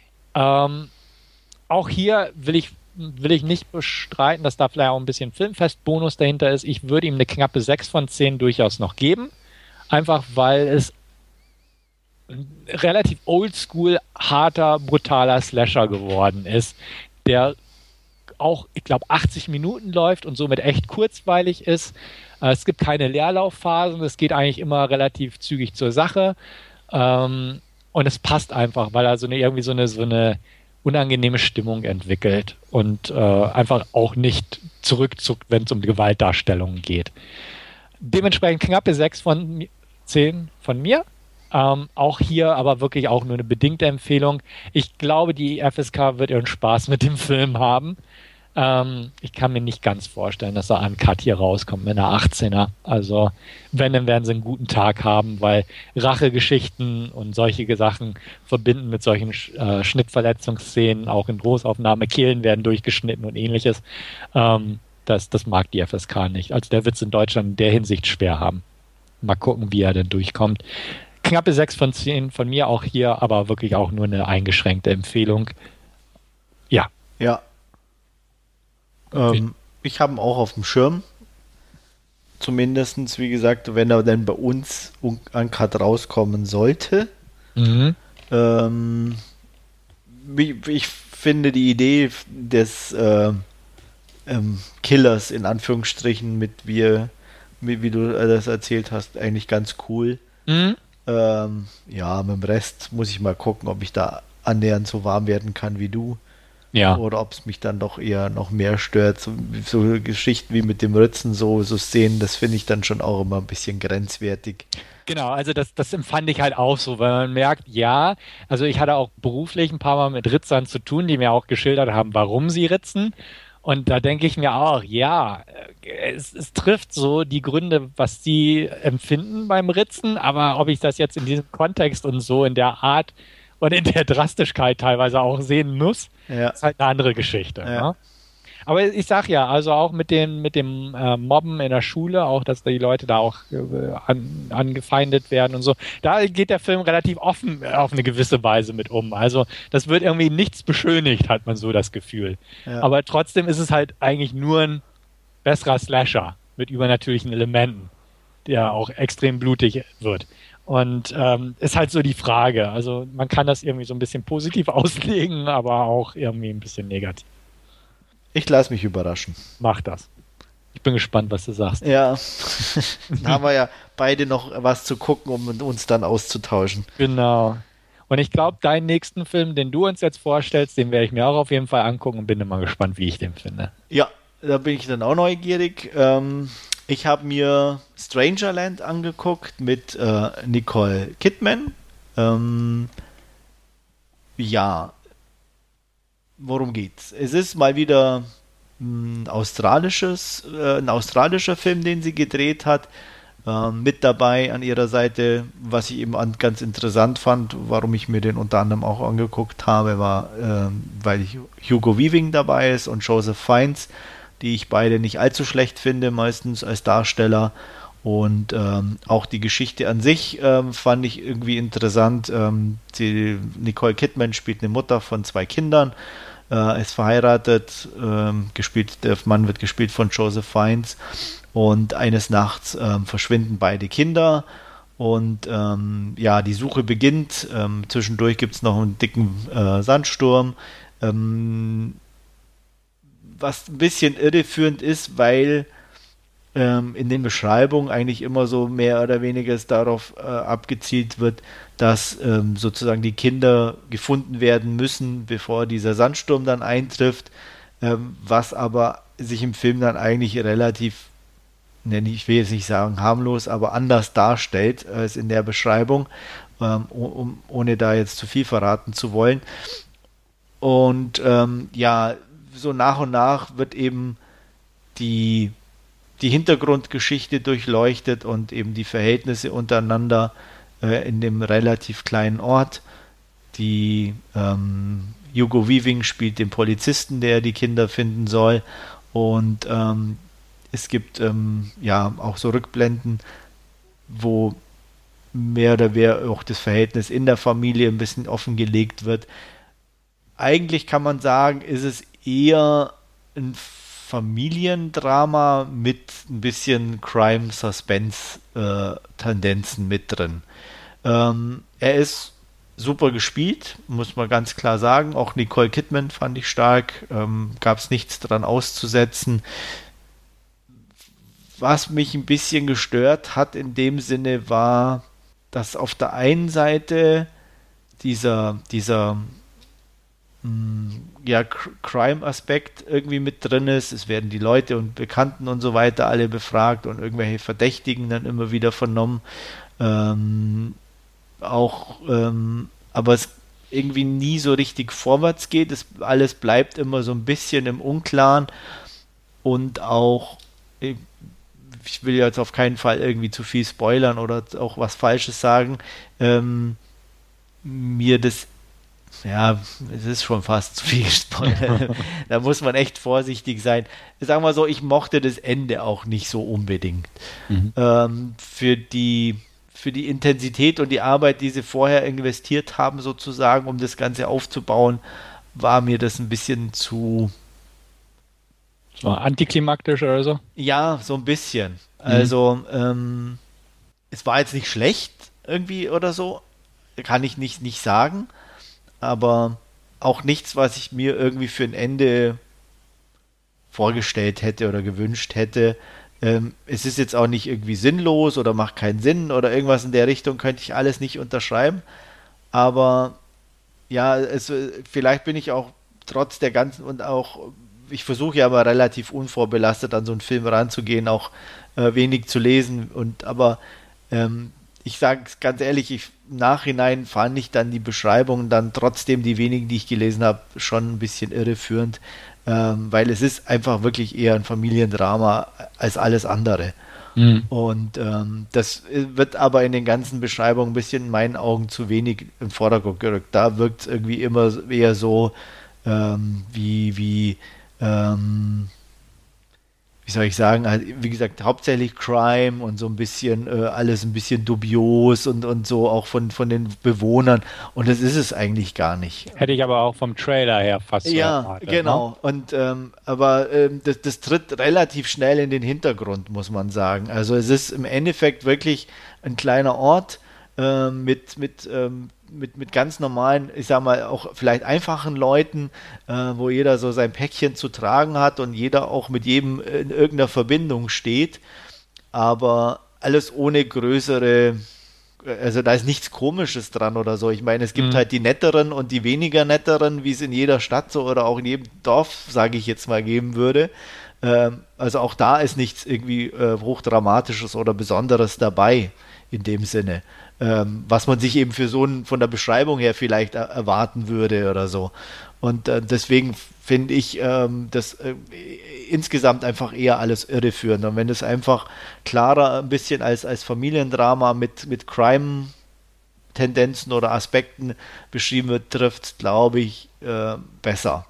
Auch hier will ich nicht bestreiten, dass da vielleicht auch ein bisschen Filmfest-Bonus dahinter ist. Ich würde ihm eine knappe 6 von 10 durchaus noch geben. Einfach weil es ein relativ oldschool, harter, brutaler Slasher geworden ist, der auch, ich glaube, 80 Minuten läuft und somit echt kurzweilig ist. Es gibt keine Leerlaufphasen, es geht eigentlich immer relativ zügig zur Sache. Und es passt einfach, weil er irgendwie so eine unangenehme Stimmung entwickelt und einfach auch nicht zurückzuckt, wenn es um Gewaltdarstellungen geht. Dementsprechend knappe 6 von 10 von mir. Auch hier aber wirklich auch nur eine bedingte Empfehlung. Ich glaube, die FSK wird ihren Spaß mit dem Film haben. Ich kann mir nicht ganz vorstellen, dass er uncut hier rauskommt mit einer 18er. Also wenn, dann werden sie einen guten Tag haben, weil Rachegeschichten und solche Sachen verbinden mit solchen Schnittverletzungsszenen, auch in Großaufnahme, Kehlen werden durchgeschnitten und ähnliches. Das mag die FSK nicht. Also der wird es in Deutschland in der Hinsicht schwer haben. Mal gucken, wie er denn durchkommt. Knappe 6 von 10 von mir auch hier, aber wirklich auch nur eine eingeschränkte Empfehlung. Ja. Ja. Ich habe ihn auch auf dem Schirm. Zumindest, wie gesagt, wenn er denn bei uns uncut rauskommen sollte. Mhm. Ich finde die Idee des Killers in Anführungsstrichen wie du das erzählt hast, eigentlich ganz cool. Mhm. Ja, mit dem Rest muss ich mal gucken, ob ich da annähernd so warm werden kann wie du. Ja. Oder ob es mich dann doch eher noch mehr stört. So Geschichten wie mit dem Ritzen, so Szenen, das finde ich dann schon auch immer ein bisschen grenzwertig. Genau, also das empfand ich halt auch so, weil man merkt, ja, also ich hatte auch beruflich ein paar Mal mit Ritzern zu tun, die mir auch geschildert haben, warum sie ritzen. Und da denke ich mir auch, ja, es trifft so die Gründe, was sie empfinden beim Ritzen, aber ob ich das jetzt in diesem Kontext und so in der Art und in der Drastigkeit teilweise auch sehen muss, ist halt eine andere Geschichte. Ja. Ne? Aber ich sag ja, also auch mit dem Mobben in der Schule, auch dass die Leute da auch angefeindet werden und so, da geht der Film relativ offen auf eine gewisse Weise mit um. Also das wird irgendwie nichts beschönigt, hat man so das Gefühl. Ja. Aber trotzdem ist es halt eigentlich nur ein besserer Slasher mit übernatürlichen Elementen, der auch extrem blutig wird. Und ist halt so die Frage. Also man kann das irgendwie so ein bisschen positiv auslegen, aber auch irgendwie ein bisschen negativ. Ich lasse mich überraschen. Mach das. Ich bin gespannt, was du sagst. Ja, dann haben wir ja beide noch was zu gucken, um uns dann auszutauschen. Genau. Und ich glaube, deinen nächsten Film, den du uns jetzt vorstellst, den werde ich mir auch auf jeden Fall angucken und bin immer gespannt, wie ich den finde. Ja, da bin ich dann auch neugierig. Ich habe mir Strangerland angeguckt mit Nicole Kidman. Ja, worum geht's? Es ist mal wieder ein australischer Film, den sie gedreht hat. Mit dabei an ihrer Seite, was ich eben ganz interessant fand, warum ich mir den unter anderem auch angeguckt habe, war, weil Hugo Weaving dabei ist und Joseph Fiennes, die ich beide nicht allzu schlecht finde, meistens als Darsteller. Und auch die Geschichte an sich fand ich irgendwie interessant. Nicole Kidman spielt eine Mutter von 2 Kindern, ist verheiratet, der Mann wird gespielt von Joseph Fiennes. Und eines Nachts verschwinden beide Kinder Und ja, die Suche beginnt. Zwischendurch gibt es noch einen dicken Sandsturm. Was ein bisschen irreführend ist, weil in den Beschreibungen eigentlich immer so mehr oder weniger es darauf abgezielt wird, dass sozusagen die Kinder gefunden werden müssen, bevor dieser Sandsturm dann eintrifft, was aber sich im Film dann eigentlich relativ, ich will jetzt nicht sagen harmlos, aber anders darstellt als in der Beschreibung, ohne da jetzt zu viel verraten zu wollen. Und ja, so nach und nach wird eben die Hintergrundgeschichte durchleuchtet und eben die Verhältnisse untereinander in dem relativ kleinen Ort. Hugo Weaving spielt den Polizisten, der die Kinder finden soll. Und es gibt ja auch so Rückblenden, wo mehr oder weniger auch das Verhältnis in der Familie ein bisschen offengelegt wird. Eigentlich kann man sagen, ist es eher ein Familiendrama mit ein bisschen Crime-Suspense-Tendenzen mit drin. Er ist super gespielt, muss man ganz klar sagen. Auch Nicole Kidman fand ich stark. Gab es nichts dran auszusetzen. Was mich ein bisschen gestört hat in dem Sinne war, dass auf der einen Seite dieser ja, Crime-Aspekt irgendwie mit drin ist. Es werden die Leute und Bekannten und so weiter alle befragt und irgendwelche Verdächtigen dann immer wieder vernommen. Aber es irgendwie nie so richtig vorwärts geht. Alles bleibt immer so ein bisschen im Unklaren und auch, ich will jetzt auf keinen Fall irgendwie zu viel spoilern oder auch was Falsches sagen, mir das, ja, es ist schon fast zu viel Spoiler. Da muss man echt vorsichtig sein. Sagen wir so, ich mochte das Ende auch nicht so unbedingt. Für die Intensität und die Arbeit, die sie vorher investiert haben, sozusagen, um das Ganze aufzubauen, war mir das ein bisschen zu... So antiklimaktisch oder so? Ja, so ein bisschen. Also, es war jetzt nicht schlecht irgendwie oder so, kann ich nicht sagen, aber auch nichts, was ich mir irgendwie für ein Ende vorgestellt hätte oder gewünscht hätte. Es ist jetzt auch nicht irgendwie sinnlos oder macht keinen Sinn oder irgendwas in der Richtung, könnte ich alles nicht unterschreiben. Aber ja, vielleicht bin ich auch trotz der ganzen und auch, ich versuche ja aber relativ unvorbelastet an so einen Film ranzugehen, auch wenig zu lesen aber ich sage es ganz ehrlich, im Nachhinein fand ich dann die Beschreibungen dann trotzdem die wenigen, die ich gelesen habe, schon ein bisschen irreführend, weil es ist einfach wirklich eher ein Familiendrama als alles andere. Und das wird aber in den ganzen Beschreibungen ein bisschen in meinen Augen zu wenig im Vordergrund gerückt. Da wirkt es irgendwie immer eher so wie soll ich sagen, halt, wie gesagt, hauptsächlich Crime und so ein bisschen alles ein bisschen dubios und so auch von den Bewohnern. Und das ist es eigentlich gar nicht. Hätte ich aber auch vom Trailer her fast so erwartet. Genau. Ne? Und aber das tritt relativ schnell in den Hintergrund, muss man sagen. Also es ist im Endeffekt wirklich ein kleiner Ort mit ganz normalen, ich sag mal, auch vielleicht einfachen Leuten, wo jeder so sein Päckchen zu tragen hat und jeder auch mit jedem in irgendeiner Verbindung steht, aber alles ohne größere, also da ist nichts Komisches dran oder so. Ich meine, es gibt halt die netteren und die weniger netteren, wie es in jeder Stadt so oder auch in jedem Dorf, sage ich jetzt mal, geben würde. Also auch da ist nichts irgendwie Hochdramatisches oder Besonderes dabei in dem Sinne. Was man sich eben für von der Beschreibung her vielleicht erwarten würde oder so. Und deswegen finde ich das insgesamt einfach eher alles irreführend. Und wenn es einfach klarer ein bisschen als Familiendrama mit Crime-Tendenzen oder Aspekten beschrieben wird, trifft es, glaube ich, besser.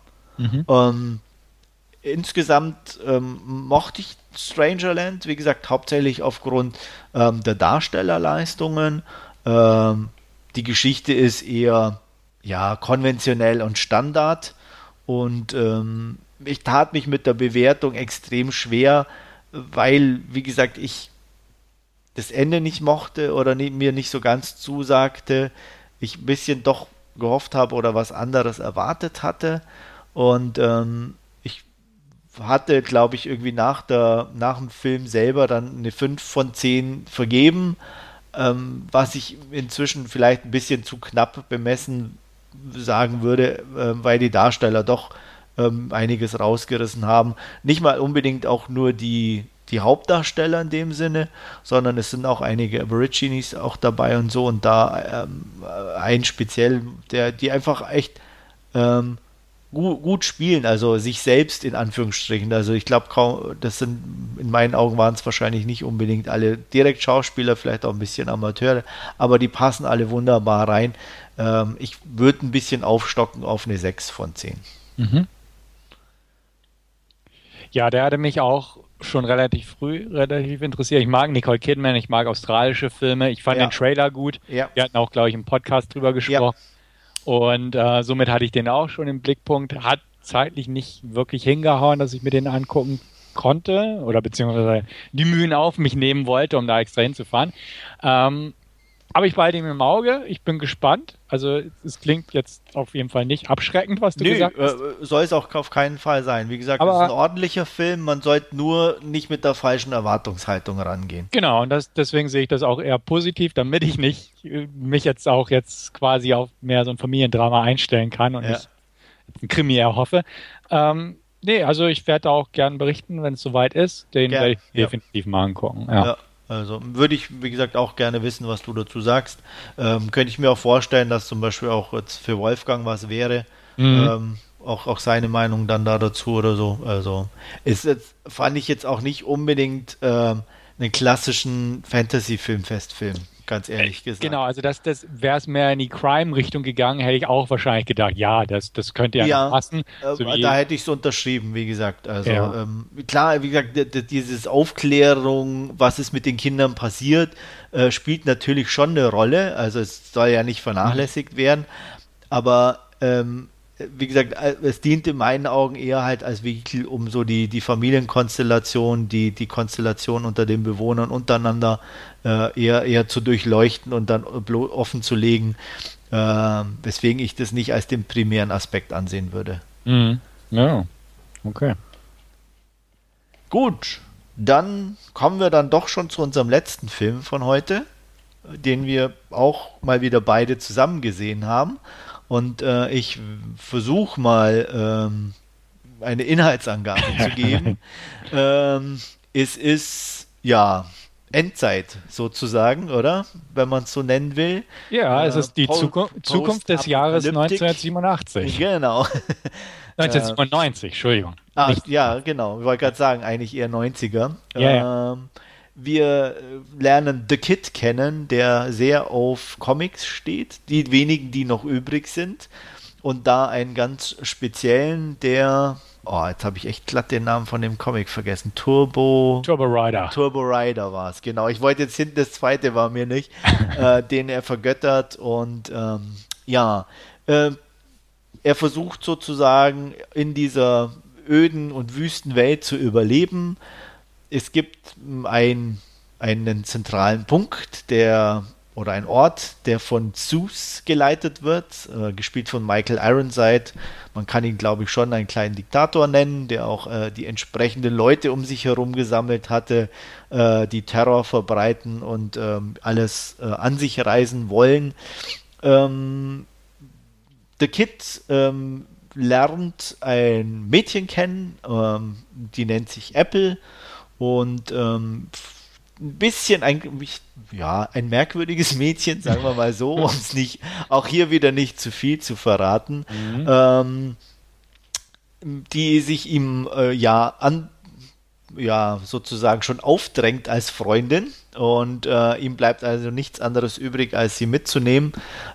Insgesamt mochte ich Strangerland, wie gesagt, hauptsächlich aufgrund der Darstellerleistungen. Die Geschichte ist eher ja, konventionell und Standard und ich tat mich mit der Bewertung extrem schwer, weil, wie gesagt, ich das Ende nicht mochte oder mir nicht so ganz zusagte, ich ein bisschen doch gehofft habe oder was anderes erwartet hatte. Und ich hatte, glaube ich, irgendwie nach dem Film selber dann eine 5 von 10 vergeben, was ich inzwischen vielleicht ein bisschen zu knapp bemessen sagen würde, weil die Darsteller doch einiges rausgerissen haben. Nicht mal unbedingt auch nur die Hauptdarsteller in dem Sinne, sondern es sind auch einige Aborigines auch dabei und so und da ein speziell, die einfach echt gut spielen, also sich selbst in Anführungsstrichen. Also ich glaube kaum, in meinen Augen waren es wahrscheinlich nicht unbedingt alle direkt Schauspieler, vielleicht auch ein bisschen Amateure, aber die passen alle wunderbar rein. Ich würde ein bisschen aufstocken auf eine 6 von 10. Mhm. Ja, der hatte mich auch schon relativ früh relativ interessiert. Ich mag Nicole Kidman, ich mag australische Filme. Ich fand den Trailer gut. Ja. Wir hatten auch, glaube ich, im Podcast drüber gesprochen. Ja. Und somit hatte ich den auch schon im Blickpunkt. Hat zeitlich nicht wirklich hingehauen, dass ich mir den angucken konnte oder beziehungsweise die Mühen auf mich nehmen wollte, um da extra hinzufahren. Aber ich behalte ihn im Auge. Ich bin gespannt. Also es klingt jetzt auf jeden Fall nicht abschreckend, was du gesagt hast. Soll es auch auf keinen Fall sein. Wie gesagt, es ist ein ordentlicher Film. Man sollte nur nicht mit der falschen Erwartungshaltung rangehen. Genau, und deswegen sehe ich das auch eher positiv, damit ich nicht mich jetzt quasi auf mehr so ein Familiendrama einstellen kann und nicht ein Krimi erhoffe. Nee, also ich werde auch gern berichten, wenn es soweit ist. Den werde ich definitiv mal angucken. Ja. Also würde ich, wie gesagt, auch gerne wissen, was du dazu sagst. Könnte ich mir auch vorstellen, dass zum Beispiel auch jetzt für Wolfgang was wäre. Auch seine Meinung dann dazu oder so. Also fand ich jetzt auch nicht unbedingt einen klassischen Fantasy-Filmfestfilm, ganz ehrlich gesagt. Genau, also das wäre es mehr in die Crime-Richtung gegangen, hätte ich auch wahrscheinlich gedacht, ja, das könnte ja passen. Da hätte ich es unterschrieben, wie gesagt. Also klar, wie gesagt, dieses Aufklärung, was ist mit den Kindern passiert, spielt natürlich schon eine Rolle. Also es soll ja nicht vernachlässigt werden, aber wie gesagt, es dient in meinen Augen eher halt als Vehikel, um so die Familienkonstellation, die Konstellation unter den Bewohnern untereinander eher zu durchleuchten und dann offen zu legen, weswegen ich das nicht als den primären Aspekt ansehen würde. Mhm. Ja, okay. Gut, dann kommen wir dann doch schon zu unserem letzten Film von heute, den wir auch mal wieder beide zusammen gesehen haben. Und ich versuche mal eine Inhaltsangabe zu geben. Es ist ja Endzeit sozusagen, oder? Wenn man es so nennen will. Ja, es ist die Zukunft des Jahres 1987. Genau. 1997, Entschuldigung. Ja, genau. Ich wollte gerade sagen, eigentlich eher 90er. Yeah. Wir lernen The Kid kennen, der sehr auf Comics steht, die wenigen, die noch übrig sind. Und da einen ganz speziellen, jetzt habe ich echt glatt den Namen von dem Comic vergessen. Turbo Rider. Turbo Rider war es, genau. Ich wollte jetzt hinten, das zweite war mir nicht, den er vergöttert. Und er versucht sozusagen in dieser öden und wüsten Welt zu überleben. Es gibt einen zentralen Punkt, oder ein Ort, der von Zeus geleitet wird, gespielt von Michael Ironside. Man kann ihn, glaube ich, schon einen kleinen Diktator nennen, der auch die entsprechenden Leute um sich herum gesammelt hatte, die Terror verbreiten und alles an sich reißen wollen. The Kid lernt ein Mädchen kennen, die nennt sich Apple. Und ein bisschen ein merkwürdiges Mädchen, sagen wir mal so, um es nicht, auch hier wieder nicht zu viel zu verraten, die sich ihm sozusagen schon aufdrängt als Freundin und ihm bleibt also nichts anderes übrig, als sie mitzunehmen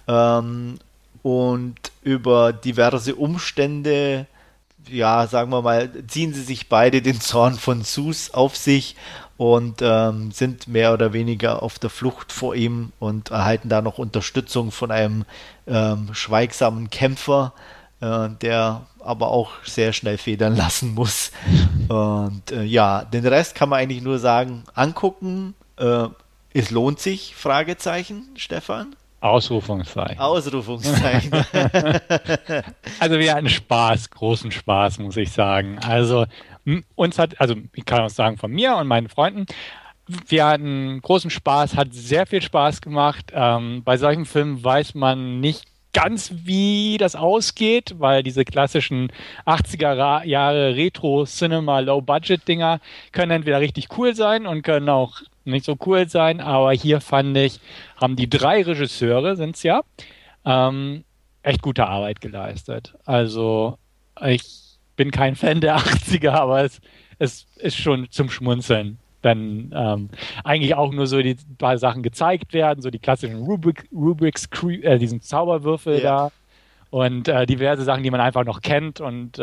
und über diverse Umstände sagen wir mal, ziehen sie sich beide den Zorn von Zeus auf sich und sind mehr oder weniger auf der Flucht vor ihm und erhalten da noch Unterstützung von einem schweigsamen Kämpfer, der aber auch sehr schnell federn lassen muss. Und den Rest kann man eigentlich nur sagen, angucken, Es lohnt sich, Fragezeichen, Stefan? Ausrufungszeichen. Ausrufungszeichen. Also wir hatten Spaß, großen Spaß, muss ich sagen. Also uns hat, also ich kann auch sagen von mir und meinen Freunden, wir hatten großen Spaß, hat sehr viel Spaß gemacht. Bei solchen Filmen weiß man nicht ganz, wie das ausgeht, weil diese klassischen 80er Jahre Retro-Cinema, Low-Budget-Dinger können entweder richtig cool sein und können auch nicht so cool sein, aber hier fand ich, haben die 3 Regisseure, sind es ja, echt gute Arbeit geleistet. Also ich bin kein Fan der 80er, aber es ist schon zum Schmunzeln. Wenn eigentlich auch nur so die paar Sachen gezeigt werden, so die klassischen Rubik's Cube, diesen Zauberwürfel da und diverse Sachen, die man einfach noch kennt und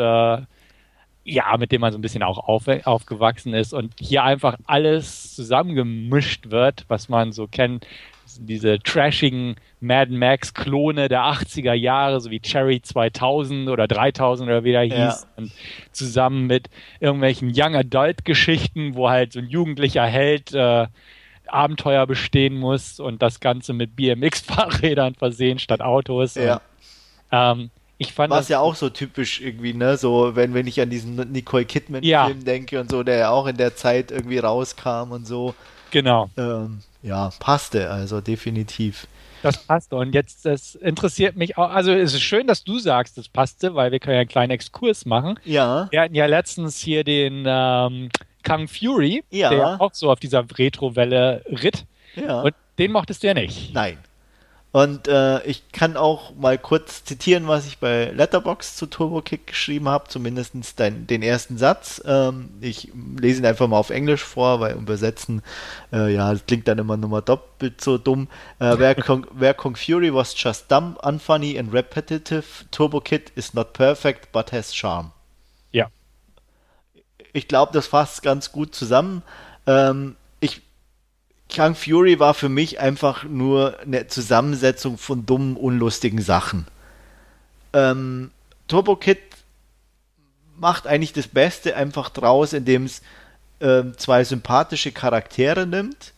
ja, mit denen man so ein bisschen auch aufgewachsen ist und hier einfach alles zusammengemischt wird, was man so kennt. Diese trashigen Mad Max-Klone der 80er Jahre, so wie Cherry 2000 oder 3000 oder wie der hieß. Und zusammen mit irgendwelchen Young Adult-Geschichten, wo halt so ein jugendlicher Held Abenteuer bestehen muss und das Ganze mit BMX-Fahrrädern versehen statt Autos. Ja. Und, ich fand was ja auch so typisch irgendwie, ne, so wenn ich an diesen Nicole Kidman-Film denke und so, der ja auch in der Zeit irgendwie rauskam und so. Genau. Ja, passte, also definitiv. Das passte. Und jetzt, das interessiert mich auch, also es ist schön, dass du sagst, das passte, weil wir können ja einen kleinen Exkurs machen. Ja. Wir hatten ja letztens hier den Kung Fury, der auch so auf dieser Retro-Welle ritt. Ja. Und den mochtest du ja nicht. Nein. Und ich kann auch mal kurz zitieren, was ich bei Letterboxd zu Turbo Kick geschrieben habe, zumindest den ersten Satz. Ich lese ihn einfach mal auf Englisch vor, weil übersetzen, das klingt dann immer nur mal doppelt so dumm. Where Kung Fury was just dumb, unfunny and repetitive, Turbo Kid is not perfect, but has charm. Ja. Ich glaube, das fasst ganz gut zusammen. Kung Fury war für mich einfach nur eine Zusammensetzung von dummen, unlustigen Sachen. Turbo Kid macht eigentlich das Beste einfach draus, indem es 2 sympathische Charaktere nimmt.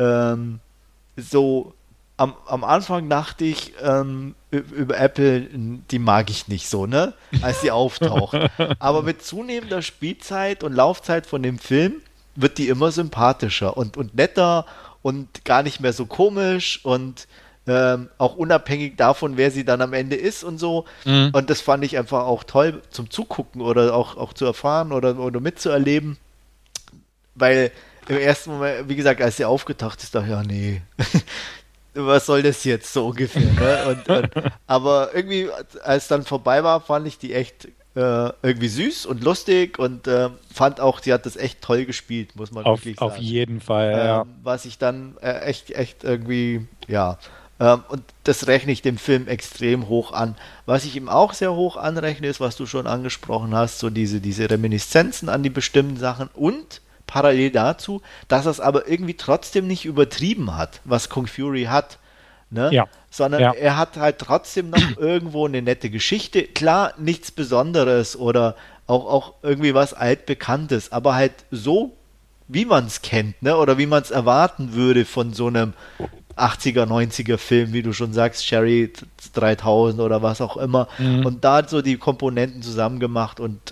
So am Anfang dachte ich über Apple, die mag ich nicht so, ne? Als sie auftaucht. Aber mit zunehmender Spielzeit und Laufzeit von dem Film wird die immer sympathischer und netter und gar nicht mehr so komisch und auch unabhängig davon, wer sie dann am Ende ist und so. Mhm. Und das fand ich einfach auch toll zum Zugucken oder auch zu erfahren oder mitzuerleben. Weil im ersten Moment, wie gesagt, als sie aufgetaucht ist, dachte ich, ja, nee, was soll das jetzt so ungefähr? Ne? Aber irgendwie, als es dann vorbei war, fand ich die echt irgendwie süß und lustig und fand auch, sie hat das echt toll gespielt, muss man wirklich sagen. Auf jeden Fall, ja. Was ich dann echt irgendwie, ja, und das rechne ich dem Film extrem hoch an. Was ich ihm auch sehr hoch anrechne, ist, was du schon angesprochen hast, so diese Reminiszenzen an die bestimmten Sachen und parallel dazu, dass er es aber irgendwie trotzdem nicht übertrieben hat, was Kung Fury hat. Ne? Ja. Sondern er hat halt trotzdem noch irgendwo eine nette Geschichte. Klar, nichts Besonderes oder auch irgendwie was Altbekanntes, aber halt so, wie man es kennt, ne? Oder wie man es erwarten würde von so einem 80er, 90er Film, wie du schon sagst, Cherry 3000 oder was auch immer. Mhm. Und da hat so die Komponenten zusammen gemacht und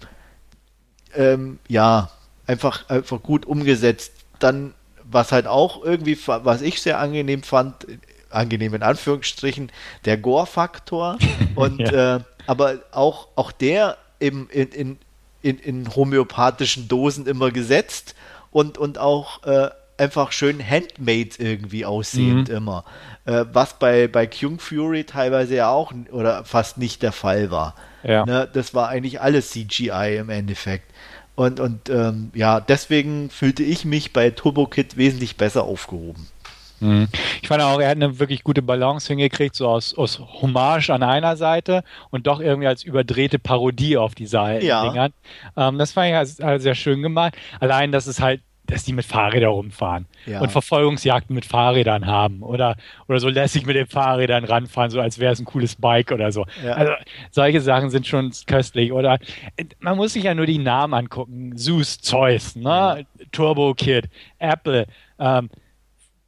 einfach gut umgesetzt. Dann, was halt auch irgendwie, was ich sehr angenehm fand, angenehm in Anführungsstrichen, der Gore-Faktor und aber auch der eben in homöopathischen Dosen immer gesetzt und auch einfach schön handmade irgendwie aussehend immer. Was bei Kung Fury teilweise ja auch oder fast nicht der Fall war. Ja. Ne, das war eigentlich alles CGI im Endeffekt. Und deswegen fühlte ich mich bei Turbo Kid wesentlich besser aufgehoben. Ich fand auch, er hat eine wirklich gute Balance hingekriegt, so aus Hommage an einer Seite und doch irgendwie als überdrehte Parodie auf die Dingern. Das fand ich also sehr schön gemacht. Allein, dass die mit Fahrrädern rumfahren und Verfolgungsjagden mit Fahrrädern haben oder so lässig mit den Fahrrädern ranfahren, so als wäre es ein cooles Bike oder so. Ja. Also solche Sachen sind schon köstlich. Oder man muss sich ja nur die Namen angucken. Zeus, Zeus, ne? Turbo Kid, Apple,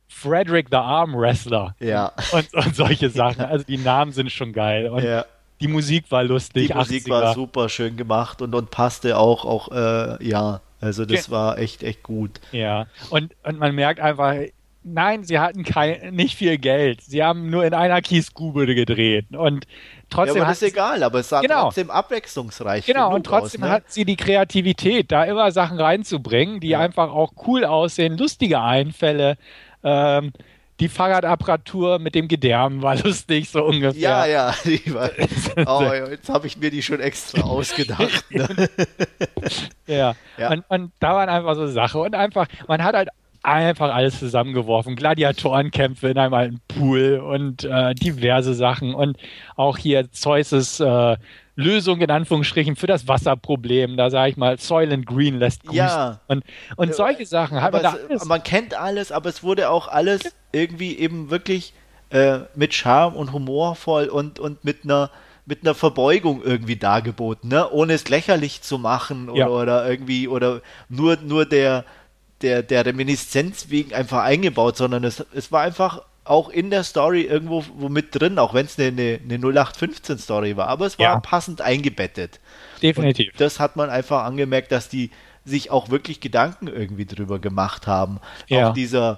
Frederick the Arm Wrestler. Ja. Und solche Sachen. Also die Namen sind schon geil. Und die Musik war lustig. Die Musik war super schön gemacht und passte auch ja. Also das war echt gut. Ja. Und man merkt einfach, nein, sie hatten nicht viel Geld. Sie haben nur in einer Kiesgrube gedreht. Und trotzdem. Ja, aber das ist egal, aber es sah trotzdem abwechslungsreich Genau, und trotzdem hat sie die Kreativität, da immer Sachen reinzubringen, die einfach auch cool aussehen, lustige Einfälle. Die Fahrradapparatur mit dem Gedärm war lustig, so ungefähr. Ja, jetzt habe ich mir die schon extra ausgedacht. Ne? Ja. Und da waren einfach so Sachen. Und einfach, man hat halt einfach alles zusammengeworfen. Gladiatorenkämpfe in einem alten Pool und diverse Sachen. Und auch hier Zeus' Lösung in Anführungsstrichen für das Wasserproblem. Da sage ich mal, Soylent Green lässt grüßen. Ja. Und solche Sachen hat man da alles. Man kennt alles, aber es wurde auch alles irgendwie eben wirklich mit Charme und humorvoll und mit einer Verbeugung irgendwie dargeboten, ne? Ohne es lächerlich zu machen oder irgendwie oder nur der Reminiszenz wegen einfach eingebaut, sondern es war einfach auch in der Story irgendwo mit drin, auch wenn es eine 0815-Story war, aber es war passend eingebettet. Definitiv. Und das hat man einfach angemerkt, dass die sich auch wirklich Gedanken irgendwie drüber gemacht haben. Ja. Auch dieser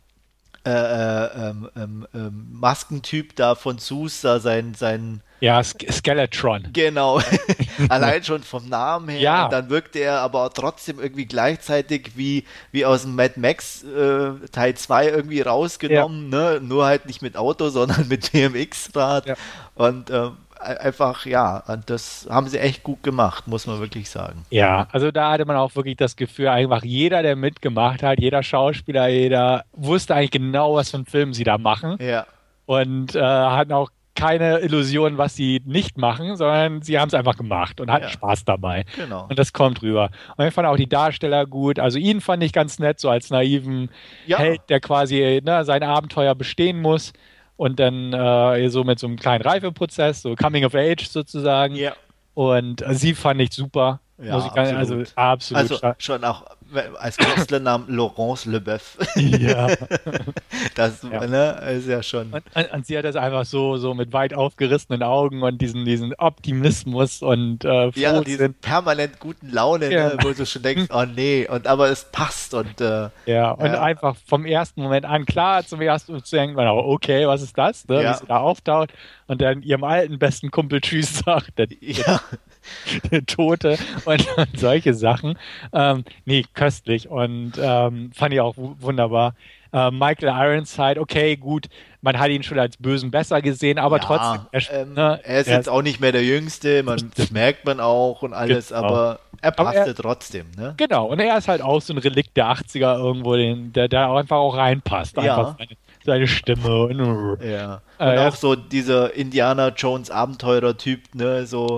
Maskentyp da von Sousa, sein Skeletron. Genau. Allein schon vom Namen her. Ja. Und dann wirkte er aber trotzdem irgendwie gleichzeitig wie aus dem Mad Max Teil 2 irgendwie rausgenommen. Ne? Nur halt nicht mit Auto, sondern mit BMX-Rad. Ja. Und einfach, und das haben sie echt gut gemacht, muss man wirklich sagen. Ja, also da hatte man auch wirklich das Gefühl, einfach jeder, der mitgemacht hat, jeder Schauspieler, jeder wusste eigentlich genau, was für einen Film sie da machen. Ja. Und hatten auch keine Illusion, was sie nicht machen, sondern sie haben es einfach gemacht und hatten Spaß dabei. Genau. Und das kommt rüber. Und ich fand auch die Darsteller gut. Also ihn fand ich ganz nett, so als naiven Held, der quasi sein Abenteuer bestehen muss. Und dann so mit so einem kleinen Reifeprozess, so Coming of Age sozusagen. Ja. Und sie fand ich super. Ja, absolut. Also schon auch als Künstlernamen Laurence Leboeuf. Ja. Das ist ja schon. Und sie hat das einfach so mit weit aufgerissenen Augen und diesen Optimismus und diesen permanent guten Laune, ne, wo du schon denkst, oh nee, aber es passt und einfach vom ersten Moment an, klar, zum ersten Moment denkt man auch, okay, was ist das, ne, wie sie da auftaucht und dann ihrem alten besten Kumpel Tschüss sagt, der Tote und solche Sachen. Köstlich und fand ich auch wunderbar. Michael Ironside, okay, gut, man hat ihn schon als Bösen besser gesehen, aber trotzdem. Er ist jetzt auch nicht mehr der Jüngste, das merkt man auch und alles, aber er passte trotzdem. Ne? Genau, und er ist halt auch so ein Relikt der 80er irgendwo, der einfach auch reinpasst. Einfach seine Stimme. Und auch so dieser Indiana Jones Abenteurer-Typ, ne, so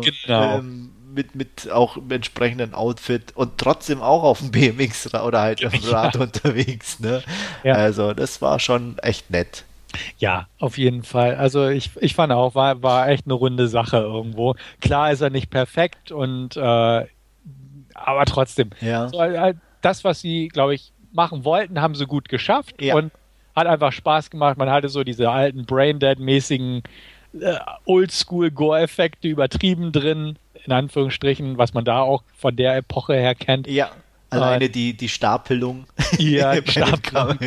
mit auch entsprechenden Outfit und trotzdem auch auf dem BMX oder halt auf dem Rad unterwegs, ne? Ja. Also das war schon echt nett. Ja, auf jeden Fall. Also ich fand auch, war echt eine runde Sache irgendwo. Klar ist er nicht perfekt und aber trotzdem. Ja. So, das, was sie, glaube ich, machen wollten, haben sie gut geschafft und hat einfach Spaß gemacht. Man hatte so diese alten Braindead-mäßigen Oldschool-Gore-Effekte übertrieben drin, in Anführungsstrichen, was man da auch von der Epoche her kennt. Ja, alleine die Stapelung. Ja, die Stapelung.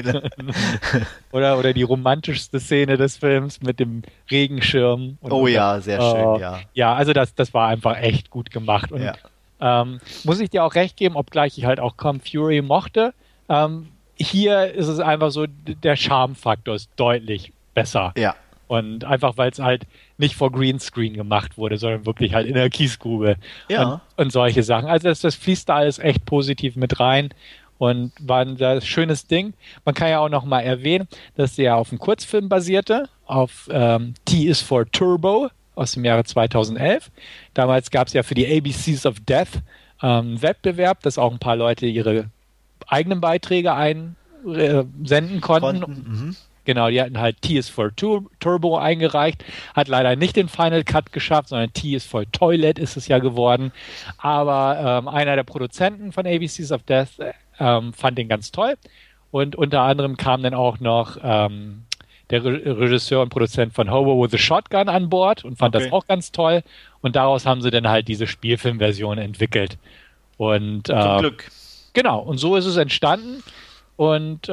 oder die romantischste Szene des Films mit dem Regenschirm. Sehr schön, ja. Ja, also das war einfach echt gut gemacht. Und muss ich dir auch recht geben, obgleich ich halt auch Kung Fury mochte. Hier ist es einfach so, der Charmfaktor ist deutlich besser. Ja. Und einfach, weil es halt nicht vor Greenscreen gemacht wurde, sondern wirklich halt in der Kiesgrube und solche Sachen. Also das fließt da alles echt positiv mit rein und war ein schönes Ding. Man kann ja auch noch mal erwähnen, dass der auf einem Kurzfilm basierte, auf T is for Turbo aus dem Jahre 2011. Damals gab es ja für die ABCs of Death einen Wettbewerb, dass auch ein paar Leute ihre eigenen Beiträge einsenden konnten. Genau, die hatten halt T is for Turbo eingereicht, hat leider nicht den Final Cut geschafft, sondern T is for Toilet ist es ja geworden. Aber einer der Produzenten von ABCs of Death fand den ganz toll Und unter anderem kam dann auch noch der Regisseur und Produzent von Hobo with a Shotgun an Bord und fand das auch ganz toll. Und daraus haben sie dann halt diese Spielfilmversion entwickelt. Und zum Glück. Genau, und so ist es entstanden. Und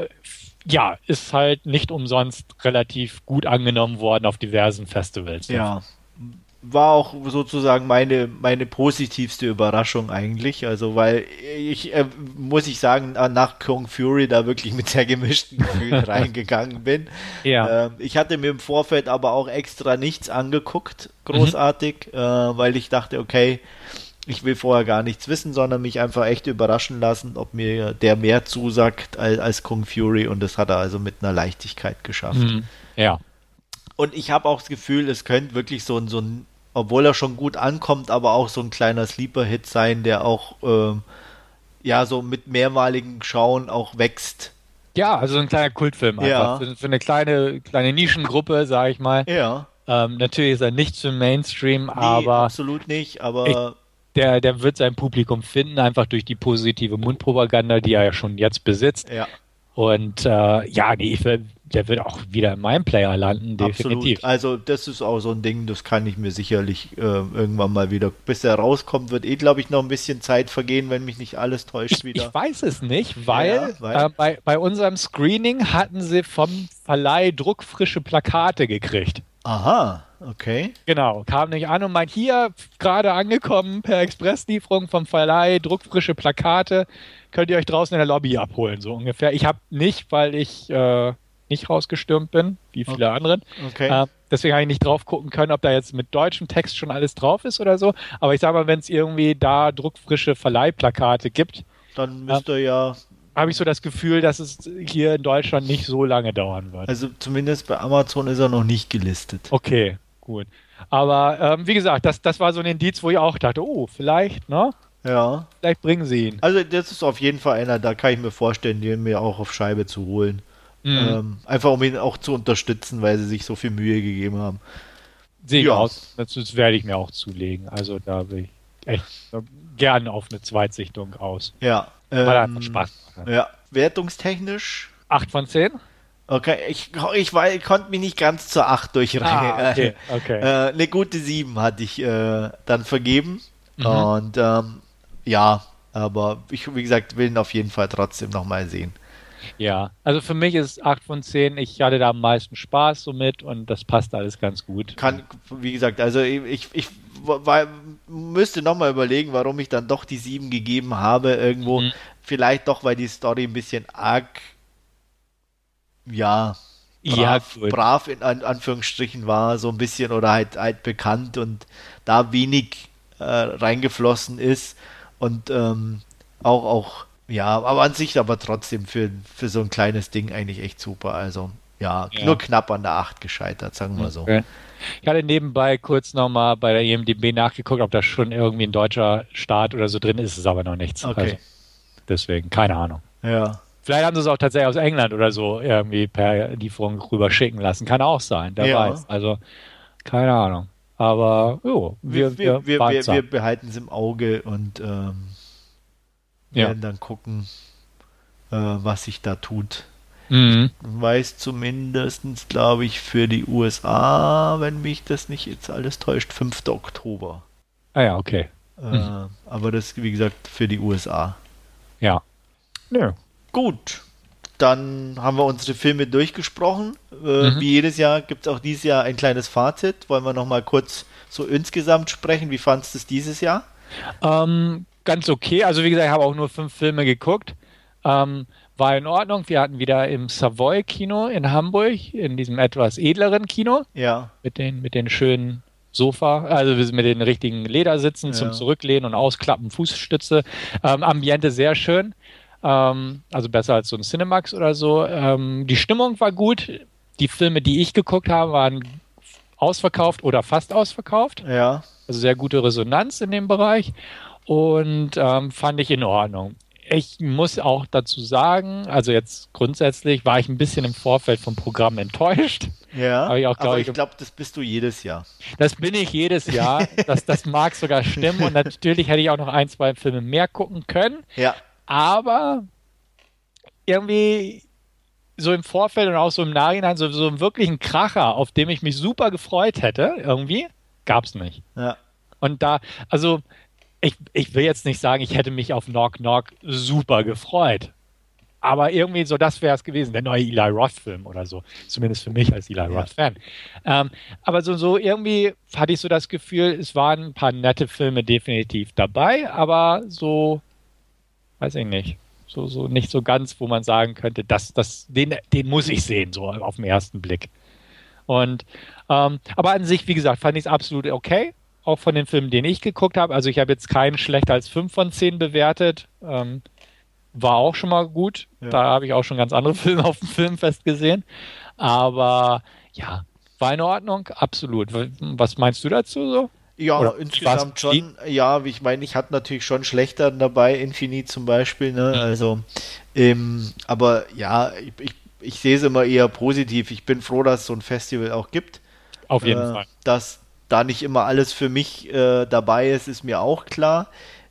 ist halt nicht umsonst relativ gut angenommen worden auf diversen Festivals. Ja, war auch sozusagen meine positivste Überraschung eigentlich. Also, weil muss ich sagen, nach Kung Fury da wirklich mit sehr gemischten Gefühlen reingegangen bin. Ja. Ich hatte mir im Vorfeld aber auch extra nichts angeguckt, großartig, weil ich dachte, okay, ich will vorher gar nichts wissen, sondern mich einfach echt überraschen lassen, ob mir der mehr zusagt als Kung Fury, und das hat er also mit einer Leichtigkeit geschafft. Ja. Und ich habe auch das Gefühl, es könnte wirklich so ein, obwohl er schon gut ankommt, aber auch so ein kleiner Sleeper-Hit sein, der auch so mit mehrmaligen Schauen auch wächst. Ja, also ein kleiner Kultfilm einfach. Für eine kleine Nischengruppe, sage ich mal. Ja. Natürlich ist er nicht zum Mainstream, Nee, aber absolut nicht, aber der wird sein Publikum finden, einfach durch die positive Mundpropaganda, die er ja schon jetzt besitzt. Ja. Und der wird auch wieder in meinem Player landen, definitiv. Absolut. Also das ist auch so ein Ding, das kann ich mir sicherlich irgendwann mal wieder, bis er rauskommt, wird glaube ich, noch ein bisschen Zeit vergehen, wenn mich nicht alles täuscht wieder. Ich weiß es nicht, weil bei unserem Screening hatten sie vom Verleih druckfrische Plakate gekriegt. Aha, okay. Genau, kam nicht an und meint, hier, gerade angekommen per Expresslieferung vom Verleih, druckfrische Plakate, könnt ihr euch draußen in der Lobby abholen, so ungefähr. Ich habe nicht, weil ich nicht rausgestürmt bin, wie viele anderen. Okay. Deswegen habe ich nicht drauf gucken können, ob da jetzt mit deutschem Text schon alles drauf ist oder so. Aber ich sage mal, wenn es irgendwie da druckfrische Verleihplakate gibt, dann müsste habe ich so das Gefühl, dass es hier in Deutschland nicht so lange dauern wird. Also zumindest bei Amazon ist er noch nicht gelistet. Okay, gut. Aber wie gesagt, das war so ein Indiz, wo ich auch dachte, vielleicht, ne? Ja. Vielleicht bringen sie ihn. Also das ist auf jeden Fall einer, da kann ich mir vorstellen, den mir auch auf Scheibe zu holen. Einfach um ihn auch zu unterstützen, weil sie sich so viel Mühe gegeben haben. Sehe ich aus. Das werde ich mir auch zulegen. Also da bin ich echt gern auf eine Zweitsichtung aus. Ja. Weil einfach Spaß macht. Ja. Wertungstechnisch? 8 von 10? Okay, ich konnte mich nicht ganz zur 8 durchrangen. Okay. Eine gute 7 hatte ich dann vergeben. Und aber ich, wie gesagt, will ihn auf jeden Fall trotzdem nochmal sehen. Ja, also für mich ist 8 von 10, ich hatte da am meisten Spaß so mit und das passt alles ganz gut. Wie gesagt, also ich müsste nochmal überlegen, warum ich dann doch die 7 gegeben habe irgendwo. Vielleicht doch, weil die Story ein bisschen arg brav in Anführungsstrichen war, so ein bisschen, oder halt bekannt und da wenig reingeflossen ist und aber an sich aber trotzdem für so ein kleines Ding eigentlich echt super. Also nur knapp an der 8 gescheitert, sagen wir so. Okay. Ich hatte nebenbei kurz nochmal bei der IMDb nachgeguckt, ob da schon irgendwie ein deutscher Start oder so drin ist, ist aber noch nichts. Okay. Also deswegen, keine Ahnung. Ja. Vielleicht haben sie es auch tatsächlich aus England oder so irgendwie per Lieferung rüber schicken lassen. Kann auch sein, wer weiß. Also, keine Ahnung. Aber wir behalten es im Auge und werden dann gucken, was sich da tut. Ich weiß zumindest, glaube ich, für die USA, wenn mich das nicht jetzt alles täuscht, 5. Oktober. Ah ja, okay. Aber das, wie gesagt, für die USA. Ja. Nö. Gut. Dann haben wir unsere Filme durchgesprochen. Wie jedes Jahr gibt es auch dieses Jahr ein kleines Fazit. Wollen wir noch mal kurz so insgesamt sprechen? Wie fandest du es dieses Jahr? Ganz okay. Also wie gesagt, ich habe auch nur 5 Filme geguckt. War in Ordnung. Wir hatten wieder im Savoy-Kino in Hamburg, in diesem etwas edleren Kino. Ja. Mit den schönen Sofa, also mit den richtigen Ledersitzen zum Zurücklehnen und Ausklappen, Fußstütze. Ambiente sehr schön. Also besser als so ein Cinemax oder so. Die Stimmung war gut. Die Filme, die ich geguckt habe, waren ausverkauft oder fast ausverkauft. Ja. Also sehr gute Resonanz in dem Bereich. Und fand ich in Ordnung. Ich muss auch dazu sagen, also jetzt grundsätzlich war ich ein bisschen im Vorfeld vom Programm enttäuscht. Ja, aber ich glaube, das bist du jedes Jahr. Das bin ich jedes Jahr. Das mag sogar stimmen. Und natürlich hätte ich auch noch 1, 2 Filme mehr gucken können. Ja. Aber irgendwie so im Vorfeld und auch so im Nachhinein so einen wirklichen Kracher, auf dem ich mich super gefreut hätte, irgendwie, gab's nicht. Ja. Und da, also ich will jetzt nicht sagen, ich hätte mich auf Knock Knock super gefreut. Aber irgendwie so, das wäre es gewesen, der neue Eli Roth-Film oder so. Zumindest für mich als Eli Roth-Fan. Aber so irgendwie hatte ich so das Gefühl, es waren ein paar nette Filme definitiv dabei, aber so, weiß ich nicht, so nicht so ganz, wo man sagen könnte, den muss ich sehen, so auf den ersten Blick. Und aber an sich, wie gesagt, fand ich es absolut okay. Auch von den Filmen, den ich geguckt habe. Also ich habe jetzt keinen schlechter als 5 von 10 bewertet. War auch schon mal gut. Ja. Da habe ich auch schon ganz andere Filme auf dem Filmfest gesehen. Aber ja, war in Ordnung, absolut. Was meinst du dazu so? Ja, Oder insgesamt schon. Ja, wie ich meine, ich hatte natürlich schon schlechter dabei, Infinite zum Beispiel, ne? Also, aber ja, ich sehe es immer eher positiv. Ich bin froh, dass es so ein Festival auch gibt. Auf jeden Fall. Dass da nicht immer alles für mich dabei ist mir auch klar.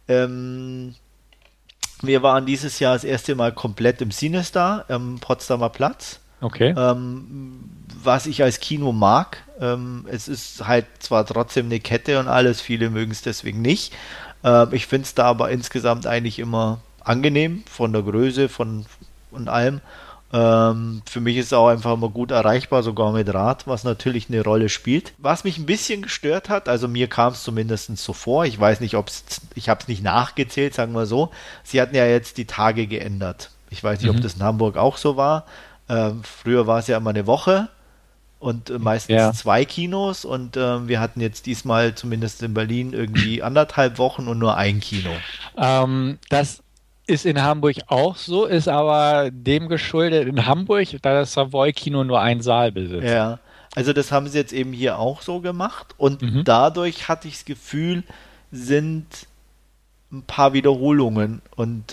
Wir waren dieses Jahr das erste Mal komplett im Cinestar am Potsdamer Platz. Okay. Was ich als Kino mag. Es ist halt zwar trotzdem eine Kette und alles, viele mögen es deswegen nicht. Ich finde es da aber insgesamt eigentlich immer angenehm von der Größe und allem. Für mich ist es auch einfach immer gut erreichbar, sogar mit Rad, was natürlich eine Rolle spielt. Was mich ein bisschen gestört hat, also mir kam es zumindest so vor, ich weiß nicht, ich habe es nicht nachgezählt, sagen wir so. Sie hatten ja jetzt die Tage geändert. Ich weiß nicht, ob das in Hamburg auch so war. Früher war es ja immer eine Woche und meistens 2 Kinos und wir hatten jetzt diesmal zumindest in Berlin irgendwie 1,5 Wochen und nur ein Kino. Das ist in Hamburg auch so, ist aber dem geschuldet in Hamburg, da das Savoy-Kino nur einen Saal besitzt. Ja, also das haben sie jetzt eben hier auch so gemacht und dadurch hatte ich das Gefühl, sind ein paar Wiederholungen und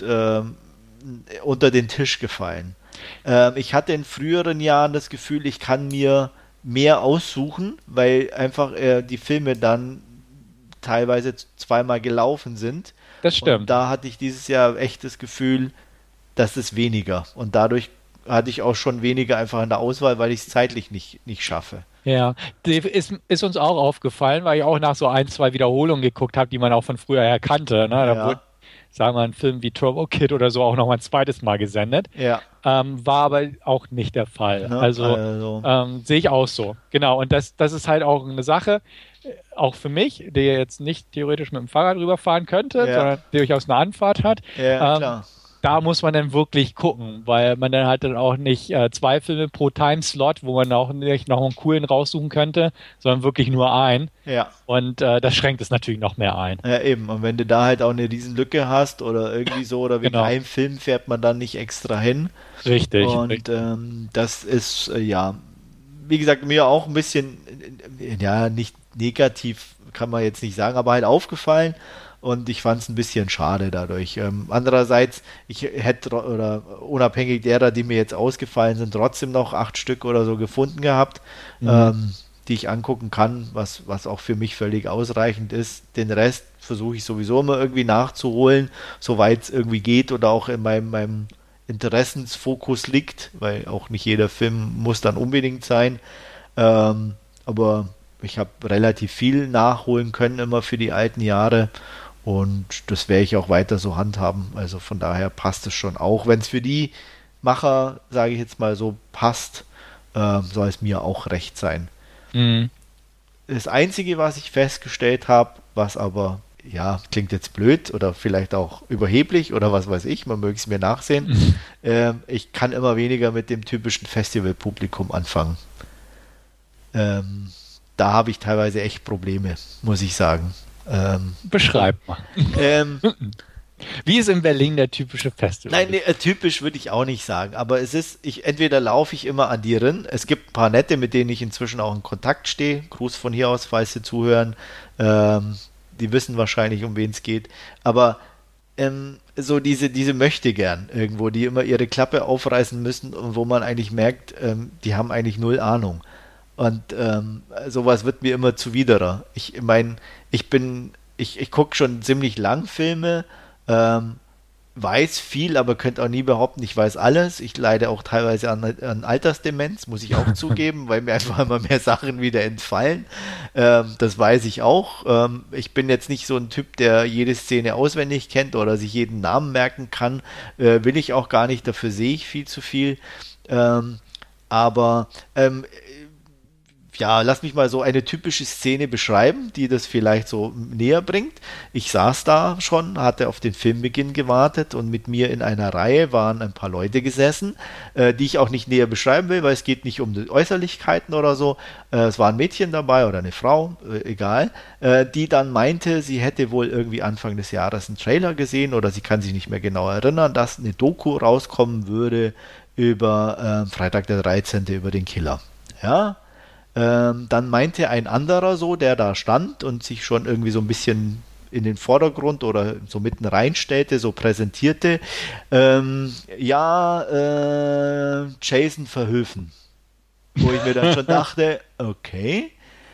unter den Tisch gefallen. Ich hatte in früheren Jahren das Gefühl, ich kann mir mehr aussuchen, weil einfach die Filme dann teilweise zweimal gelaufen sind. Das stimmt. Und da hatte ich dieses Jahr echt das Gefühl, das ist weniger. Und dadurch hatte ich auch schon weniger einfach in der Auswahl, weil ich es zeitlich nicht schaffe. Ja, ist uns auch aufgefallen, weil ich auch nach so 1, 2 Wiederholungen geguckt habe, die man auch von früher her kannte. Ne? Da wurde, sagen wir, ein Film wie Turbo Kid oder so auch noch mal ein zweites Mal gesendet. Ja. War aber auch nicht der Fall. Ne? Also sehe ich auch so. Genau, und das ist halt auch eine Sache, auch für mich, der jetzt nicht theoretisch mit dem Fahrrad rüberfahren könnte, sondern durchaus eine Anfahrt hat. Ja, klar. Da muss man dann wirklich gucken, weil man dann halt dann auch nicht 2 Filme pro Timeslot, wo man auch nicht noch einen coolen raussuchen könnte, sondern wirklich nur einen. Ja. Und das schränkt es natürlich noch mehr ein. Ja, eben. Und wenn du da halt auch eine Riesenlücke hast oder irgendwie so, oder wegen einem Film fährt man dann nicht extra hin. Richtig. Und das ist, wie gesagt, mir auch ein bisschen, nicht negativ, kann man jetzt nicht sagen, aber halt aufgefallen. Und ich fand es ein bisschen schade dadurch. Andererseits, ich hätte, oder unabhängig derer, die mir jetzt ausgefallen sind, trotzdem noch 8 Stück oder so gefunden gehabt, die ich angucken kann, was auch für mich völlig ausreichend ist. Den Rest versuche ich sowieso immer irgendwie nachzuholen, soweit es irgendwie geht oder auch in meinem Interessensfokus liegt, weil auch nicht jeder Film muss dann unbedingt sein. Aber ich habe relativ viel nachholen können immer für die alten Jahre. Und das werde ich auch weiter so handhaben. Also von daher passt es schon. Auch wenn es für die Macher, sage ich jetzt mal so, passt, soll es mir auch recht sein. Mhm. Das Einzige, was ich festgestellt habe, was aber, klingt jetzt blöd oder vielleicht auch überheblich oder was weiß ich, man möge es mir nachsehen, ich kann immer weniger mit dem typischen Festivalpublikum anfangen. Da habe ich teilweise echt Probleme, muss ich sagen. Beschreib mal. Wie ist in Berlin der typische Festival? Nein, typisch würde ich auch nicht sagen, aber es ist, entweder laufe ich immer an die rin, es gibt ein paar nette, mit denen ich inzwischen auch in Kontakt stehe, Gruß von hier aus, falls sie zuhören, die wissen wahrscheinlich, um wen es geht, aber so diese möchte gern irgendwo, die immer ihre Klappe aufreißen müssen und wo man eigentlich merkt, die haben eigentlich null Ahnung. Und sowas wird mir immer zuwiderer. Ich meine, ich gucke schon ziemlich lang Filme weiß viel, aber könnte auch nie behaupten, ich weiß alles. Ich leide auch teilweise an Altersdemenz, muss ich auch zugeben, weil mir einfach immer mehr Sachen wieder entfallen. Das weiß ich auch. Ich bin jetzt nicht so ein Typ, der jede Szene auswendig kennt oder sich jeden Namen merken kann. Will ich auch gar nicht, dafür sehe ich viel zu viel. Aber ja, lass mich mal so eine typische Szene beschreiben, die das vielleicht so näher bringt. Ich saß da schon, hatte auf den Filmbeginn gewartet und mit mir in einer Reihe waren ein paar Leute gesessen, die ich auch nicht näher beschreiben will, weil es geht nicht um die Äußerlichkeiten oder so. Es war ein Mädchen dabei oder eine Frau, egal, die dann meinte, sie hätte wohl irgendwie Anfang des Jahres einen Trailer gesehen oder sie kann sich nicht mehr genau erinnern, dass eine Doku rauskommen würde über Freitag der 13. über den Killer. Ja, dann meinte ein anderer so, der da stand und sich schon irgendwie so ein bisschen in den Vordergrund oder so mitten reinstellte, so präsentierte, Jason Verhoeven. Wo ich mir dann schon dachte, okay,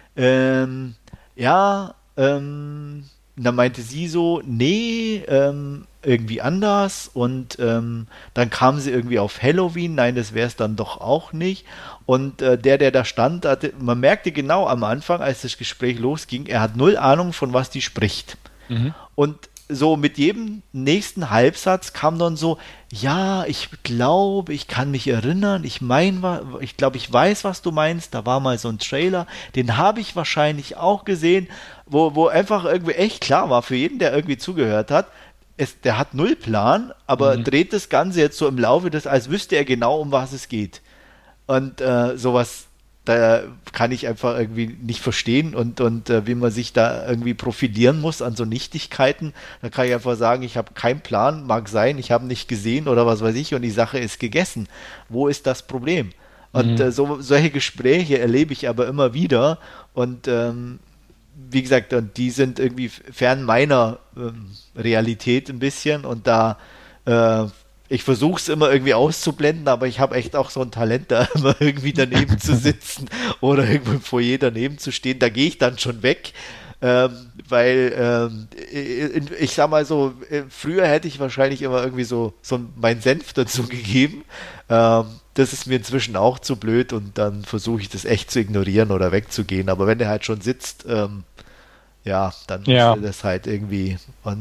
dann meinte sie so, nee, irgendwie anders und dann kam sie irgendwie auf Halloween, nein, das wäre es dann doch auch nicht und der da stand, man merkte genau am Anfang, als das Gespräch losging, er hat null Ahnung, von was die spricht. Und so mit jedem nächsten Halbsatz kam dann so, ja, ich glaube, ich kann mich erinnern, ich glaube, ich weiß, was du meinst, da war mal so ein Trailer, den habe ich wahrscheinlich auch gesehen, wo einfach irgendwie echt klar war für jeden, der irgendwie zugehört hat, der hat null Plan, aber dreht das Ganze jetzt so im Laufe des, als wüsste er genau, um was es geht. Und sowas, da kann ich einfach irgendwie nicht verstehen und wie man sich da irgendwie profilieren muss an so Nichtigkeiten. Da kann ich einfach sagen, ich habe keinen Plan, mag sein, ich habe nicht gesehen oder was weiß ich und die Sache ist gegessen. Wo ist das Problem? Und solche Gespräche erlebe ich aber immer wieder und wie gesagt, und die sind irgendwie fern meiner Realität ein bisschen und da ich versuche es immer irgendwie auszublenden, aber ich habe echt auch so ein Talent, da immer irgendwie daneben zu sitzen oder irgendwo im Foyer daneben zu stehen. Da gehe ich dann schon weg, weil ich sag mal so, früher hätte ich wahrscheinlich immer irgendwie so meinen Senf dazu gegeben. Das ist mir inzwischen auch zu blöd und dann versuche ich das echt zu ignorieren oder wegzugehen. Aber wenn er halt schon sitzt, dann muss er das halt irgendwie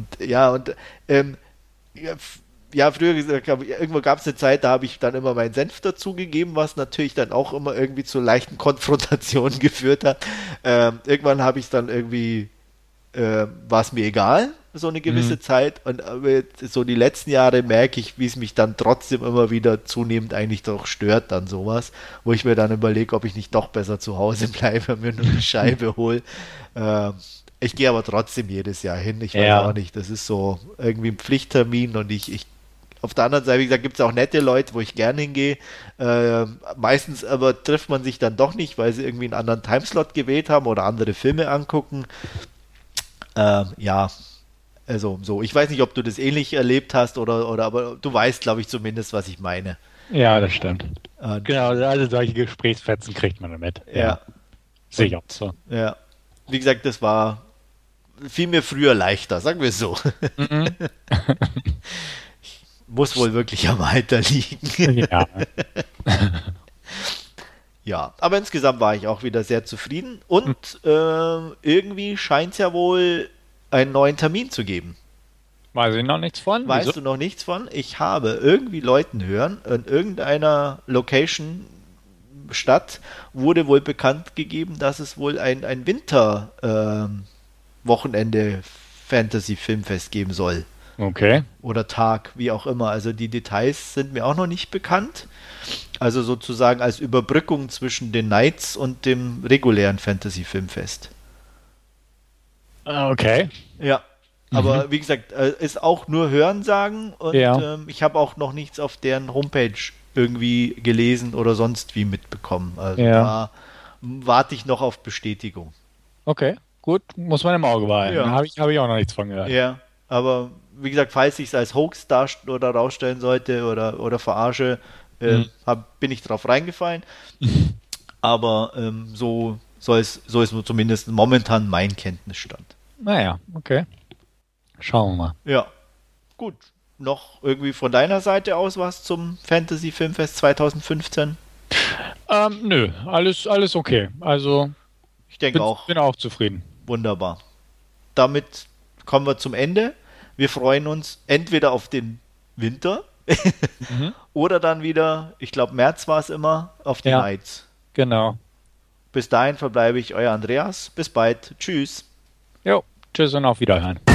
früher gesagt, irgendwo gab es eine Zeit, da habe ich dann immer meinen Senf dazugegeben, was natürlich dann auch immer irgendwie zu leichten Konfrontationen geführt hat. Irgendwann habe ich es dann irgendwie, war es mir egal, so eine gewisse Zeit. Und so die letzten Jahre merke ich, wie es mich dann trotzdem immer wieder zunehmend eigentlich doch stört, dann sowas, wo ich mir dann überlege, ob ich nicht doch besser zu Hause bleibe und mir nur eine Scheibe hole. Ich gehe aber trotzdem jedes Jahr hin. Ich weiß auch nicht, das ist so irgendwie ein Pflichttermin und ich auf der anderen Seite, wie gesagt, gibt es auch nette Leute, wo ich gerne hingehe. Meistens aber trifft man sich dann doch nicht, weil sie irgendwie einen anderen Timeslot gewählt haben oder andere Filme angucken. Also so. Ich weiß nicht, ob du das ähnlich erlebt hast oder aber du weißt, glaube ich, zumindest, was ich meine. Ja, das stimmt. Genau, also solche Gesprächsfetzen kriegt man damit. Ja. Sehe ich auch so. Ja. Wie gesagt, das fiel mir früher leichter, sagen wir es so. Muss wohl wirklich am Alter liegen. Ja. Ja, aber insgesamt war ich auch wieder sehr zufrieden und irgendwie scheint es ja wohl einen neuen Termin zu geben. Weiß ich noch nichts von? Weißt du noch nichts von? Ich habe irgendwie Leuten hören, in irgendeiner Location Stadt wurde wohl bekannt gegeben, dass es wohl ein Winter Wochenende Fantasy Filmfest geben soll. Okay. Oder Tag, wie auch immer. Also die Details sind mir auch noch nicht bekannt. Also sozusagen als Überbrückung zwischen den Nights und dem regulären Fantasy Filmfest. Okay. Ja. Aber wie gesagt, ist auch nur Hörensagen und ich habe auch noch nichts auf deren Homepage irgendwie gelesen oder sonst wie mitbekommen. Also da warte ich noch auf Bestätigung. Okay, gut, muss man im Auge behalten. Ja. Habe ich auch noch nichts von gehört. Ja, aber wie gesagt, falls ich es als Hoax oder rausstellen sollte oder verarsche, bin ich drauf reingefallen. Aber so ist zumindest momentan mein Kenntnisstand. Naja, okay. Schauen wir mal. Ja, gut. noch irgendwie von deiner Seite aus was zum Fantasy Filmfest 2015? Nö, alles okay. Also Ich denke auch. bin auch zufrieden. Wunderbar. Damit kommen wir zum Ende. Wir freuen uns entweder auf den Winter oder dann wieder, ich glaube März war es immer, auf die Ja. Nights. Genau. Bis dahin verbleibe ich euer Andreas. Bis bald. Tschüss. Jo, tschüss und auf Wiederhören.